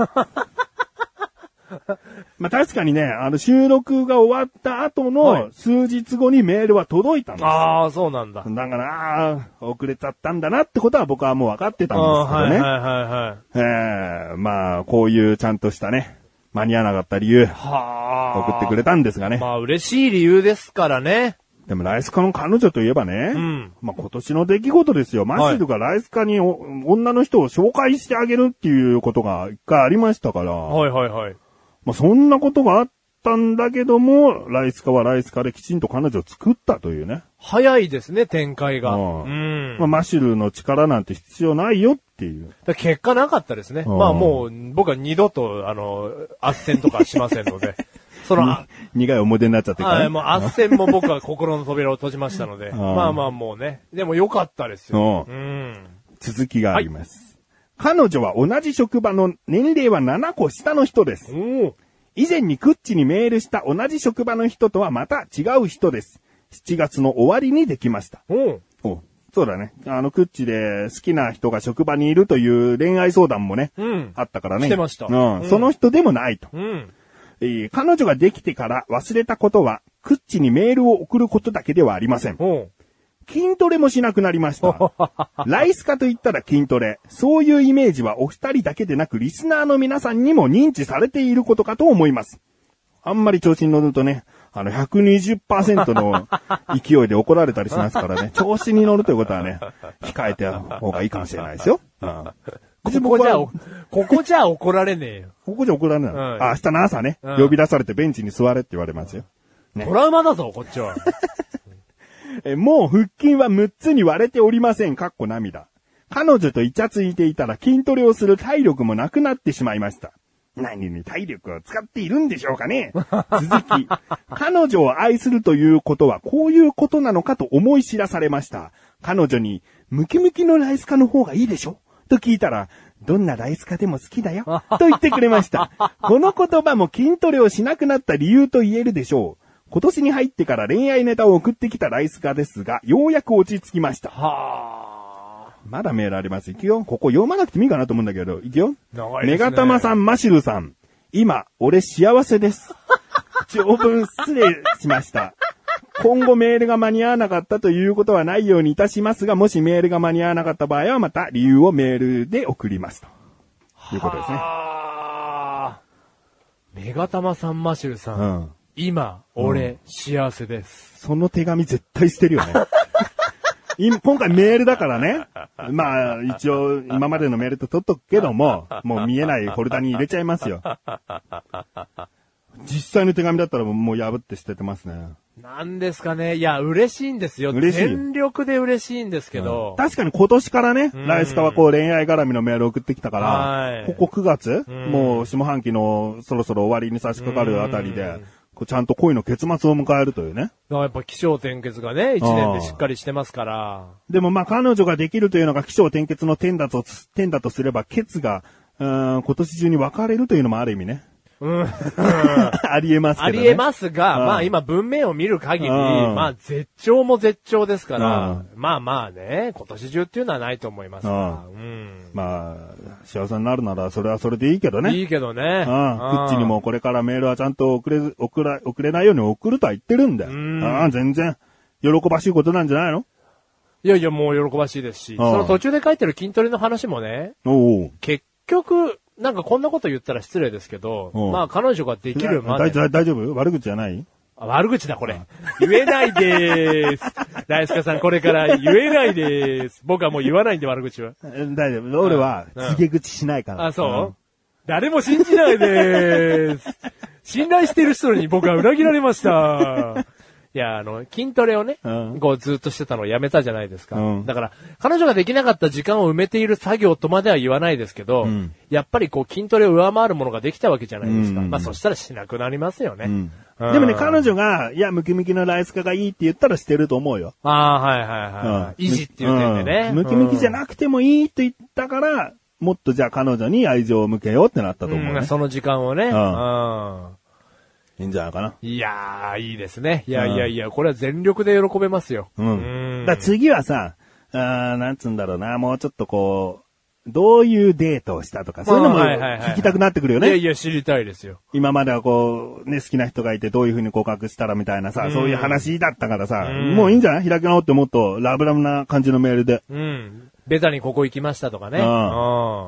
まあ確かにね、あの収録が終わった後の数日後にメールは届いたんですよ。 ああ、そうなんだ。 だから、あ遅れちゃったんだなってことは僕はもう分かってたんですけどね。 はいはいはいはい。 えー、まあこういうちゃんとしたね、間に合わなかった理由、は送ってくれたんですがね。 まあ嬉しい理由ですからね。 でもライスカの彼女といえばね、うん、まあ、今年の出来事ですよ。マシルがライスカにお女の人を紹介してあげるっていうことが一回ありましたから。 はいはいはい。まあ、そんなことがあったんだけども、ライスカはライスカできちんと彼女を作ったというね。 早いですね、展開が。うん。 うん、まあ、マシルの力なんて必要ないよっていう。 だ結果なかったですね。まあもう、僕は二度と、あの、斡旋とかしませんので。その、 苦い思い出になっちゃってから、ね。 はい、もう斡旋も僕は心の扉を閉じましたので。まあまあもうね。でも良かったですよ。うん。 続きがあります、はい。彼女は同じ職場の年齢はななこ下の人です。以前にクッチにメールした同じ職場の人とはまた違う人です。しちがつの終わりにできました。おおそうだね。あの、クッチで好きな人が職場にいるという恋愛相談もね、うん、あったからね。 してました、 うん。その人でもないと。うんえー、彼女ができてから忘れたことは、クッチにメールを送ることだけではありません。筋トレもしなくなりました。ライスカと言ったら筋トレ。そういうイメージはお二人だけでなくリスナーの皆さんにも認知されていることかと思います。あんまり調子に乗るとね、あの ひゃくにじゅっパーセント の勢いで怒られたりしますからね。調子に乗るということはね、控えてた方がいいかもしれないですよ。うんここじゃ、ここじゃ怒られねえよ。 ここじゃ怒られない。うん、あ、明日の朝ね、うん、呼び出されてベンチに座れって言われますよ。 ね、トラウマだぞ、こっちは。 えもう腹筋はむっつに割れておりません。かっこ涙。彼女とイチャついていたら筋トレをする体力もなくなってしまいました。何に体力を使っているんでしょうかね。続き、彼女を愛するということはこういうことなのかと思い知らされました。彼女に、ムキムキのライスカの方がいいでしょと聞いたら、どんなライスカでも好きだよ。と言ってくれました。この言葉も筋トレをしなくなった理由と言えるでしょう。今年に入ってから恋愛ネタを送ってきたライスカですが、ようやく落ち着きました。はーまだメールあります。いくよ。ここ読まなくてもいいかなと思うんだけど。いくよ。長いですね。メガタマさん、マシルさん。今、俺幸せです。長文失礼しました。今後メールが間に合わなかったということはないようにいたしますが、もしメールが間に合わなかった場合はまた理由をメールで送りますと。いうことですね。 メガタマさんマシュルさん。うん、今、俺、うん、幸せです。 その手紙絶対捨てるよね。今回メールだからね。まあ、一応、今までのメールと取っとくけども、もう見えないフォルダに入れちゃいますよ。実際の手紙だったらもう破って捨ててますね。 なんですかね。いや、嬉しいんですよ。嬉しい。全力で嬉しいんですけど。 うん、確かに今年からね、ライスカはこう恋愛絡みのメールを送ってきたから、ここくがつ、もう下半期のそろそろ終わりに差し掛かるあたりで、こうちゃんと恋の結末を迎えるというね。 だからやっぱ起承転結がね、一年でしっかりしてますから。 でもまあ彼女ができるというのが起承転結の点だと、点だとすれば、ケツが、うん、今年中に別れるというのもある意味ね。うん、ありえますけどね。 ありえますが、まあ今文面を見る限り、まあ絶頂も絶頂ですから、まあまあね、今年中っていうのはないと思いますが、うん、 まあ、幸せになるならそれはそれでいいけどね。 いいけどね。 クッチにもこれからメールはちゃんと送れず、送ら、送れないように送るとは言ってるんだよ。ああ、全然、喜ばしいことなんじゃないの？ いやいや、もう喜ばしいですし、その途中で書いてる筋トレの話もね、お結局、なんかこんなこと言ったら失礼ですけど、まあ彼女ができるまで。 大丈夫？悪口じゃない？ 悪口だこれ。言えないでーす。ライスカさんこれから言えないでーす。僕はもう言わないんで悪口は。 大丈夫。俺は告げ口しないから。 あ、そう、うん、誰も信じないでーす。信頼してる人に僕は裏切られました。いや、あの、筋トレをね、うん、こうずっとしてたのをやめたじゃないですか。うん、だから、彼女ができなかった時間を埋めている作業とまでは言わないですけど、うん、やっぱりこう筋トレを上回るものができたわけじゃないですか。うん、まあそしたらしなくなりますよね。うんうん、でもね、彼女が、いや、ムキムキのライスカがいいって言ったらしてると思うよ。 ああ、はいはいはい。うん、維持っていう点でね、 うん。ムキムキじゃなくてもいいと言ったから、もっとじゃあ彼女に愛情を向けようってなったと思う、ねうん。その時間をね。うんうんいいんじゃないかな。 いやー、いいですね。いやいやいや、これは全力で喜べますよ。うん。 うんだ次はさ、あなんつうんだろうな、もうちょっとこう、どういうデートをしたとか、そういうのも聞きたくなってくるよね。 いやいや、知りたいですよ。 今まではこう、ね、好きな人がいてどういう風に告白したらみたいなさ、うん、そういう話だったからさ、うん、もういいんじゃない開き直ってもっとラブラブな感じのメールで。 うん。ベタにここ行きましたとかね。うん。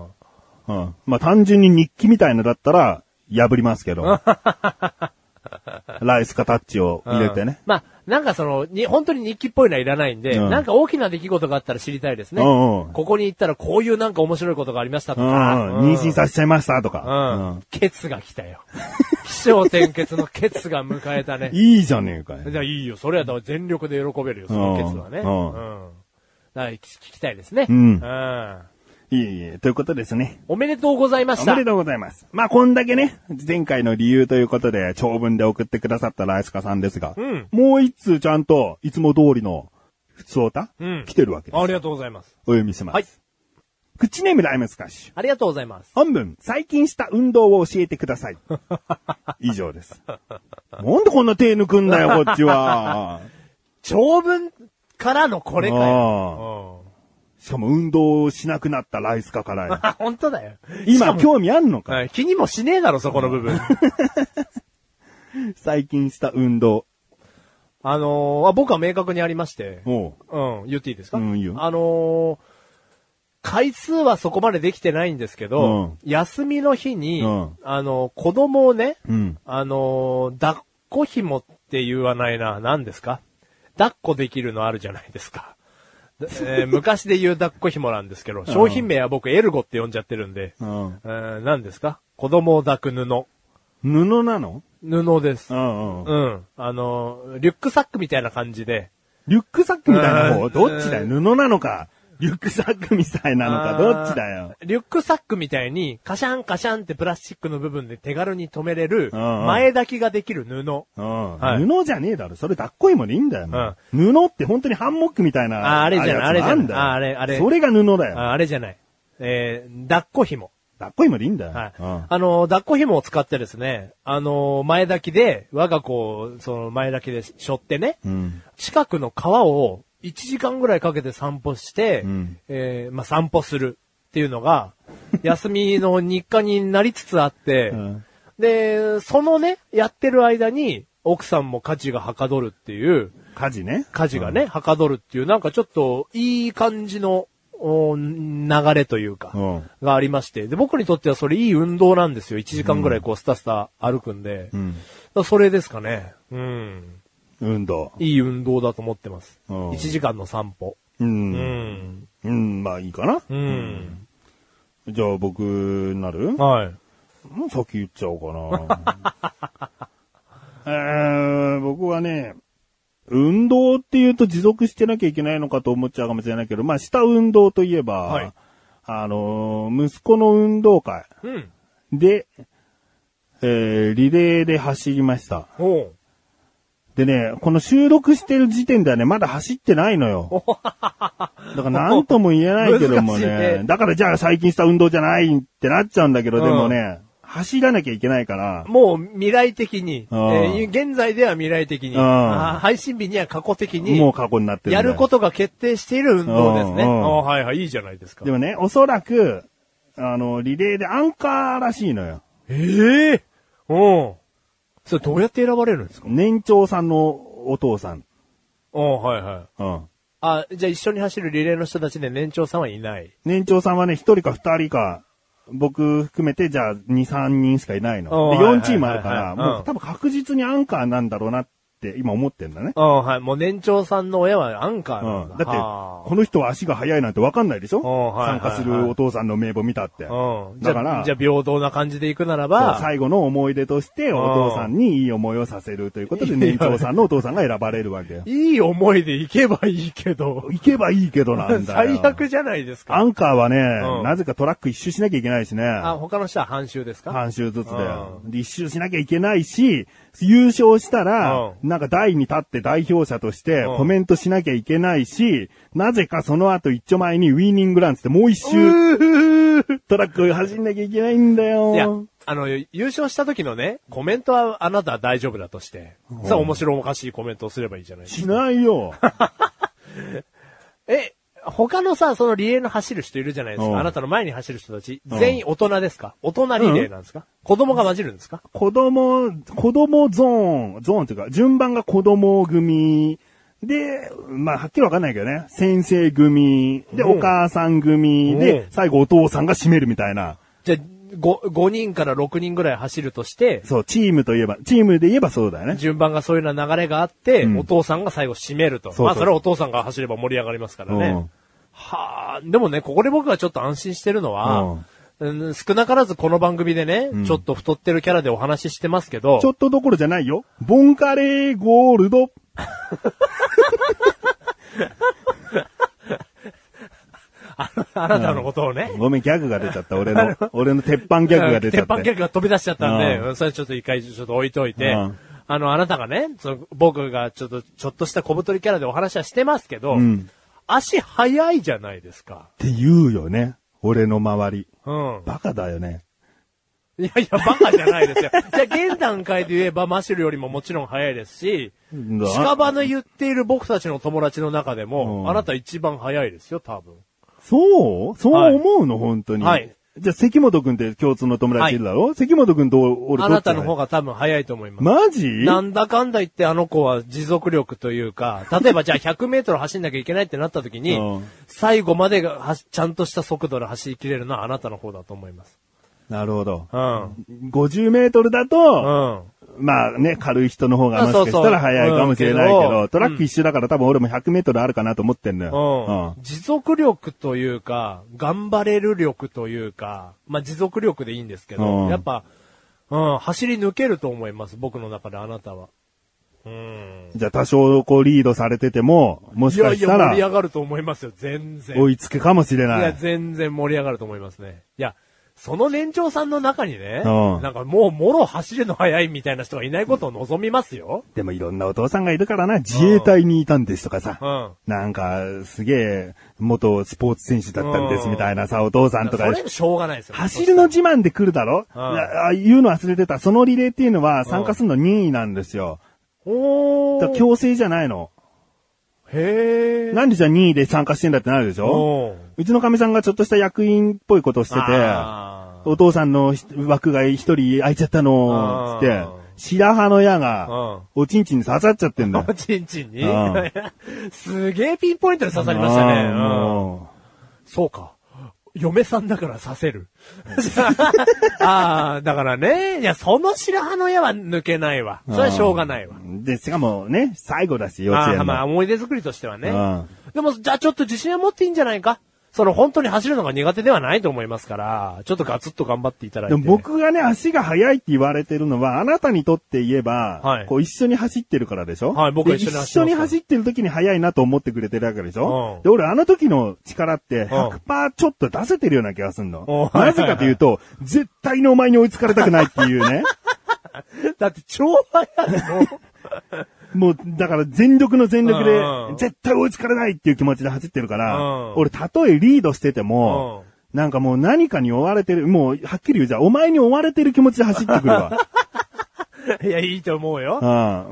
うん。まあ単純に日記みたいなだったら、破りますけど。 ライスカタッチを入れてね。 うん、まあ、なんかその、に、本当に日記っぽいのはいらないんで、うん、なんか大きな出来事があったら知りたいですね。うんうん、ここに行ったらこういうなんか面白いことがありましたとか。 うんうん、妊娠させちゃいましたとか。 うんうん、ケツが来たよ。起承転結のケツが迎えたね。 いいじゃねえかよ。 じゃあいいよ。それやったら全力で喜べるよ、そのケツはね。うん。うん、だから聞きたいですね。うん。うんいえいえ、ということですね。 おめでとうございました。 おめでとうございます。まあ、こんだけね、前回の理由ということで、長文で送ってくださったライスカさんですが、うん、もう一通ちゃんと、いつも通りの、普通歌、うん、来てるわけです。 ありがとうございます。 お読みします。はい。口ネームライムスカッシュ。 ありがとうございます。 本文、最近した運動を教えてください。以上です。なんでこんな手抜くんだよ、こっちは。 長文からのこれかよ。 しかも運動しなくなったライスカからよ。 本当だよ。 今興味あんのか、 はい、気にもしねえだろ、そこの部分。 最近した運動。 あのー、僕は明確にありまして。 おう。 うん、言っていいですか？ うん、いいよ。 あのー、回数はそこまでできてないんですけど、うん、休みの日に、うん、あの、子供をね、うん、あのー、抱っこ紐って言わないな、何ですか？抱っこできるのあるじゃないですか。えー、昔で言う抱っこ紐なんですけど、商品名は僕エルゴって呼んじゃってるんで、うん、えー、何ですか？子供を抱く布。 布なの？ 布です。 うん、 うん。あの、リュックサックみたいな感じで。 リュックサックみたいな方？どっちだよ？布なのか？リュックサックみたいなのか、どっちだよ。 リュックサックみたいに、カシャンカシャンってプラスチックの部分で手軽に留めれる、前抱きができる布。 はい、布じゃねえだろ。それ抱っこ紐でいいんだよ、うん。布って本当にハンモックみたいな。 あ、あれじゃない、あれじゃない。あ、あれ、あれ。 それが布だよ。 あ、あれじゃない。えー、抱っこ紐。 抱っこ紐でいいんだよ。 はい。うん、あの、抱っこ紐を使ってですね、あの、前抱きで、我が子を、その前抱きで背負ってね、うん、近くの川を、いちじかんぐらいかけて散歩して、うん、えー、まあ、散歩するっていうのが、休みの日課になりつつあって、うん、で、そのね、やってる間に、奥さんも家事がはかどるっていう。 家事ね。 家事がね、うん、はかどるっていう、なんかちょっと、いい感じの、流れというか、うん、がありまして。で、僕にとってはそれいい運動なんですよ。いちじかんぐらいこう、スタスタ歩くんで。うん、それですかね。うん。 運動。 いい運動だと思ってます。うん、いちじかんの散歩。 うん。うん。うん、まあいいかな。 うん。 うん、じゃあ僕なる？ はい。 もう先言っちゃおうかな。えー、僕はね、運動って言うと持続してなきゃいけないのかと思っちゃうかもしれないけど、まあした運動といえば、はい、あのー、息子の運動会で、うん、えー、リレーで走りました。 おうでね、この収録してる時点ではね、まだ走ってないのよ。だから何とも言えないけどもね。ねだからじゃあ最近した運動じゃないってなっちゃうんだけど、うん、でもね、走らなきゃいけないから。 もう未来的に、えー、現在では未来的に、配信日には過去的に、 もう過去になってる。 やることが決定している運動ですね。あはいはい、いいじゃないですか。 でもね、おそらく、あの、リレーでアンカーらしいのよ。 ええー、うん。それどうやって選ばれるんですか？ 年長さんのお父さん。 おはいはい。うん。あ、じゃあ一緒に走るリレーの人たちで年長さんはいない？ 年長さんはね、一人か二人か、僕含めてじゃあに、三人しかいないの。で、よんチームあるから、もう多分確実にアンカーなんだろうなって今思ってんだね。 あはい。もう年長さんの親はアンカーなんだ。 うん、だって、この人は足が速いなんて分かんないでしょ、はい、参加するお父さんの名簿見たって。 うん、だから、じゃあ平等な感じで行くならば、 最後の思い出としてお父さんにいい思いをさせるということで年長さんのお父さんが選ばれるわけよ。 いい思いで行けばいいけど。 行けばいいけどなんだよ。 最悪じゃないですか。 アンカーはね、うん、なぜかトラック一周しなきゃいけないしね。 あ、他の人は半周ですか？ 半周ずつだよ。で、一周しなきゃいけないし、優勝したら、なんか台に立って代表者としてコメントしなきゃいけないし、なぜかその後一丁前にウィーニングランつってもう一周トラック走んなきゃいけないんだよ。 いや、あの、優勝した時のね、コメントはあなたは大丈夫だとして、さあ面白おかしいコメントをすればいいじゃないですか。 しないよ。 え、他のさ、そのリレーの走る人いるじゃないですか。あなたの前に走る人たち、全員大人ですか？大人リレーなんですか？うん、子供が混じるんですか？ 子供、子供ゾーン、ゾーンというか、順番が子供組で、まあ、はっきりわかんないけどね。先生組で、お母さん組で、最後お父さんが締めるみたいな。 じゃご、ごにんからろくにんぐらい走るとして、 そう、チームといえば、チームで言えばそうだよね。 順番がそういうような流れがあって、うん、お父さんが最後締めると。そうそう、まあそれはお父さんが走れば盛り上がりますからね。うん、はあ、でもね、ここで僕がちょっと安心してるのは、うんうん、少なからずこの番組でね、うん、ちょっと太ってるキャラでお話ししてますけど。 ちょっとどころじゃないよ。ボンカレーゴールド。 あなたのことをね、 うん。ごめん、ギャグが出ちゃった。俺の、俺の鉄板ギャグが出ちゃった。 鉄板ギャグが飛び出しちゃったんで、うん、それちょっと一回ちょっと置いといて、うん、あの、あなたがね、その僕がちょっと、ちょっとした小太りキャラでお話はしてますけど、うん、足速いじゃないですか。 って言うよね。俺の周り。 うん。 バカだよね。 いやいや、バカじゃないですよ。じゃあ、現段階で言えば、マシュルよりももちろん速いですし、近場の言っている僕たちの友達の中でも、うん、あなた一番速いですよ、多分。 そうそう思うの、はい、本当に。 はい。 じゃあ、関本くんって共通の友達いるだろ、はい、関本くんと俺と。 あなたの方が多分速いと思います。 マジ？ なんだかんだ言ってあの子は持続力というか、例えばじゃあひゃくメートル走んなきゃいけないってなった時に、うん、最後までがちゃんとした速度で走り切れるのはあなたの方だと思います。 なるほど。 うん。 ごじゅうメートルだと、うん。まあね、軽い人の方がもしかしたら速いかもしれないけど、そうそう、うん、トラック一周だから多分俺もひゃくメートルあるかなと思ってんのよ。 うんうん、持続力というか、頑張れる力というか、まあ持続力でいいんですけど、うん、やっぱ、うん、走り抜けると思います、僕の中であなたは。うん、 じゃあ多少こうリードされてても、もしかしたら。 いやいや盛り上がると思いますよ、全然。 追いつくかもしれない。 いや、全然盛り上がると思いますね。いや、その年長さんの中にね、うん、なんかもうもろ走るの早いみたいな人がいないことを望みますよ。 でもいろんなお父さんがいるからな、自衛隊にいたんですとかさ、うん、なんかすげえ元スポーツ選手だったんですみたいなさ、お父さんとか。 それしょうがないですよ。 走るの自慢で来るだろ、うん、あ言うの忘れてた。そのリレーっていうのは参加するのにいなんですよ。 おー。 だ強制じゃないの。 へー。 なんでじゃあにいで参加してんだってなるでしょ。うちのかみさんがちょっとした役員っぽいことをしてて、お父さんの枠が一人空いちゃったの、つって、白羽の矢が、おちんちんに刺さっちゃってんだよ。 おちんちんにすげえピンポイントで刺さりましたね。そうか。嫁さんだから刺せる。ああ、だからね。いや、その白羽の矢は抜けないわ。それはしょうがないわ。 で、しかもね、最後だし、幼稚園の。 あまあ、思い出作りとしてはね。でも、じゃあちょっと自信は持っていいんじゃないか。その本当に走るのが苦手ではないと思いますから、ちょっとガツッと頑張っていただいて。 でも僕がね、足が速いって言われてるのは、あなたにとって言えば、はい、こう一緒に走ってるからでしょ。 はい、僕は一緒に走って一緒に走ってる時に速いなと思ってくれてるわけでしょ。うん、で、俺あの時の力って ひゃくパーセント ちょっと出せてるような気がするの。うん、なぜかというと、絶対にお前に追いつかれたくないっていうね。 だって超速いの。 もう、だから全力の全力で、絶対追いつかれないっていう気持ちで走ってるから、俺、たとえリードしてても、なんかもう何かに追われてる、もう、はっきり言うじゃん、お前に追われてる気持ちで走ってくるわ。 いや、いいと思うよ。 うん、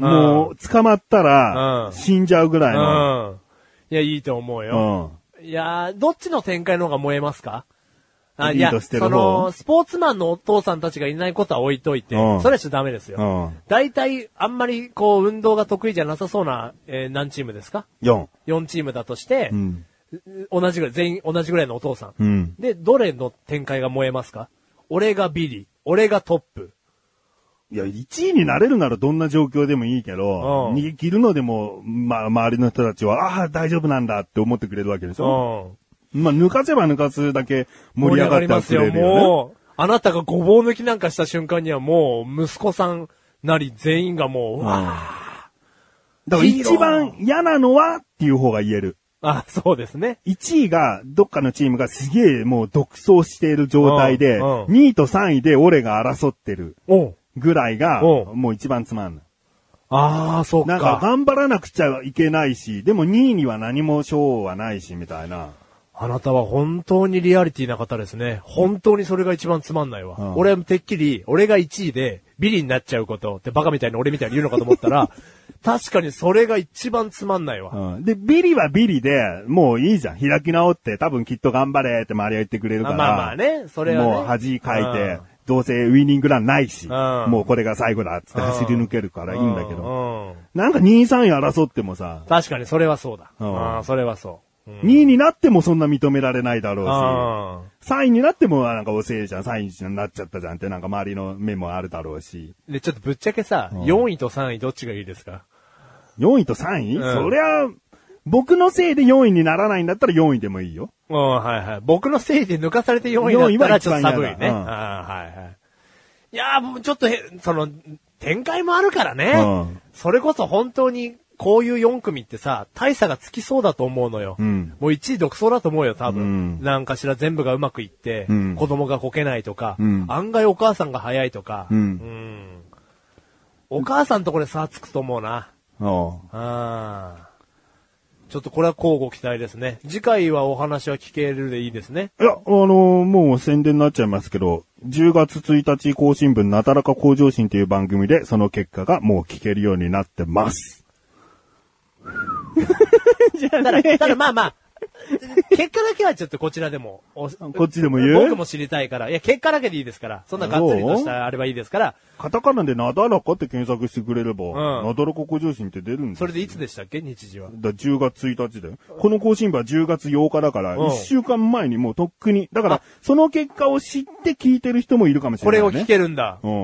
もう、捕まったら、死んじゃうぐらいの。 いや、いいと思うよ。いや、どっちの展開の方が燃えますか？あ、 リードしてる方。 いや、その、スポーツマンのお父さんたちがいないことは置いといて、うん、それはしちゃダメですよ。大体、あんまり、こう、運動が得意じゃなさそうな、えー、何チームですか ?よん。よんチームだとして、うん、同じぐらい、全員同じぐらいのお父さん。うん、で、どれの展開が燃えますか？俺がビリ、俺がトップ。 いや、いちいになれるならどんな状況でもいいけど、うん、逃げ切るのでも、まあ、周りの人たちは、ああ、大丈夫なんだって思ってくれるわけでしょ。うんまあ、抜かせば抜かすだけ盛り上がってはくれるよね。盛り上がりますよ、もう。 あなたがごぼう抜きなんかした瞬間にはもう、息子さんなり全員がもう、うわぁ。 だから一番嫌なのはっていう方が言える。 あ、そうですね。 いちいが、どっかのチームがすげえもう独走している状態で、うんうん、にいとさんいで俺が争ってるぐらいが、もう一番つまんない。 ああ、そうか。 なんか頑張らなくちゃいけないし、でもにいには何も賞はないし、みたいな。 あなたは本当にリアリティな方ですね。本当にそれが一番つまんないわ。うん、俺はてっきり、俺がいちいでビリになっちゃうことってバカみたいに俺みたいに言うのかと思ったら、確かにそれが一番つまんないわ、 うん。で、ビリはビリで、もういいじゃん。開き直って多分きっと頑張れって周りは言ってくれるから。 まあまあね、それはね。 もう恥かいて、うん、どうせウィニングランないし、うん、もうこれが最後だっつって走り抜けるからいいんだけど。うんうん、なんかにいさんい争ってもさ。 確かにそれはそうだ。うん、あそれはそう。 うん、にいになってもそんな認められないだろうし、さんいになってもなんか遅えじゃん、さんいになっちゃったじゃんってなんか周りの目もあるだろうし。 で、ちょっとぶっちゃけさ、うん、よんいとさんいどっちがいいですか？ よん 位とさんい、うん、そりゃ、僕のせいでよんいにならないんだったらよんいでもいいよ。 うん、はいはい。僕のせいで抜かされてよんいだったらちょっと寒いね。うん、あはいはい。いやーもうちょっとへ、その、展開もあるからね。うん、それこそ本当に、こういうよん組ってさ、大差がつきそうだと思うのよ。うん、もういちい独走だと思うよ、多分。うん、なんかしら全部がうまくいって、うん、子供がこけないとか、うん、案外お母さんが早いとか、うんうん、お母さんとこれ差つくと思うな。あちょっとこれは交互期待ですね。次回はお話は聞けるでいいですね。 いや、あのー、もう宣伝になっちゃいますけど、じゅうがつついたち更新分なだらか向上心という番組でその結果がもう聞けるようになってます。 じゃあ、ね、ただ、ただまあまあ、結果だけはちょっとこちらでも。 こっちでも言う？ 僕も知りたいから。いや、結果だけでいいですから。そんながっつりとしたあればいいですから。 カタカナでなだらかって検索してくれれば、うん、なだらか向上心って出るんです。 それでいつでしたっけ日時は。 だじゅうがつついたちで。この更新日はじゅうがつようかだから、いっしゅうかんまえにもうとっくに。だから、その結果を知って聞いてる人もいるかもしれない、ね。 これを聞けるんだ。うん。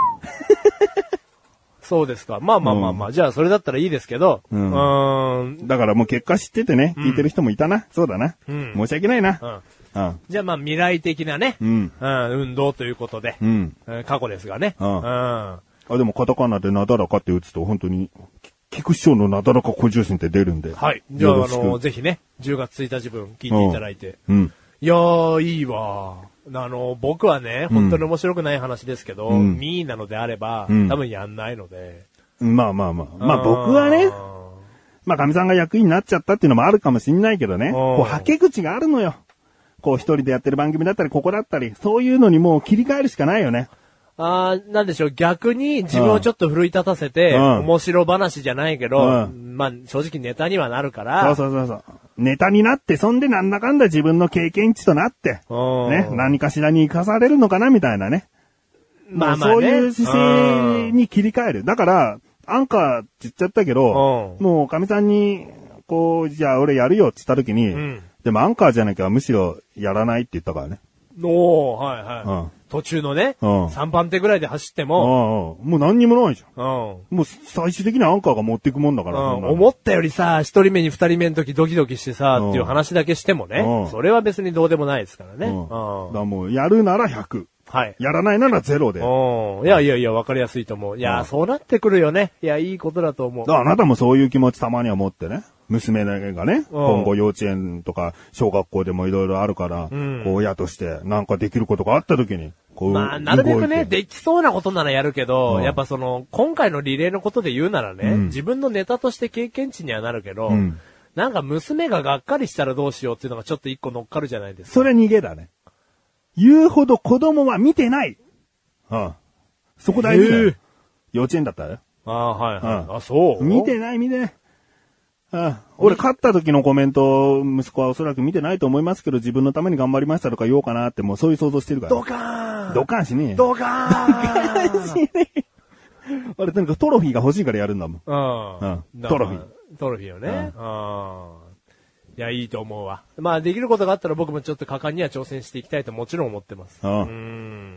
そうですか。まあまあまあまあ、うん、じゃあそれだったらいいですけど。うん。 うんだからもう結果知っててね、聞いてる人もいたな。うん、そうだな。うん。申し訳ないな。 うん。うん、じゃあまあ未来的なね。うん。うん、運動ということで。うん。過去ですがね。うん。うん。あ、 でもカタカナでなだらかって打つと本当に、菊師匠のなだらか向上心って出るんで。 はい。じゃああの、ぜひね、じゅうがつついたち分聞いていただいて。うん。うん、いやー、いいわー。あの、僕はね、本当に面白くない話ですけど、うん、ミーなのであれば、うん、多分やんないので。 まあまあまあ。まあ僕はね、まあ神さんが役員になっちゃったっていうのもあるかもしんないけどね、こう、はけ口があるのよ。こう一人でやってる番組だったり、ここだったり、そういうのにもう切り替えるしかないよね。 ああ、なんでしょう、逆に自分をちょっと奮い立たせて、うん、面白話じゃないけど、うん、まあ正直ネタにはなるから。 そうそうそうそう。ネタになって、そんでなんだかんだ自分の経験値となって、ね、何かしらに生かされるのかなみたいなね。まあまあ、ね、そういう姿勢に切り替える。だから、アンカーって言っちゃったけど、もうかみさんに、こう、じゃあ俺やるよって言った時に、うん、でもアンカーじゃなきゃむしろやらないって言ったからね。 おー、はいはい。うん途中のね、うん、さんばん手ぐらいで走っても、 うん、もう何にもないじゃん。うん、もう最終的にアンカーが持っていくもんだから。 うん、思ったよりさ、一人目に二人目の時ドキドキしてさ、うん、っていう話だけしてもね、うん、それは別にどうでもないですからね。うん、 だからもうやるならひゃく。はい。やらないならゼロで。 いやいやいや、わかりやすいと思う。いや、うん、そうなってくるよね。いや、いいことだと思う。 だからあなたもそういう気持ちたまには持ってね。娘がね、今後幼稚園とか小学校でもいろいろあるから、うん、こう親としてなんかできることがあった時に、こう。 まあ、なるべくね、できそうなことならやるけど、うん、やっぱその、今回のリレーのことで言うならね、うん、自分のネタとして経験値にはなるけど、うん、なんか娘ががっかりしたらどうしようっていうのがちょっと一個乗っかるじゃないですか。 それ逃げだね。言うほど子供は見てない。うん。そこ大事だよ。幼稚園だったら。 ああ、はいはい。うん、あ、そう見てない見てない。ああ俺勝った時のコメント、息子はおそらく見てないと思いますけど、自分のために頑張りましたとか言おうかなって、もうそういう想像してるから。 ドカーンドカーンしねえ。 ドカーンドカーンしねえ。俺とにかくトロフィーが欲しいからやるんだもん。 うん。 うん。トロフィー。 トロフィーよね。うん。いや、いいと思うわ。まあ、できることがあったら僕もちょっと果敢には挑戦していきたいともちろん思ってます。うん。うん。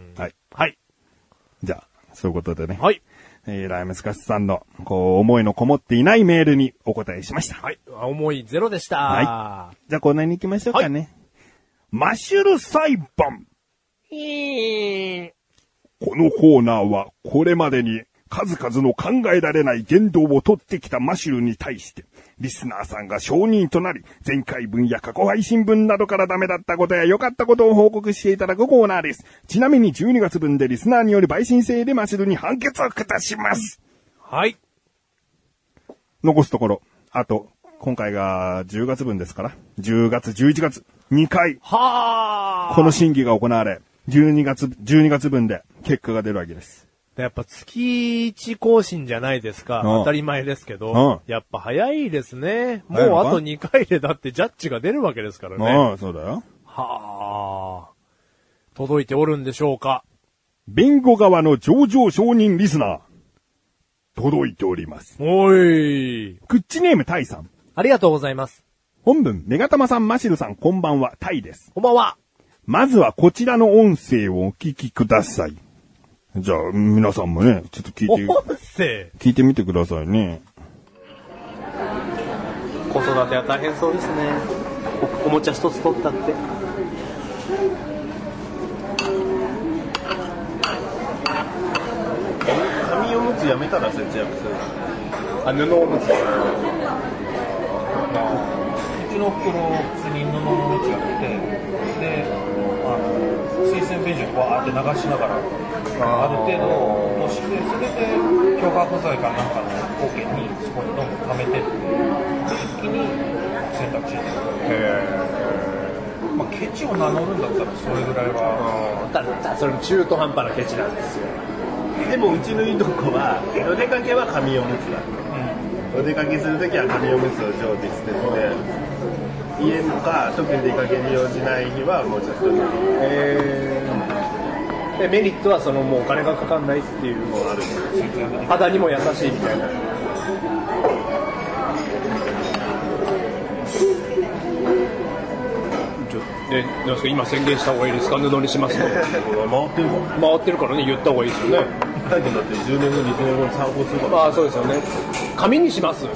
はい。 はい。 じゃあ、そういうことでね。 はい。 えー、ライムスカスさんの、こう、思いのこもっていないメールにお答えしました。 はい。思いゼロでした。 はい。じゃあ、コーナーに行きましょうかね。はい、マッシュル裁判。 えー、 このコーナーは、これまでに数々の考えられない言動を取ってきたマシュルに対して、リスナーさんが承認となり、前回分や過去配信分などからダメだったことや良かったことを報告していただくコーナーです。ちなみにじゅうにがつ分でリスナーにより陪審制でマシュルに判決を下します。 はい。 残すところ、あと、今回がじゅうがつ分ですから、じゅうがつ、じゅういちがつ、にかい、 はこの審議が行われ、じゅうにがつ、じゅうにがつ分で結果が出るわけです。 やっぱ月一更新じゃないですか。当たり前ですけど。やっぱ早いですね。もうあとにかいでだってジャッジが出るわけですからね。 ああ、そうだよ。 はあ。届いておるんでしょうか。 弁護側の上場承認リスナー。届いております。 おい。 クッチネームタイさん。 ありがとうございます。 本文、メガタマさん、マシルさん、こんばんは、タイです。 こんばんは。 まずはこちらの音声をお聞きください。じゃあ、皆さんもね、ちょっと聞いて、 音声聞いてみてくださいね。 子育ては大変そうですね。お, おもちゃ一つ取ったって。 紙おむつやめたら節約する。 あ、布おむつ。 うちの袋普通に布のおむつやめて、で、あの水洗ベージュをわーって流しながらある程度落として、それで漂白剤かなんかの桶にそこにどんどん溜めてって一気に洗濯してる。へー。まあケチを名乗るんだったらそれぐらいは。 だからそれも中途半端なケチなんですよ。 でもうちのいいとこはお出かけは紙おむつだ。うん、お出かけするときは紙おむつを常備してて。家とか特に出かける用事ない日はもうちょっとえー、でメリットはそのもうお金がかかんないっていうのがある。肌にも優しいみたいな。え、なんですか今宣言した方がいいですか？布にしますと。 回ってるか回ってるからね、言った方がいいですよね。 だってじゅうねんご、にじゅうねんごに参考するから。 ああ、そうですよね。紙にします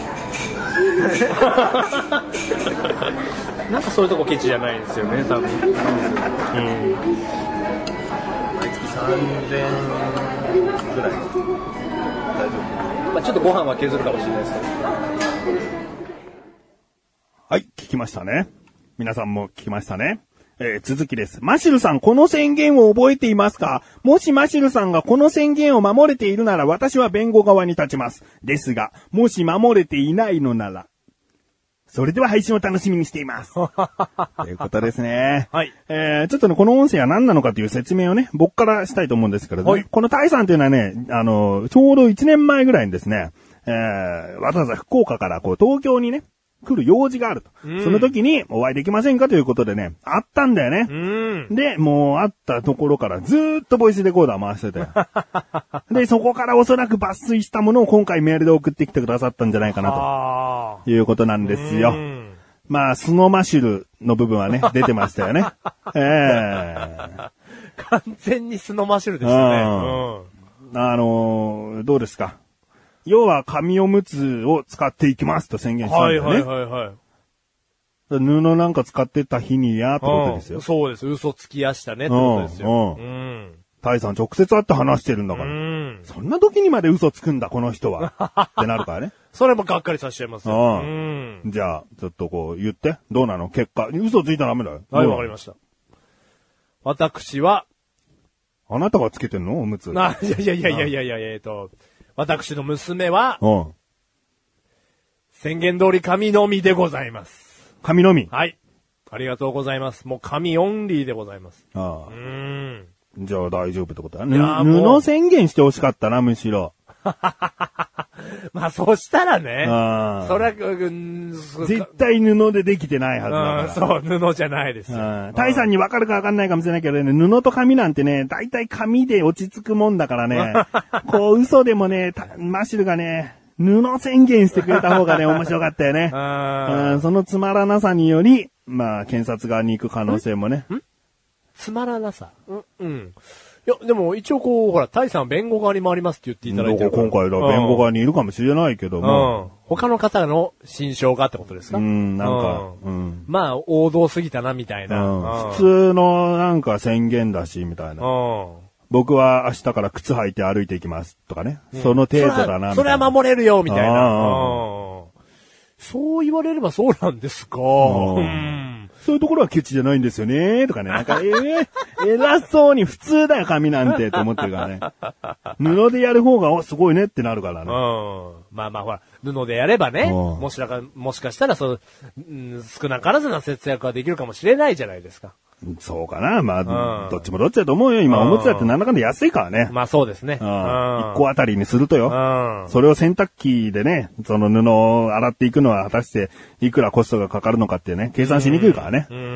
なんかそういうとこケチじゃないんですよね、多分。うん。毎月さんぜんぐらい。大丈夫。 まあちょっとご飯は削るかもしれないですけど。 はい、聞きましたね。皆さんも聞きましたね。えー、続きです。マシルさん、この宣言を覚えていますか？もしマシルさんがこの宣言を守れているなら、私は弁護側に立ちます。ですが、もし守れていないのなら、それでは配信を楽しみにしています。ということですね。 はい。 えー、ちょっとね、この音声は何なのかという説明をね、僕からしたいと思うんですけれども、はい、このタイさんというのはね、あの、ちょうどいちねんまえぐらいにですね、えー、わざわざ福岡からこう東京にね、来る用事があると、うん。その時にお会いできませんかということでね、会ったんだよね。うん、で、もう会ったところからずーっとボイスレコーダー回してて。で、そこからおそらく抜粋したものを今回メールで送ってきてくださったんじゃないかなということなんですよ。まあ、スノマシュルの部分はね、出てましたよね。えー、 完全にスノマシュルでしたね。 うん、あのー、どうですか？要は紙おむつを使っていきますと宣言したんだよね。はいはいはいはい。布なんか使ってた日にやってことですよ。 うん、そうです。嘘つきやしたねってことですよ。うん。うん。 タイさん直接会って話してるんだから。うん。そんな時にまで嘘つくんだこの人は。ってなるからね。 それもがっかりさせちゃいますよ。 うん。じゃあちょっとこう言ってどうなの結果嘘ついたらダメだよ。 はいわかりました。私はあなたがつけてんのおむつ。 あいやいやいやいやいやいやえっと。私の娘は、うん、宣言通り紙のみでございます。 紙のみ？ はい。ありがとうございます。もう紙オンリーでございます。 ああ。 うーん。 じゃあ大丈夫ってことだね。布宣言してほしかったな、むしろ。 まあ、そしたらね。 あそれは、うん、 絶対布でできてないはずだから。 うん、そう、布じゃないですよ。 タイさんに分かるか分かんないかもしれないけどね、布と紙なんてね、大体紙で落ち着くもんだからね、こう嘘でもね、マシルがね、布宣言してくれた方がね、面白かったよね。うん、そのつまらなさにより、まあ、検察側に行く可能性もね。 んつまらなさうん、うん。いや、でも一応こう、ほら、タイさんは弁護側に回りますって言っていただいてるから。 今回は弁護側にいるかもしれないけども。 うん、他の方の心証がってことですか？ うん、なんか、うん、 まあ、王道すぎたな、みたいな、 うん。普通のなんか宣言だし、みたいな。うん、僕は明日から靴履いて歩いていきます、とかね。うん、その程度だな、みたいな。 それは守れるよ、みたいな。そう言われればそうなんですか。うんそういうところはケチじゃないんですよね、とかね。なんか、えー、偉そうに普通だよ、紙なんて、と思ってるからね。布でやる方が、お、すごいねってなるからね。 うん。まあまあ、ほら、布でやればね、もしか、もしかしたら、そう、うん、少なからずな節約ができるかもしれないじゃないですか。 そうかな。まあ、うん、どっちもどっちだと思うよ。今、おむつだってなんだかんだ安いからね。 まあそうですね。 うん。一個あたりにするとよ。うん。それを洗濯機でね、その布を洗っていくのは果たしていくらコストがかかるのかってね、計算しにくいからね。うん。うん。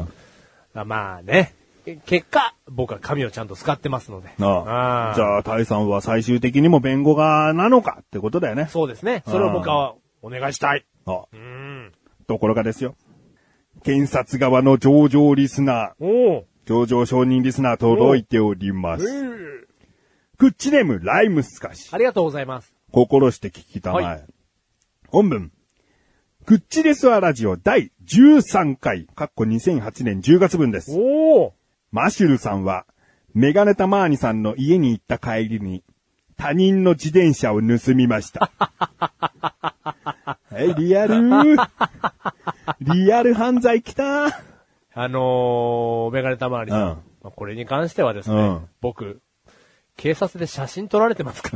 うん、まあね。結果、僕は紙をちゃんと使ってますので。 ああ。じゃあ、タイさんは最終的にも弁護側なのかってことだよね。 そうですね。それを僕はお願いしたい。あ。うん。 ところがですよ。検察側の上場リスナー、 お上場承認リスナー届いております。クッチネームライムスカシ。 ありがとうございます。 心して聞きたまえ。 はい、 本文。クッチレスワラジオだいじゅうさんかい、かっこにせんはちねんじゅうがつぶんです。 おー。 マシュルさんは、メガネタマーニさんの家に行った帰りに、他人の自転車を盗みました。はい、リアルリアル犯罪来た。 あのー、メガネたまわりさん、うんまあ、これに関してはですね、うん、僕、警察で写真撮られてますから。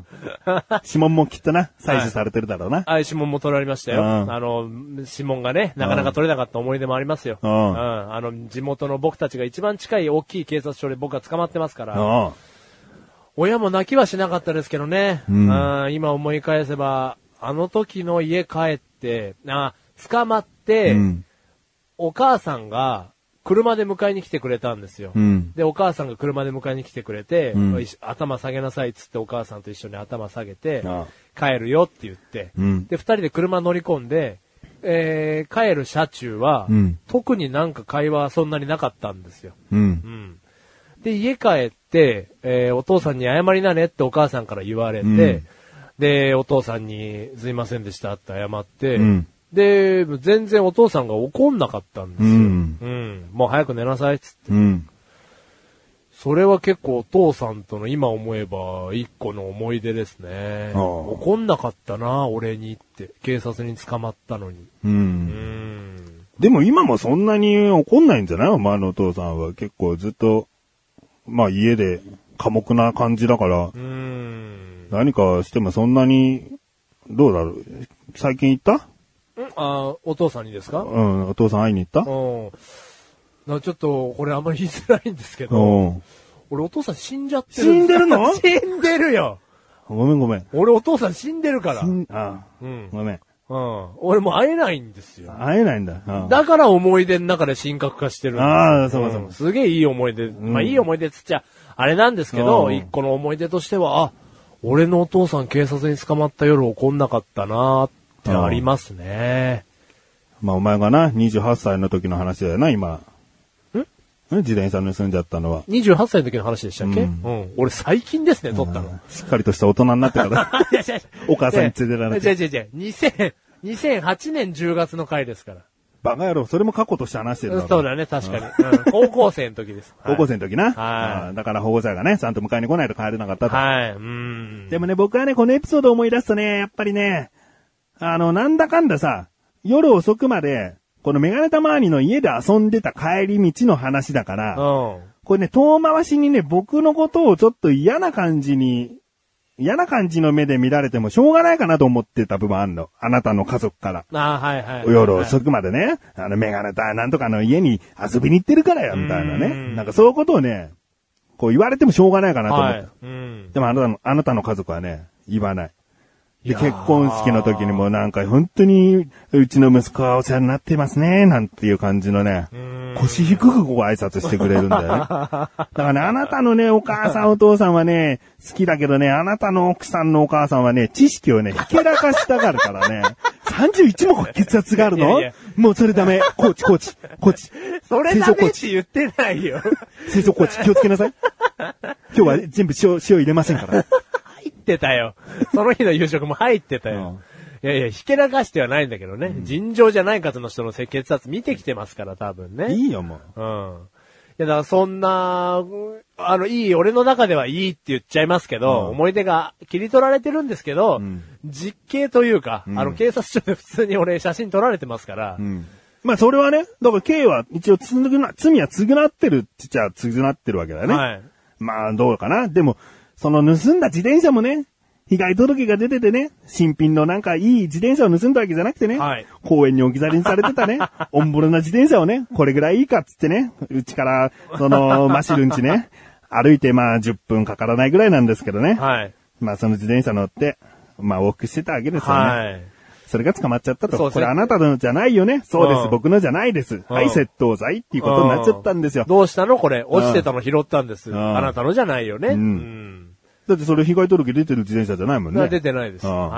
指紋もきっとな、採取されてるだろうな。 はい、指紋も撮られましたよ。あの、指紋がね、なかなか撮れなかった思い出もありますよ。うん、あの、地元の僕たちが一番近い大きい警察署で僕は捕まってますから。親も泣きはしなかったですけどね。うん、今思い返せば、あの時の家帰って、あ捕まって、うん、お母さんが車で迎えに来てくれたんですよ。うん、で、お母さんが車で迎えに来てくれて、うん、頭下げなさいっつってお母さんと一緒に頭下げて、帰るよって言って、うん、で、二人で車乗り込んで、えー、帰る車中は、うん、特になんか会話はそんなになかったんですよ。うんうん、で、家帰って、えー、お父さんに謝りなねってお母さんから言われて、うんで、お父さんにすいませんでしたって謝って、うん、で、全然お父さんが怒んなかったんですよ。うん。うん、もう早く寝なさいっつって、うん。それは結構お父さんとの今思えば一個の思い出ですね。怒んなかったな、俺にって。警察に捕まったのに。うん。うん、 でも今もそんなに怒んないんじゃないお前のお父さんは結構ずっと、まあ家で寡黙な感じだから。うん何かしてもそんなに、どうだろう最近行ったんあお父さんにですかうん、お父さん会いに行ったうん。ちょっと、これあんまり言いづらいんですけど、俺お父さん死んじゃってる。 死んでるの死んでるよごめんごめん。 俺お父さん死んでるから。 死ん、あうん。ごめん。 うん。俺もう会えないんですよ。 会えないんだ。 うん、だから思い出の中で神格化してるんですよ。 ああ、そうかそうか、うん。 すげえいい思い出。うん、まあいい思い出つっちゃ、あれなんですけど、一個の思い出としては、あ、俺のお父さん警察に捕まった夜怒んなかったなーってありますね。 まあお前がな、にじゅうはっさいの時の話だよな、今。ん自転車盗んじゃったのは。 にじゅうはっさいの時の話でしたっけ、うん、うん。俺最近ですね、撮ったの。 しっかりとした大人になってから。お母さんに連れてられて。 違う違う違う。にせん、にせんはちねんじゅうがつの回ですから。 バカ野郎、それも過去として話してるんだろ。 そうだね、確かに。うん、高校生の時です。 高校生の時な。 はい。 だから保護者がね、ちゃんと迎えに来ないと帰れなかったと。 はい。うん。 でもね、僕はね、このエピソードを思い出すとね、やっぱりね、あの、なんだかんださ、夜遅くまで、このメガネたまわりの家で遊んでた帰り道の話だから、うん。これね、遠回しにね、僕のことをちょっと嫌な感じに、嫌な感じの目で見られてもしょうがないかなと思ってた部分あんの。あなたの家族から。 ああ、はいはい。 夜遅くまでね、あの、メガネたなんとかの家に遊びに行ってるからよ、みたいなね。なんかそういうことをね、こう言われてもしょうがないかなと思って。はい、うん、でもあなたの、あなたの家族はね、言わない。で、結婚式の時にもなんか本当にうちの息子はお世話になってますね、なんていう感じのね、腰低くこう挨拶してくれるんだよね。だからね、あなたのね、お母さんお父さんはね、好きだけどね、あなたの奥さんのお母さんはね、知識をね、ひけらかしたがるからね、さんじゅういちも血圧があるのいやいやもうそれダメ。コーチ、コーチ、コーチ。 それダメって言ってないよ。 清掃コーチ、気をつけなさい。今日は全部塩、塩入れませんから。 入ってたよ。その日の夕食も入ってたよ。うん、いやいや、ひけらかしてはないんだけどね。うん、尋常じゃない方の人の血圧見てきてますから、多分ね。 いいよ、もう。うん。いや、だからそんな、あの、いい、俺の中ではいいって言っちゃいますけど、うん、思い出が切り取られてるんですけど、うん、実刑というか、うん、あの、警察署で普通に俺写真撮られてますから、 うんまあそれはね、だから刑は一応つぐな、罪は償ってるって言っちゃ償ってるわけだよね。はい。まあどうかな。でも、その盗んだ自転車もね、被害届が出ててね、新品のなんかいい自転車を盗んだわけじゃなくてね、はい、公園に置き去りにされてたね、オンボロな自転車をね、これぐらいいいかっつってね、うちから、その、マシルんちね、歩いてまあじゅっぷんかからないぐらいなんですけどね。はい。まあその自転車乗って、まあ往復してたわけですよね。はい。それが捕まっちゃったと。そうこれあなたのじゃないよね。そうです。うん、僕のじゃないです。はい、窃盗罪っていうことになっちゃったんですよ。 どうしたのこれ。落ちてたの拾ったんです。あなたのじゃないよね。うん。 だってそれ被害届出てる自転車じゃないもんね。 出てないです。はい。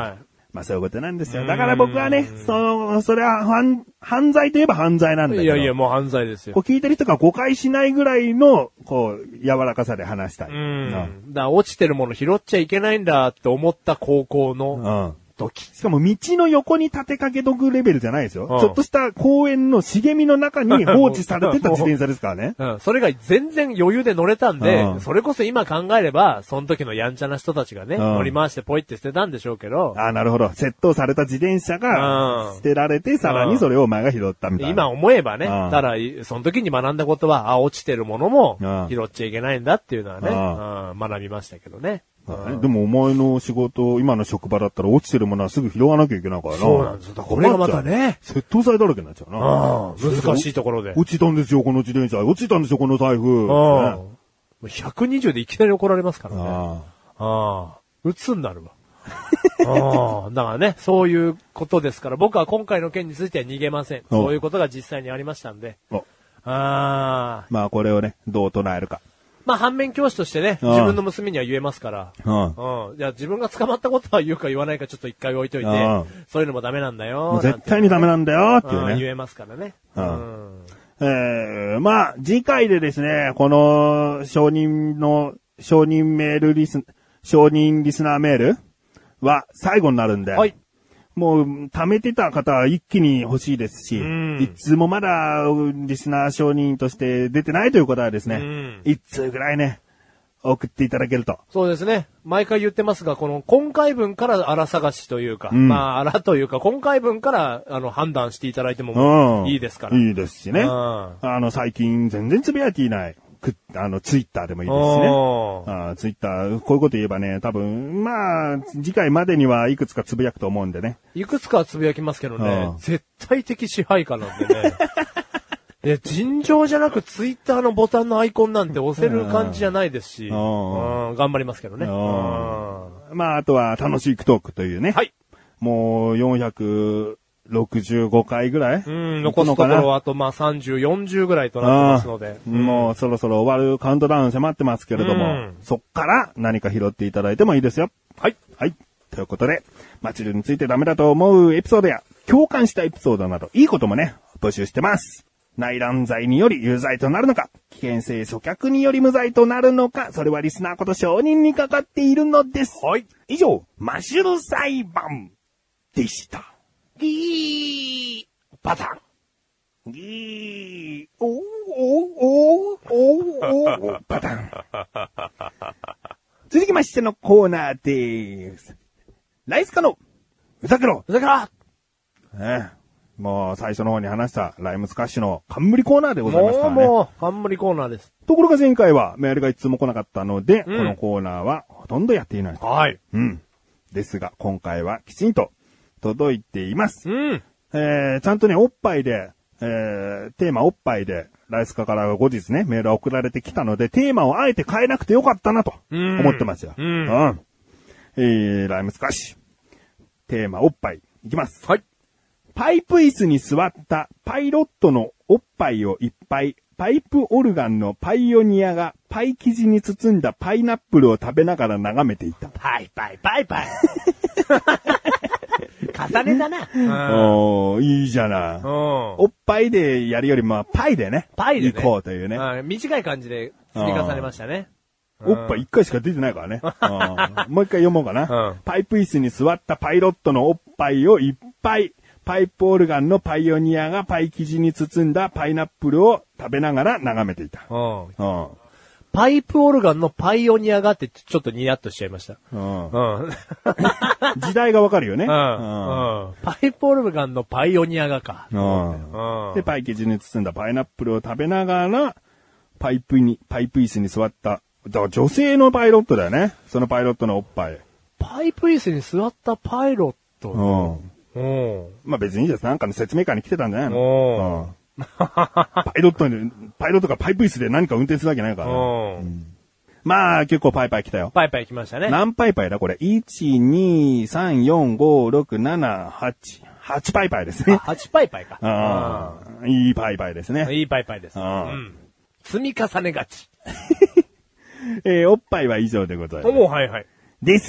まあそういうことなんですよ。だから僕はね、その、それは犯、犯罪といえば犯罪なんだけど。 いやいや、もう犯罪ですよ。 こう聞いてる人が誤解しないぐらいの、こう、柔らかさで話したい。 うん。だから落ちてるもの拾っちゃいけないんだって思った高校の、うん。 しかも道の横に立てかけとくレベルじゃないですよ。うん、ちょっとした公園の茂みの中に放置されてた自転車ですからね。 うん。それが全然余裕で乗れたんで、うん、それこそ今考えれば、その時のやんちゃな人たちがね、うん、乗り回してポイって捨てたんでしょうけど。 ああ、なるほど。窃盗された自転車が捨てられて、うん、さらにそれをお前が拾ったみたいな。 今思えばね、うん、ただ、その時に学んだことは、あ、落ちてるものも拾っちゃいけないんだっていうのはね、うん、学びましたけどね。 でもお前の仕事、今の職場だったら落ちてるものはすぐ拾わなきゃいけないからな。 そうなんですよ。これがまたね。 窃盗罪だらけになっちゃうな。 ああ、難しいところで。 落ちたんですよ、この自転車。落ちたんですよ、この財布。 ああ。ひゃくにじゅうでいきなり怒られますからね。ああ。鬱になるわ。ああ。だからね、そういうことですから、僕は今回の件については逃げません。そういうことが実際にありましたんで。ああ。 まあこれをね、どう捉えるか。 まあ反面教師としてね、自分の娘には言えますから。うん。うん。いや、自分が捕まったことは言うか言わないかちょっと一回置いといて、そういうのもダメなんだよ。 絶対にダメなんだよっていうね。 言えますからね。 うん。えー、まあ、次回でですね、この承認の、承認メールリス、承認リスナーメールは最後になるんで。はい。もう、貯めてた方は一気に欲しいですし、いつもまだリスナー承認として出てないという方はですね、一通ぐらいね、送っていただけると。 そうですね。毎回言ってますが、この今回分から荒探しというか、うん、まあ荒というか、今回分からあの判断していただいてもいいですから。 いいですしね。あの、最近全然つぶやいていない。あの、ツイッターでもいいですしね。あツイッター、こういうこと言えばね、多分、まあ、次回までにはいくつかつぶやくと思うんでね。 いくつかはつぶやきますけどね、絶対的支配下なんでね。いや、尋常じゃなくツイッターのボタンのアイコンなんて押せる感じじゃないですし、うん、頑張りますけどね。 まあ、あとは楽しいトークというね。はい。もうよんひゃくろくじゅうごかいぐらいうん、残すところはあとまあさんじゅう、よんじゅうぐらいとなってますので。 うん、もうそろそろ終わるカウントダウン迫ってますけれども、うん、そっから何か拾っていただいてもいいですよ。はい。はい。ということで、マチルについてダメだと思うエピソードや、共感したエピソードなど、いいこともね、募集してます。内乱罪により有罪となるのか、危険性阻却により無罪となるのか、それはリスナーこと承認にかかっているのです。はい。以上、マシュル裁判でした。ギーパタン。ギーおーおーおーおーおーパタン。続きましてのコーナーです。ライスカのうざくろうざくろねえ。もう最初の方に話したライムスカッシュの冠コーナーでございますからね。 もうもう冠コーナーです。 ところが前回はメールがいつも来なかったので、うん、このコーナーはほとんどやっていない。 はい。 うん。ですが今回はきちんと届いています。うん。えー、ちゃんとね、おっぱいで、えー、テーマおっぱいで、ライスカから後日ね、メールが送られてきたので、テーマをあえて変えなくてよかったなと思ってますよ。うん。うん。えー、ライムスカッシュ。テーマおっぱい。いきます。はい。パイプ椅子に座ったパイロットのおっぱいをいっぱい、パイプオルガンのパイオニアがパイ生地に包んだパイナップルを食べながら眺めていた。 パイパイパイパイ。重ねだな。 うん、おー、いいじゃない。おっぱいでやるよりもパイでね。 パイでね。 行こうというね。 短い感じで積み重ねましたね。 おっぱい一回しか出てないからね。もう一回読もうかな、うん。パイプ椅子に座ったパイロットのおっぱいをいっぱい、パイプオルガンのパイオニアがパイ生地に包んだパイナップルを食べながら眺めていた。うんうん、 パイプオルガンのパイオニアがってちょっとニヤッとしちゃいました。うんうん、 時代がわかるよね、うんうんうん。パイプオルガンのパイオニアがか。 うんうん、で、パイ生地に包んだパイナップルを食べながら、パイプに、パイプ椅子に座った、だから女性のパイロットだよね。そのパイロットのおっぱい。 パイプ椅子に座ったパイロット。うんうん、まあ別にいいです。なんかの説明会に来てたんじゃないの、うん、パイロットに、パイロットがパイプ椅子で何か運転するわけないから、ねうん、まあ結構パイパイ来たよ。 パイパイ来ましたね。 何パイパイだこれ ?いち、に、さん、よん、ご、ろく、なな、はち。はちパイパイですね。 はちパイパイか。 ああ、いいパイパイですね。 いいパイパイです。うん、積み重ねがち。 えー、おっぱいは以上でございます。 おー、はいはい。 ですが、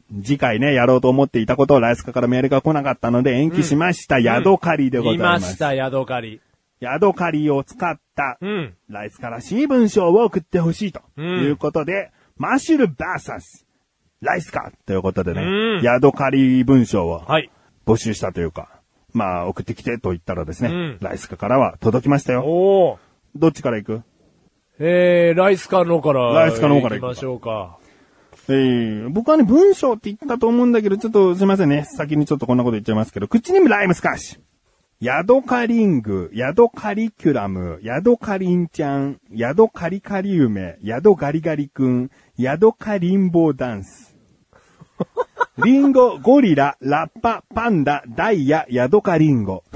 次回ね、やろうと思っていたことをライスカからメールが来なかったので延期しました、うん、ヤドカリでございます。 見ました、ヤドカリ。 ヤドカリを使った、うん、ライスカらしい文章を送ってほしいということで、うん、マッシュルバーサス、ライスカということでね、うん、ヤドカリ文章を募集したというか、はい、まあ送ってきてと言ったらですね、うん、ライスカからは届きましたよ。おどっちから行く？ えー、ライスカの方から。 ライスカの方から行きましょうか。 えー、僕はね、文章って言ったと思うんだけど、ちょっとすいませんね。先にちょっとこんなこと言っちゃいますけど、口にもライムスカッシュ。ヤドカリング、ヤドカリキュラム、ヤドカリンちゃん、ヤドカリカリ梅、ヤドガリガリ君、ヤドカリンボーダンス。リンゴ、ゴリラ、ラッパ、パンダ、ダイヤ、ヤドカリンゴ。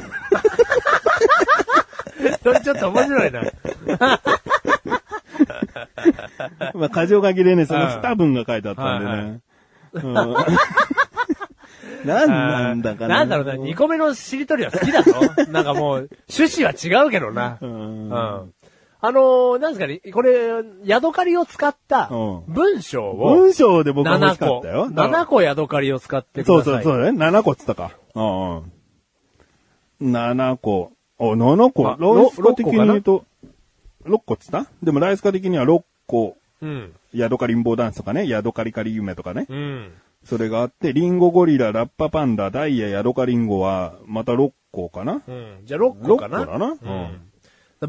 それちょっと面白いな。 まあ、箇条書きでね、その二文が書いてあったんでね。はいはいうん、なんなんだかな。 なんだろうな、二個目のしりとりは好きだぞ。なんかもう、趣旨は違うけどな。うん、うん、あのー、なんですかね、これ、ヤドカリを使った文章を。 文章で僕は欲しかったよ。 ななこヤドカリを使ってください。 そうそうそうね。ななこっつったか。うんうん。ななこ。あ、ななこ。ライスカ的に言うと、ろっこっつったでもライスカ的にはろっこ。うん。ヤドカリンボーダンスとかね、ヤドカリカリ夢とかね。うん。それがあって、リンゴゴリラ、ラッパパンダ、ダイヤ、ヤドカリンゴは、またろっこかなうん。じゃあろっこかな ?ろっ 個だな。うん。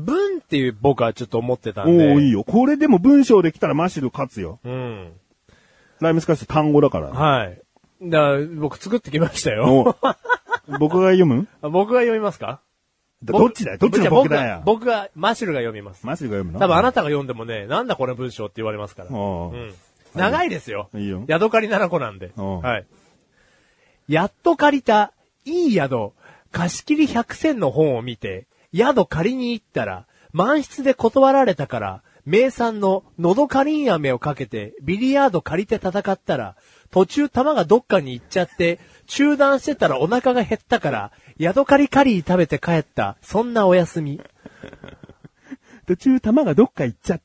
文っていう僕はちょっと思ってたんで。 おー、いいよ。これでも文章できたらマシル勝つよ。うん。ライムスカッシュ単語だから。 はい。だから僕作ってきましたよ。 僕が読む僕が読みますかどっちだよどっちの僕だよ。 僕が、マシュルが読みます。 マシュルが読むの多分あなたが読んでもね、なんだこの文章って言われますから。うん、長いですよ。 いいよ。 ヤドカリななこなんで。はい。やっと借りた、いい宿、貸し切り百選の本を見て、宿借りに行ったら、満室で断られたから、名産ののどかりん飴をかけて、ビリヤード借りて戦ったら、途中玉がどっかに行っちゃって、中断してたらお腹が減ったから、ヤドカリカリー食べて帰った、そんなお休み。 途中玉がどっか行っちゃって。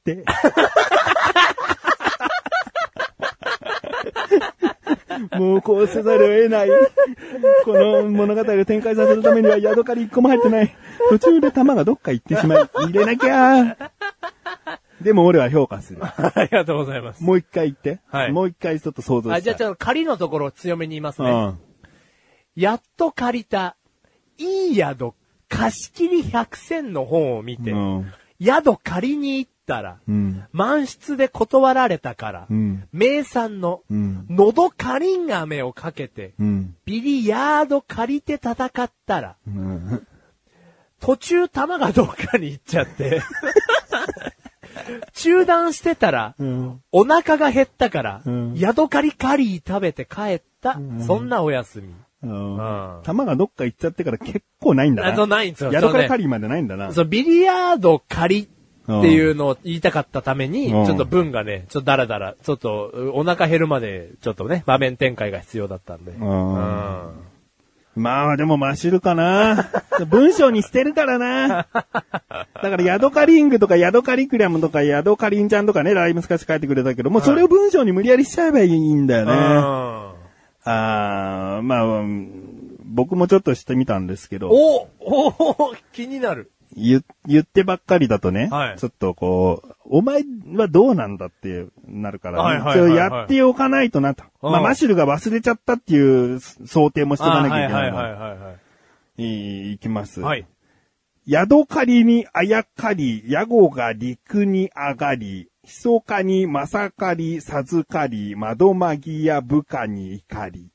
もうこうせざるを得ない。この物語を展開させるためにはヤドカリ一個も入ってない。途中で玉がどっか行ってしまい、入れなきゃ。でも俺は評価する。 ありがとうございます。 もう一回言って。はい。もう一回ちょっと想像して。 あ、じゃあちょっと仮のところ強めに言いますね。うん。やっと借りた、いい宿、貸し切り百選の本を見て、うん、宿借りに行ったら、うん、満室で断られたから、うん、名産の、のどかりん飴をかけて、うん、ビリヤード借りて戦ったら、うん、途中玉がどっかに行っちゃって、中断してたら、うん、お腹が減ったから、うん、ヤドカリカリー食べて帰った、うん、そんなお休み。 うん。玉がどっか行っちゃってから結構ないんだな。 あとないんですよ。 ヤドカリカリーまでないんだな。 そう、ビリヤード借りっていうのを言いたかったために、うん、ちょっと文がね、ちょっとダラダラ、ちょっとお腹減るまで、ちょっとね、場面展開が必要だったんで。うん。うん、 まあでもマシルかな。文章にしてるからな。だからヤドカリングとかヤドカリクラムとかヤドカリンちゃんとかね、ライムスカッシュ書いてくれたけど、もうそれを文章に無理やりしちゃえばいいんだよね。うんあー、まあ、僕もちょっとしてみたんですけど。 おお気になる。 言、言ってばっかりだとね、はい、ちょっとこう、お前はどうなんだってなるから、ね、はいはいはいはい、やっておかないとなと。まあ、マシュルが忘れちゃったっていう想定もしとかなきゃいけないの。はいはいはいはい、はい。いきます。はい。宿狩りにあやかり、ヤゴが陸に上がり、密かにまさかり、授かり、窓まぎや部下に怒り。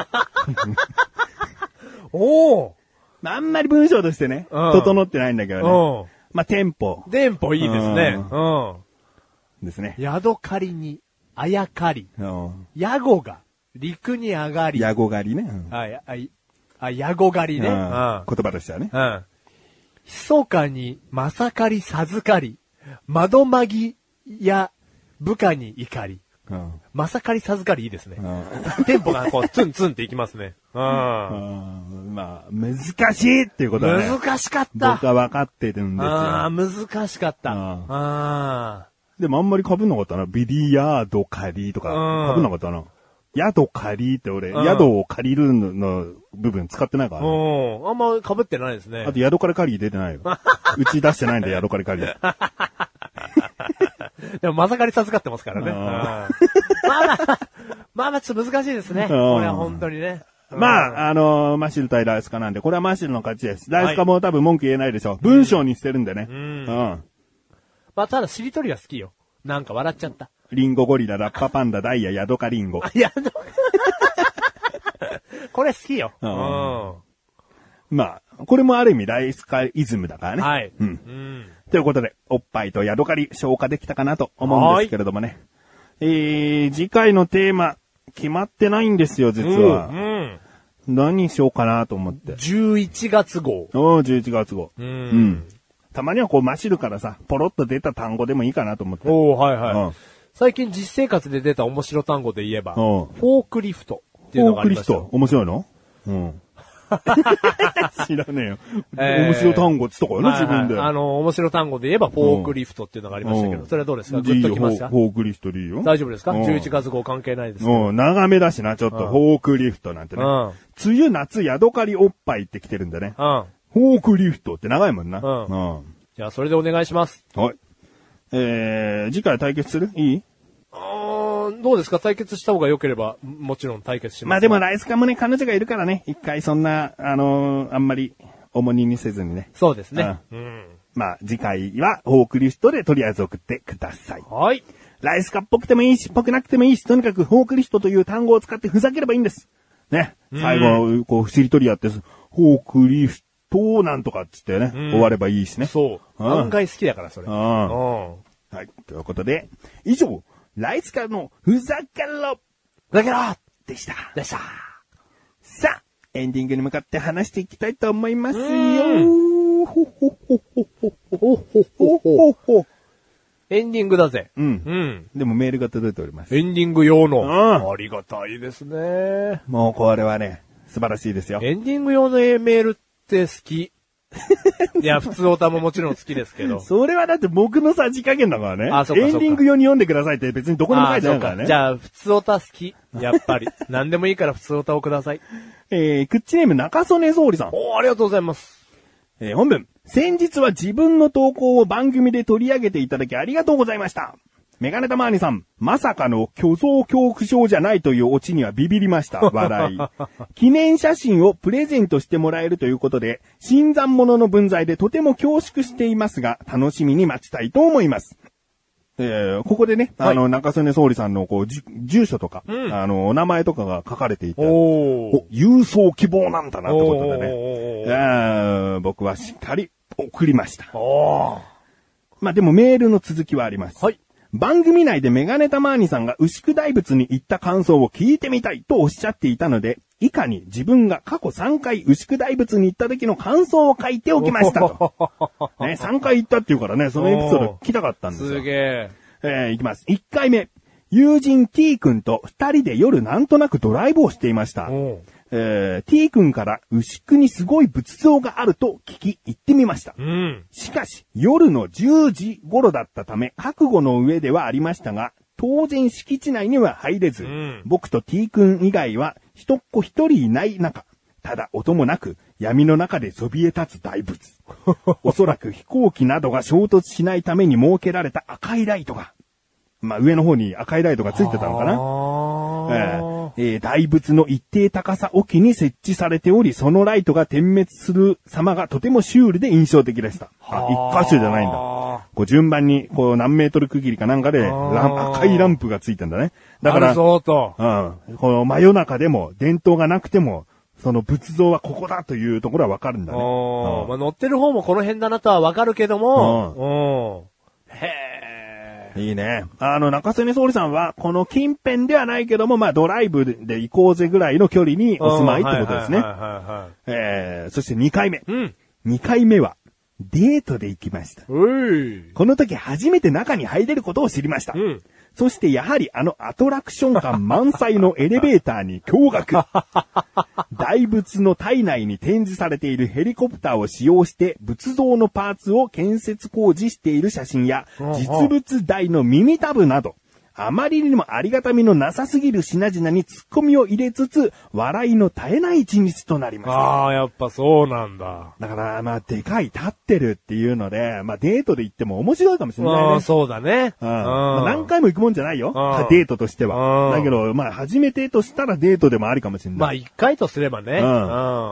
おおあんまり文章としてね、うん、整ってないんだけどね。まあ、テンポ。 テンポいいですね。うん。 ですね。 宿狩りにあやかり、ヤゴが陸に上がり。 ヤゴ狩りね。 うん、あ、あ、あ、ヤゴ狩りね。うん。 言葉としてはね。うん。 密かにまさかり授かり、窓まぎや部下に怒り。うん。まさかり授かりいいですね。うん。テンポがこう、ツンツンっていきますね。うん。 うんまあ、難しいっていうことだね。 難しかった。 僕は分かってるんですよ。 ああ、難しかった。ああ。 でもあんまり被んなかったな。ビリヤードカリとか、被んなかったな。 宿借りって俺、うん、宿を借りるのの部分使ってないからね。 うん。あんま被ってないですね。 あと宿借り借り出てないよ。うち出してないんで宿借り借り。 でもまさかり授かってますからね。まあまあ、まあまあちょっと難しいですね。これは本当にね。 まあ、あのー、マシル対ライスカなんで、これはマシルの勝ちです。ライスカも多分文句言えないでしょ。はい、文章にしてるんでね。うん。うん。 まあ、ただ、しりとりは好きよ。なんか笑っちゃった。 リンゴゴリラ、ラッパパンダ、ダイヤ、ヤドカリンゴ。 ヤドカこれ好きよ。うん。 まあ、これもある意味ライスカイズムだからね。 はい。 うん。うん、ということで、おっぱいとヤドカリ消化できたかなと思うんですけれどもね。えー、次回のテーマ、決まってないんですよ、実は。うん。うん、何しようかなと思って。 じゅういちがつ号。 おー、じゅういちがつ号。うん。うん。たまにはこうマシルからさ、ポロッと出た単語でもいいかなと思って。 おー、はいはい。うん、最近実生活で出た面白単語で言えば、フォークリフトっていうのがありました。 フォークリフト面白いの？うん。知らねえよ。えー、面白単語って言ったからね、自分で。 あの、面白単語で言えば、フォークリフトっていうのがありましたけど、それはどうですか？グッときますか？ フォークリフトでいいよ。 大丈夫ですか？ じゅういちがつ号関係ないですか？ うん、長めだしな、ちょっと、フォークリフトなんてね。うん。梅雨、夏、ヤドカリおっぱいって来てるんだね。うん。フォークリフトって長いもんな。うん。うん。 じゃあ、それでお願いします。 はい。えー、次回対決する？いい？ あー、どうですか？対決した方が良ければ、もちろん対決します。 まあでもライスカもね、彼女がいるからね、一回そんな、あのー、あんまり重荷にせずにね。 そうですね。うん。うん、 まあ次回は、フォークリフトでとりあえず送ってください。 はい。 ライスカっぽくてもいいし、っぽくなくてもいいし、とにかくフォークリフトという単語を使ってふざければいいんです。ね。最後、こう、しりとりやって、フォークリフトなんとかっつってね、うん、終わればいいしね。 そう。案外好きだから、それ。うん。 はい。ということで、以上、ライスカのふざけろふざけろでした。 でした。 さあ、エンディングに向かって話していきたいと思いますよ。ほほほほほほほほほ。 エンディングだぜ。 うん。うん。でもメールが届いております。 エンディング用の。うん。ありがたいですね。 もうこれはね、素晴らしいですよ。 エンディング用のメールって好き。いや、普通オタももちろん好きですけど。 それはだって僕のさじ加減だからね。 あ、そうかそうか。 エンディング用に読んでくださいって別にどこにも書いてないからね。 じゃあ、普通オタ好き。やっぱり。何でもいいから普通オタをください。 えー、クッチネーム中曽根総理さん。 おー、ありがとうございます。 えー、本文。先日は自分の投稿を番組で取り上げていただきありがとうございました。メガネタマーニさん、まさかの虚像恐怖症じゃないというオチにはビビりました。笑い。記念写真をプレゼントしてもらえるということで、新参者の分際でとても恐縮していますが、楽しみに待ちたいと思います。えー、ここでね、あの、はい、中曽根総理さんのこう、住所とか、うん、あの、お名前とかが書かれていて、お郵送希望なんだなってことでね、えー、僕はしっかり送りました。まあでもメールの続きはあります。はい。番組内でメガネタマーニさんが牛久大仏に行った感想を聞いてみたいとおっしゃっていたので、以下に自分が過去さんかい牛久大仏に行った時の感想を書いておきましたと。ね、さんかい行ったっていうからね、そのエピソード聞きたかったんですよ。 すげえ。 えー、いきます。いっかいめ。友人 T 君とふたりで夜なんとなくドライブをしていました。えー、T 君から牛久にすごい仏像があると聞き行ってみました。うん、しかし夜のじゅうじ頃だったため覚悟の上ではありましたが、当然敷地内には入れず、うん、僕と T 君以外は一っ子一人いない中、ただ音もなく闇の中でそびえ立つ大仏。おそらく飛行機などが衝突しないために設けられた赤いライトが、まあ上の方に赤いライトがついてたのかな。えーえー、大仏の一定高さ沖に設置されており、そのライトが点滅する様がとてもシュールで印象的でした。あ、一箇所じゃないんだ。こう順番にこう何メートル区切りかなんかでラン赤いランプがついてんだね。だから、 そうと、 うん、この真夜中でも電灯がなくても、その仏像はここだというところはわかるんだね。 うん、まあ、乗ってる方もこの辺だなとはわかるけども、うん、へー。 いいね。あの、中曽根総理さんは、この近辺ではないけども、まあ、ドライブで行こうぜぐらいの距離にお住まいってことですね。えー、そしてにかいめ。うん、にかいめは、デートで行きました。この時初めて中に入れることを知りました。うん、そしてやはりあのアトラクション感満載のエレベーターに驚愕。大仏の体内に展示されているヘリコプターを使用して仏像のパーツを建設工事している写真や、実物大の耳たぶなど、 あまりにもありがたみのなさすぎる品々にツッコミを入れつつ、笑いの絶えない一日となりました。 ああ、やっぱそうなんだ。 だから、まあ、でかい立ってるっていうので、まあ、デートで行っても面白いかもしれないね。 ああ、そうだね。 うん。まあ、何回も行くもんじゃないよ。デートとしては。だけど、まあ、初めてとしたらデートでもありかもしれない。 まあ、一回とすればね。 うん。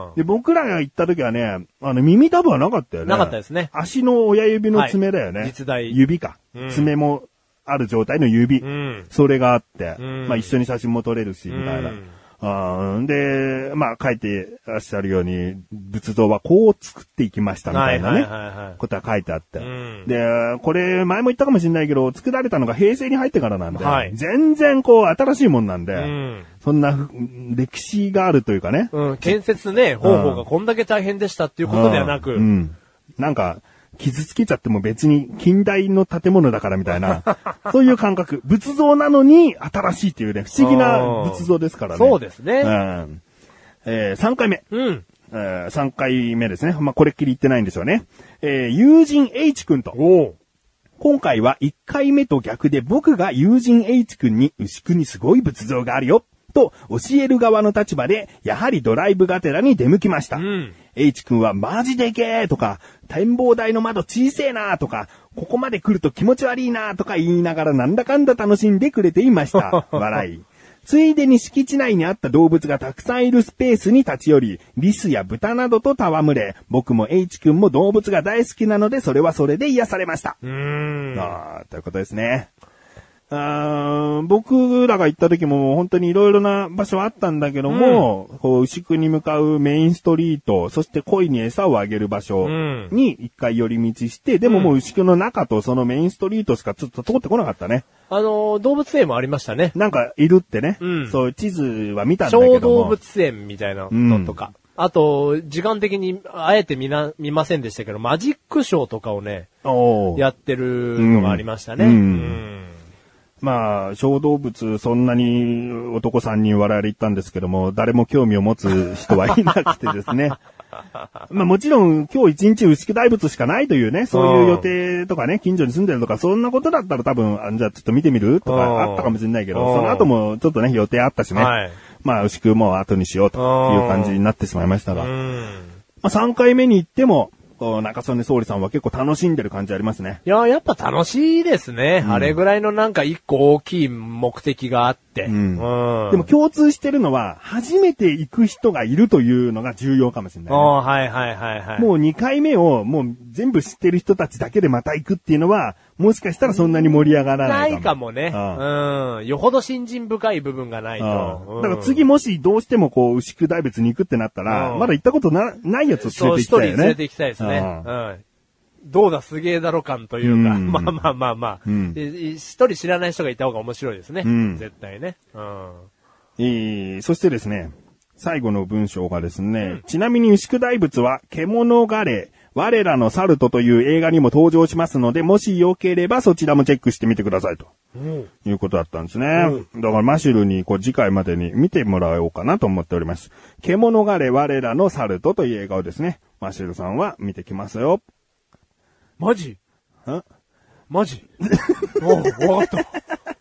で、僕らが行った時はね、あの、耳たぶはなかったよね。 なかったですね。 足の親指の爪だよね。はい、 実大。 指か。うん、爪も、ある状態の指。うん、それがあって、うん、まあ一緒に写真も撮れるし、みたいな。うん、で、まあ書いてらっしゃるように、仏像はこう作っていきましたみたいなね、はいはいはいはい、ことは書いてあって、うん。で、これ前も言ったかもしれないけど、作られたのが平成に入ってからなんで、はい、全然こう新しいもんなんで、うん、そんな歴史があるというかね。 うん、建設ね、方法がこんだけ大変でしたっていうことではなく、 うんうん、なんか、傷つけちゃっても別に近代の建物だからみたいな、そういう感覚。仏像なのに新しいっていうね、不思議な仏像ですからね。 そうですね。 うん。えー、さんかいめ。 うん。 えー、さんかいめですね。まあ、これっきり言ってないんでしょうね。えー、友人 H 君と。 お今回はいっかいめと逆で僕が友人 H 君に牛久にすごい仏像があるよ。と教える側の立場で、やはりドライブがてらに出向きました。うん、H 君はマジでけーとか、展望台の窓小せーなーとか、ここまで来ると気持ち悪いなーとか言いながらなんだかんだ楽しんでくれていました。笑い。ついでに敷地内にあった動物がたくさんいるスペースに立ち寄り、リスや豚などと戯れ、僕も H 君も動物が大好きなので、それはそれで癒されました。 うーん。 あー、ということですね。あ僕らが行った時も本当にいろいろな場所あったんだけども、うん、こう牛久に向かうメインストリート、そして鯉に餌をあげる場所に一回寄り道して、うん、でももう牛久の中とそのメインストリートしかちょっと通ってこなかったね。 あのー、動物園もありましたね。 なんかいるってね。うん、そう、地図は見たんだけども。 小動物園みたいなのとか。うん、あと、時間的にあえて見な、見ませんでしたけど、マジックショーとかをね、やってるのがありましたね。うんうんまあ、小動物、そんなに男さんにん我々行ったんですけども、誰も興味を持つ人はいなくてですね。まあもちろん今日一日牛久大仏しかないというね、そういう予定とかね、近所に住んでるとか、そんなことだったら多分、あじゃあちょっと見てみるとかあったかもしれないけど、その後もちょっとね、予定あったしね。はい、まあ牛久も後にしようという感じになってしまいましたが。まあさんかいめに行っても、中曽根総理さんは結構楽しんでる感じありますね。 いや、やっぱ楽しいですね。うん、あれぐらいのなんか一個大きい目的があって。うんうん、でも共通してるのは、初めて行く人がいるというのが重要かもしれない、ね。 はいはいはいはい。 もうにかいめをもう全部知ってる人たちだけでまた行くっていうのは、もしかしたらそんなに盛り上がらないかも。 ないかもね。うん。よほど信心深い部分がないと。 うん、だから次もしどうしてもこう、牛久大仏に行くってなったら、まだ行ったことな、ないやつを連れて行きたいよね。そう、一人連れて行きたいですね。うん。どうだすげえだろ感というか、うん、まあまあまあまあ、うん、一人知らない人がいた方が面白いですね。うん、絶対ね。うん。 えー、そしてですね、最後の文章がですね、うん、ちなみに牛久大仏は獣ガレ、我らのサルトという映画にも登場しますので、もしよければそちらもチェックしてみてくださいと。うん、いうことだったんですね。うん、だからマシュルにこう次回までに見てもらおうかなと思っております。獣ガレ、我らのサルトという映画をですね、マシュルさんは見てきますよ。 マジんマジおわかった。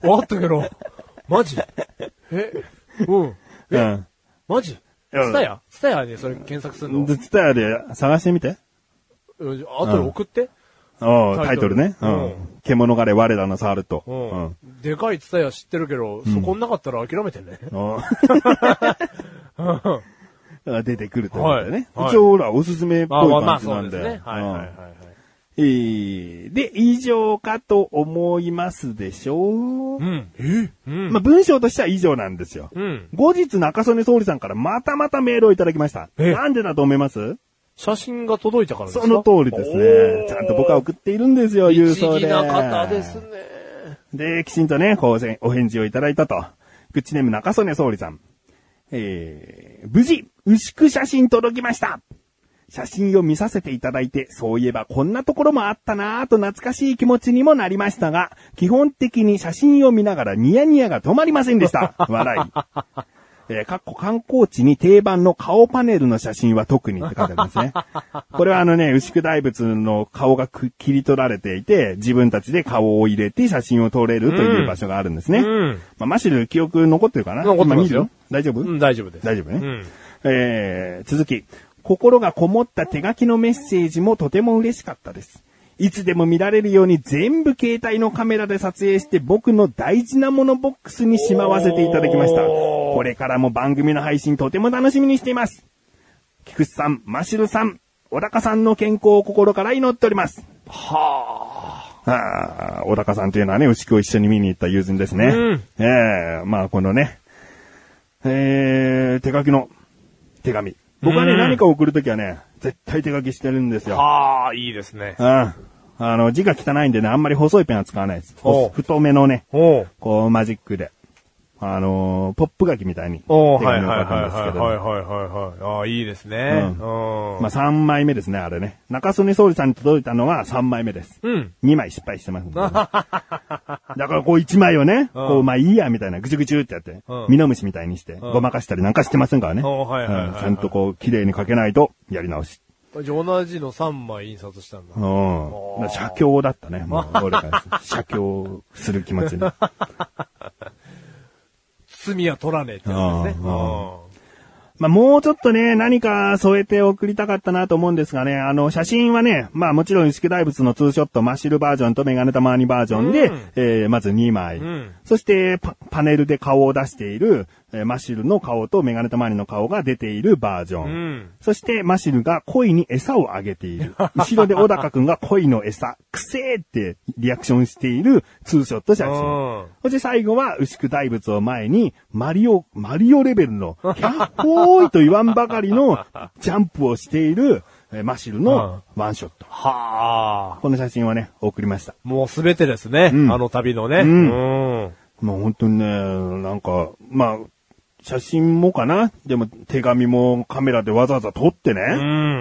わかったけど。マジえうん。え、うん、マジツタヤツタヤでそれ検索するのツタヤで探してみて。 あとで送って。 うん、タイトルね。うん。獣狩れ我らのサルト。 うん。でかいツタヤ知ってるけど、そこなかったら諦めてね。 出てくるということでね。一応、ほら、おすすめっぽい感じなんで。はいはいはい。えー、で、以上かと思いますでしょう。うん。えうん。まあ、文章としては以上なんですよ。うん。後日中曽根総理さんからまたまたメールをいただきました。えなんでだと思います？ 写真が届いたからですか？ その通りですね。ちゃんと僕は送っているんですよ、郵送で。 不思議な方ですね。 で、きちんとね、こう、お返事をいただいたと。グッチネーム中曽根総理さん。えー、無事、牛久写真届きました。写真を見させていただいて、そういえばこんなところもあったなぁと懐かしい気持ちにもなりましたが、基本的に写真を見ながらニヤニヤが止まりませんでした。笑い。 えー、かっこ観光地に定番の顔パネルの写真は特にって書いてありますね。これはあのね、牛久大仏の顔が切り取られていて、自分たちで顔を入れて写真を撮れるという場所があるんですね。うん。まあ、マシル記憶残ってるかな？ 残ってますよ。 大丈夫？ うん、大丈夫です。 大丈夫ね。うん。えー、続き。心がこもった手書きのメッセージもとても嬉しかったです。いつでも見られるように全部携帯のカメラで撮影して僕の大事なものボックスにしまわせていただきました。これからも番組の配信とても楽しみにしています。菊池さん、マシルさん、小高さんの健康を心から祈っております。はぁ。ああ、小高さんというのはね、牛久を一緒に見に行った友人ですね。うん、ええー、まあこのね、えー、手書きの手紙。僕はね、何か送るときはね、絶対手書きしてるんですよ。 はあ、いいですね。 うん。あの、字が汚いんでね、あんまり細いペンは使わないです。太めのね、こう、マジックで。あのー、ポップ書きみたいに手紙を書くんですけど。はいはいはいはい。ああ、いいですね。 うん。まあ、さんまいめですね、あれね。中曽根総理さんに届いたのはさんまいめです。うん。にまい失敗してますんで、ね。だからこういちまいをね、こう、まあいいや、みたいな、ぐちゅぐちゅってやって、ミノムシみたいにして、ごまかしたりなんかしてませんからね。はいはいはい。ちゃんとこう、綺麗に書けないと、やり直し。 じゃあ同じのさんまい印刷したんだ。 うん。写経だったね、もう、俺から写経する気持ちに。 罪は取らねえってやつですね。 まあ、もうちょっとね、何か添えて送りたかったなと思うんですがね、あの、写真はね、まあもちろん牛久大仏のツーショット、マッシュルバージョンとメガネたまわりバージョンで、うん、えー、まずにまい。うん、そしてパ、パネルで顔を出している、えー、マッシュルの顔とメガネたまわりの顔が出ているバージョン。うん、そして、マッシュルが鯉に餌をあげている。後ろで小高くんが鯉の餌、くせーってリアクションしているツーショット写真。そして最後は牛久大仏を前に、マリオ、マリオレベルの、キャッホーイと言わんばかりのジャンプをしている、えー、マシルのワンショット。はあ。この写真はね、送りました。 もうすべてですね。うん、あの旅のね。うん。うんもう本当にね、なんか、まあ、写真もかなでも手紙もカメラでわざわざ撮ってね。うん。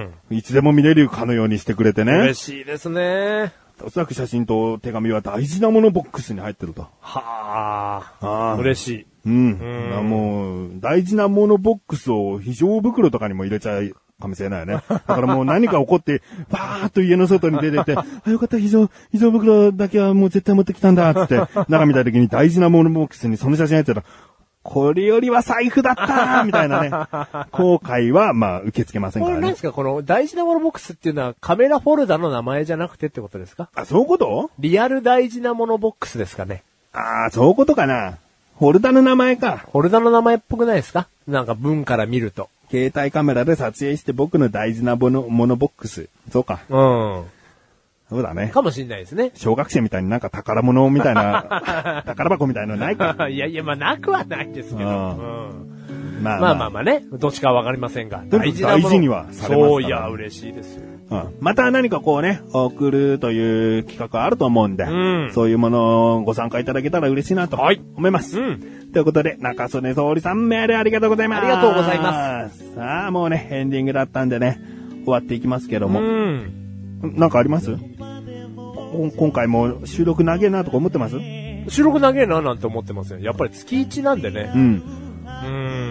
いつでも見れるかのようにしてくれてね。 嬉しいですね。 おそらく写真と手紙は大事なものボックスに入ってると。 はあ。ああ。嬉しい。 うん。うん、もう、大事なものボックスを非常袋とかにも入れちゃうかもしれないよね。だからもう何か起こって、バーっと家の外に出てて、あ、よかった、非常、非常袋だけはもう絶対持ってきたんだ、つって、中見た時に大事なものボックスにその写真入ってたら、これよりは財布だったみたいなね。後悔は、まあ、受け付けませんからね。 これ何ですかこの大事なものボックスっていうのはカメラフォルダの名前じゃなくてってことですかあ、そういうことリアル大事なものボックスですかね。 ああ、そういうことかな。フォルダの名前か。 フォルダの名前っぽくないですかなんか文から見ると。 携帯カメラで撮影して僕の大事なもの、ものボックス。そうか。うん。そうだね。 かもしれないですね。 小学生みたいになんか宝物みたいな、宝箱みたいなのないかいやいや、まあなくはないですけど。うん。まあまあまあまあね。どっちかはわかりませんが。 大事なもの。大事にはされますから、ね。 そういや、嬉しいですよ。 うん。また何かこうね、送るという企画あると思うんで、うん、そういうものをご参加いただけたら嬉しいなと思います。はい、うん、ということで、中曽根総理さんメールありがとうございます。 ありがとうございます。 さあ、もうね、エンディングだったんでね、終わっていきますけども。うん、なんかあります今回も収録長えなとか思ってます収録長えななんて思ってますよ。やっぱり月いちなんでね。うん。うん、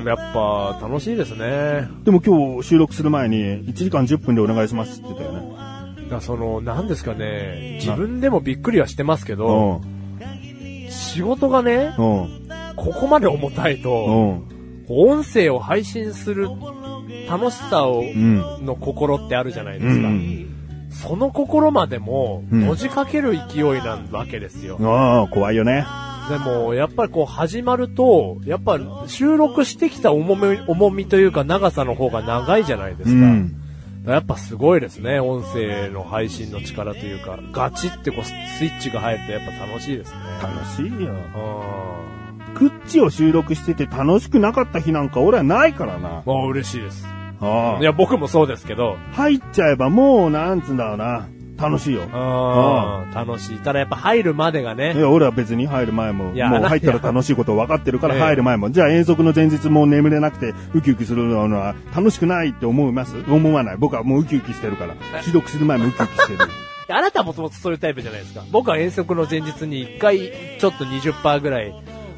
やっぱ楽しいですね。 でも今日収録する前にいちじかんじゅっぷんでお願いしますって言ったよね。 だその、なんですかね、自分でもびっくりはしてますけど、仕事がね、ここまで重たいと、音声を配信する楽しさを、の心ってあるじゃないですか。うんうんその心までも、閉じかける勢いなわけですよ。 うん、ああ、怖いよね。 でも、やっぱりこう始まると、やっぱ収録してきた重み、重みというか長さの方が長いじゃないですか。うん、やっぱすごいですね。音声の配信の力というか、ガチってこうスイッチが入るとやっぱ楽しいですね。 楽しいよ。クッチを収録してて楽しくなかった日なんか俺はないからな。 ああ、嬉しいです。ああいや、僕もそうですけど。 入っちゃえばもう、なんつうんだろうな。楽しいよ。 ああ楽しい。ただやっぱ入るまでがね。 いや、俺は別に入る前も、もう入ったら楽しいこと分かってるから入る前も。じゃあ遠足の前日も眠れなくてウキウキするのは楽しくないって思います思わない。僕はもうウキウキしてるから。収録する前もウキウキしてる。 あなたもともとそういうタイプじゃないですか。僕は遠足の前日に一回ちょっと にじゅっパーセント ぐらい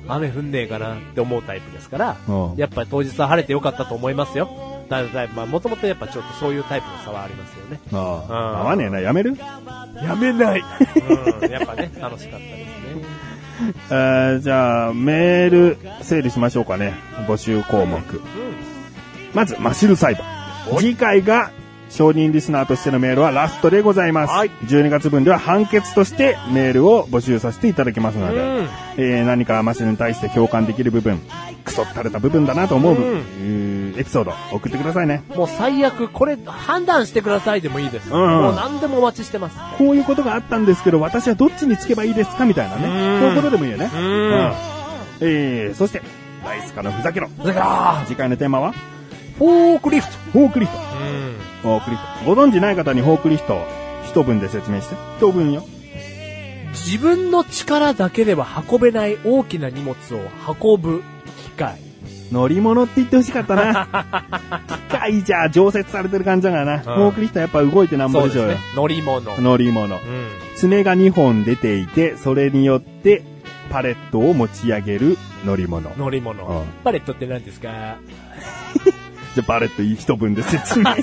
雨降んねえかなって思うタイプですから、やっぱり当日は晴れてよかったと思いますよ。だいまあもともとやっぱちょっとそういうタイプの差はありますよね。 ああ、合わねえな、やめる？ やめない。うん、やっぱね、楽しかったですね。 えー、じゃあ、メール整理しましょうかね。募集項目。うん、まず、マシル裁判。次回が、承認リスナーとしてのメールはラストでございます。はい、じゅうにがつぶんでは判決としてメールを募集させていただきますので、うん、えー、何かマシルに対して共感できる部分、クソったれた部分だなと思う、うん、エピソード送ってくださいね。 もう最悪これ判断してくださいでもいいです。うん、もう何でもお待ちしてます。 こういうことがあったんですけど私はどっちにつけばいいですかみたいなね、うん、そういうことでもいいよね。うん、うん、えー、そしてライスカのふざけろ。 ふざけろ。 次回のテーマはフォークリフト。 フォークリフト。うんフォークリフト。ご存知ない方にフォークリフト一文で説明して。一文よ。 自分の力だけでは運べない大きな荷物を運ぶ機械。 乗り物って言ってほしかったな。機械じゃ常設されてる感じだからな。うん、フォークリフトはやっぱ動いてなんぼでしょうよ。 そうですね。乗り物。 乗り物。うん、爪がにほん出ていて、それによってパレットを持ち上げる乗り物。 乗り物。うん、パレットって何ですか？ じゃあパレット一文で説明して。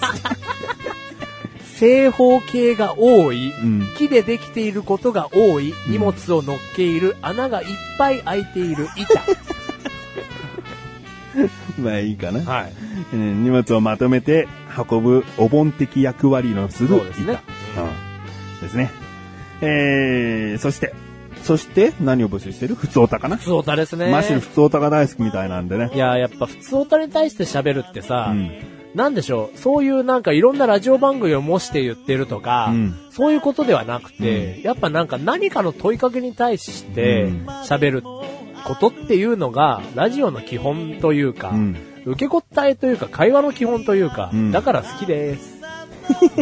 正方形が多い、うん、木でできていることが多い、荷物を乗っけいる、うん、穴がいっぱい開いている板。 まあいいかな。 はい。 えー、荷物をまとめて運ぶお盆的役割のする板。そうですね。うん、ですね。えー、そして、そして何を募集してる？ふつおたかな？ ふつおたですね。 マシルふつおたが大好きみたいなんでね。 いや、やっぱふつおたに対して喋るってさ、うん、なんでしょう、そういうなんかいろんなラジオ番組を模して言ってるとか、うん、そういうことではなくて、うん、やっぱなんか何かの問いかけに対して喋ることっていうのが、ラジオの基本というか、うん、受け答えというか、会話の基本というか、うん、だから好きです。うん。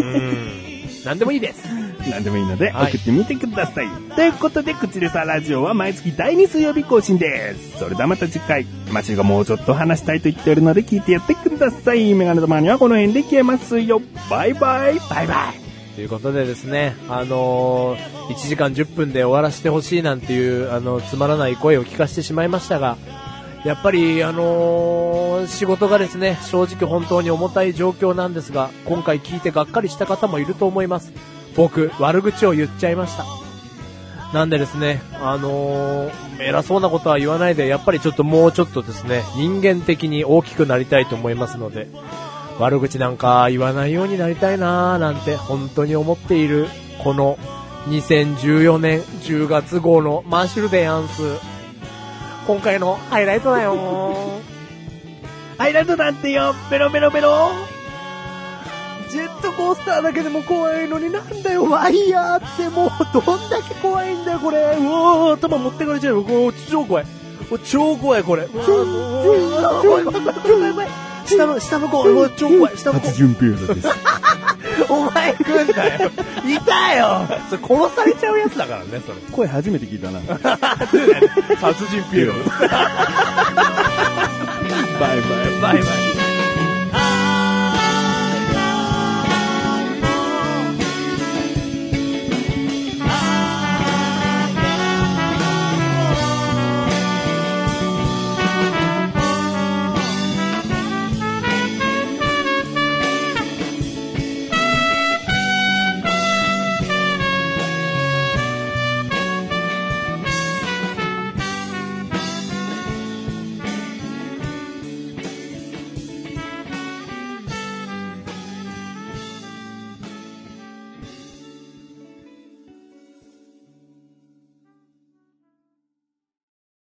何でもいいです。 何でもいいので送ってみてください。はい、ということで、口レサラジオは毎月だいに水曜日更新です。それではまた次回、マシルがもうちょっと話したいと言っているので聞いてやってください。メガネとマニはこの辺で消えますよ。バイバイ。 バイバイ。ということでですね、あのー、いちじかんじゅっぷんで終わらせてほしいなんていう、あの、つまらない声を聞かせてしまいましたが、やっぱり、あのー、仕事がですね、正直本当に重たい状況なんですが、今回聞いてがっかりした方もいると思います。僕、悪口を言っちゃいました。なんでですね、あのー、偉そうなことは言わないで、やっぱりちょっともうちょっとですね、人間的に大きくなりたいと思いますので、悪口なんか言わないようになりたいなーなんて本当に思っている、このにせんじゅうよねんじゅうがつ号のマッシュルでやんす。今回のハイライトだよ。 ハイライトなんてよ、ベロベロベロ。 ジェットコースターだけでも怖いのになんだよ、ワイヤーってもうどんだけ怖いんだよ、これ。うわー、頭持ってかれちゃうよ。これ超怖い。超怖い、これ。超怖い、怖い、怖い、怖い。下の、下の子、超怖い、下の子。 初準備です。 お前来んだよ。いたよ。それ殺されちゃうやつだからね、それ。 声初めて聞いたな。 殺人ピエロ。バイバイ。バイバイ。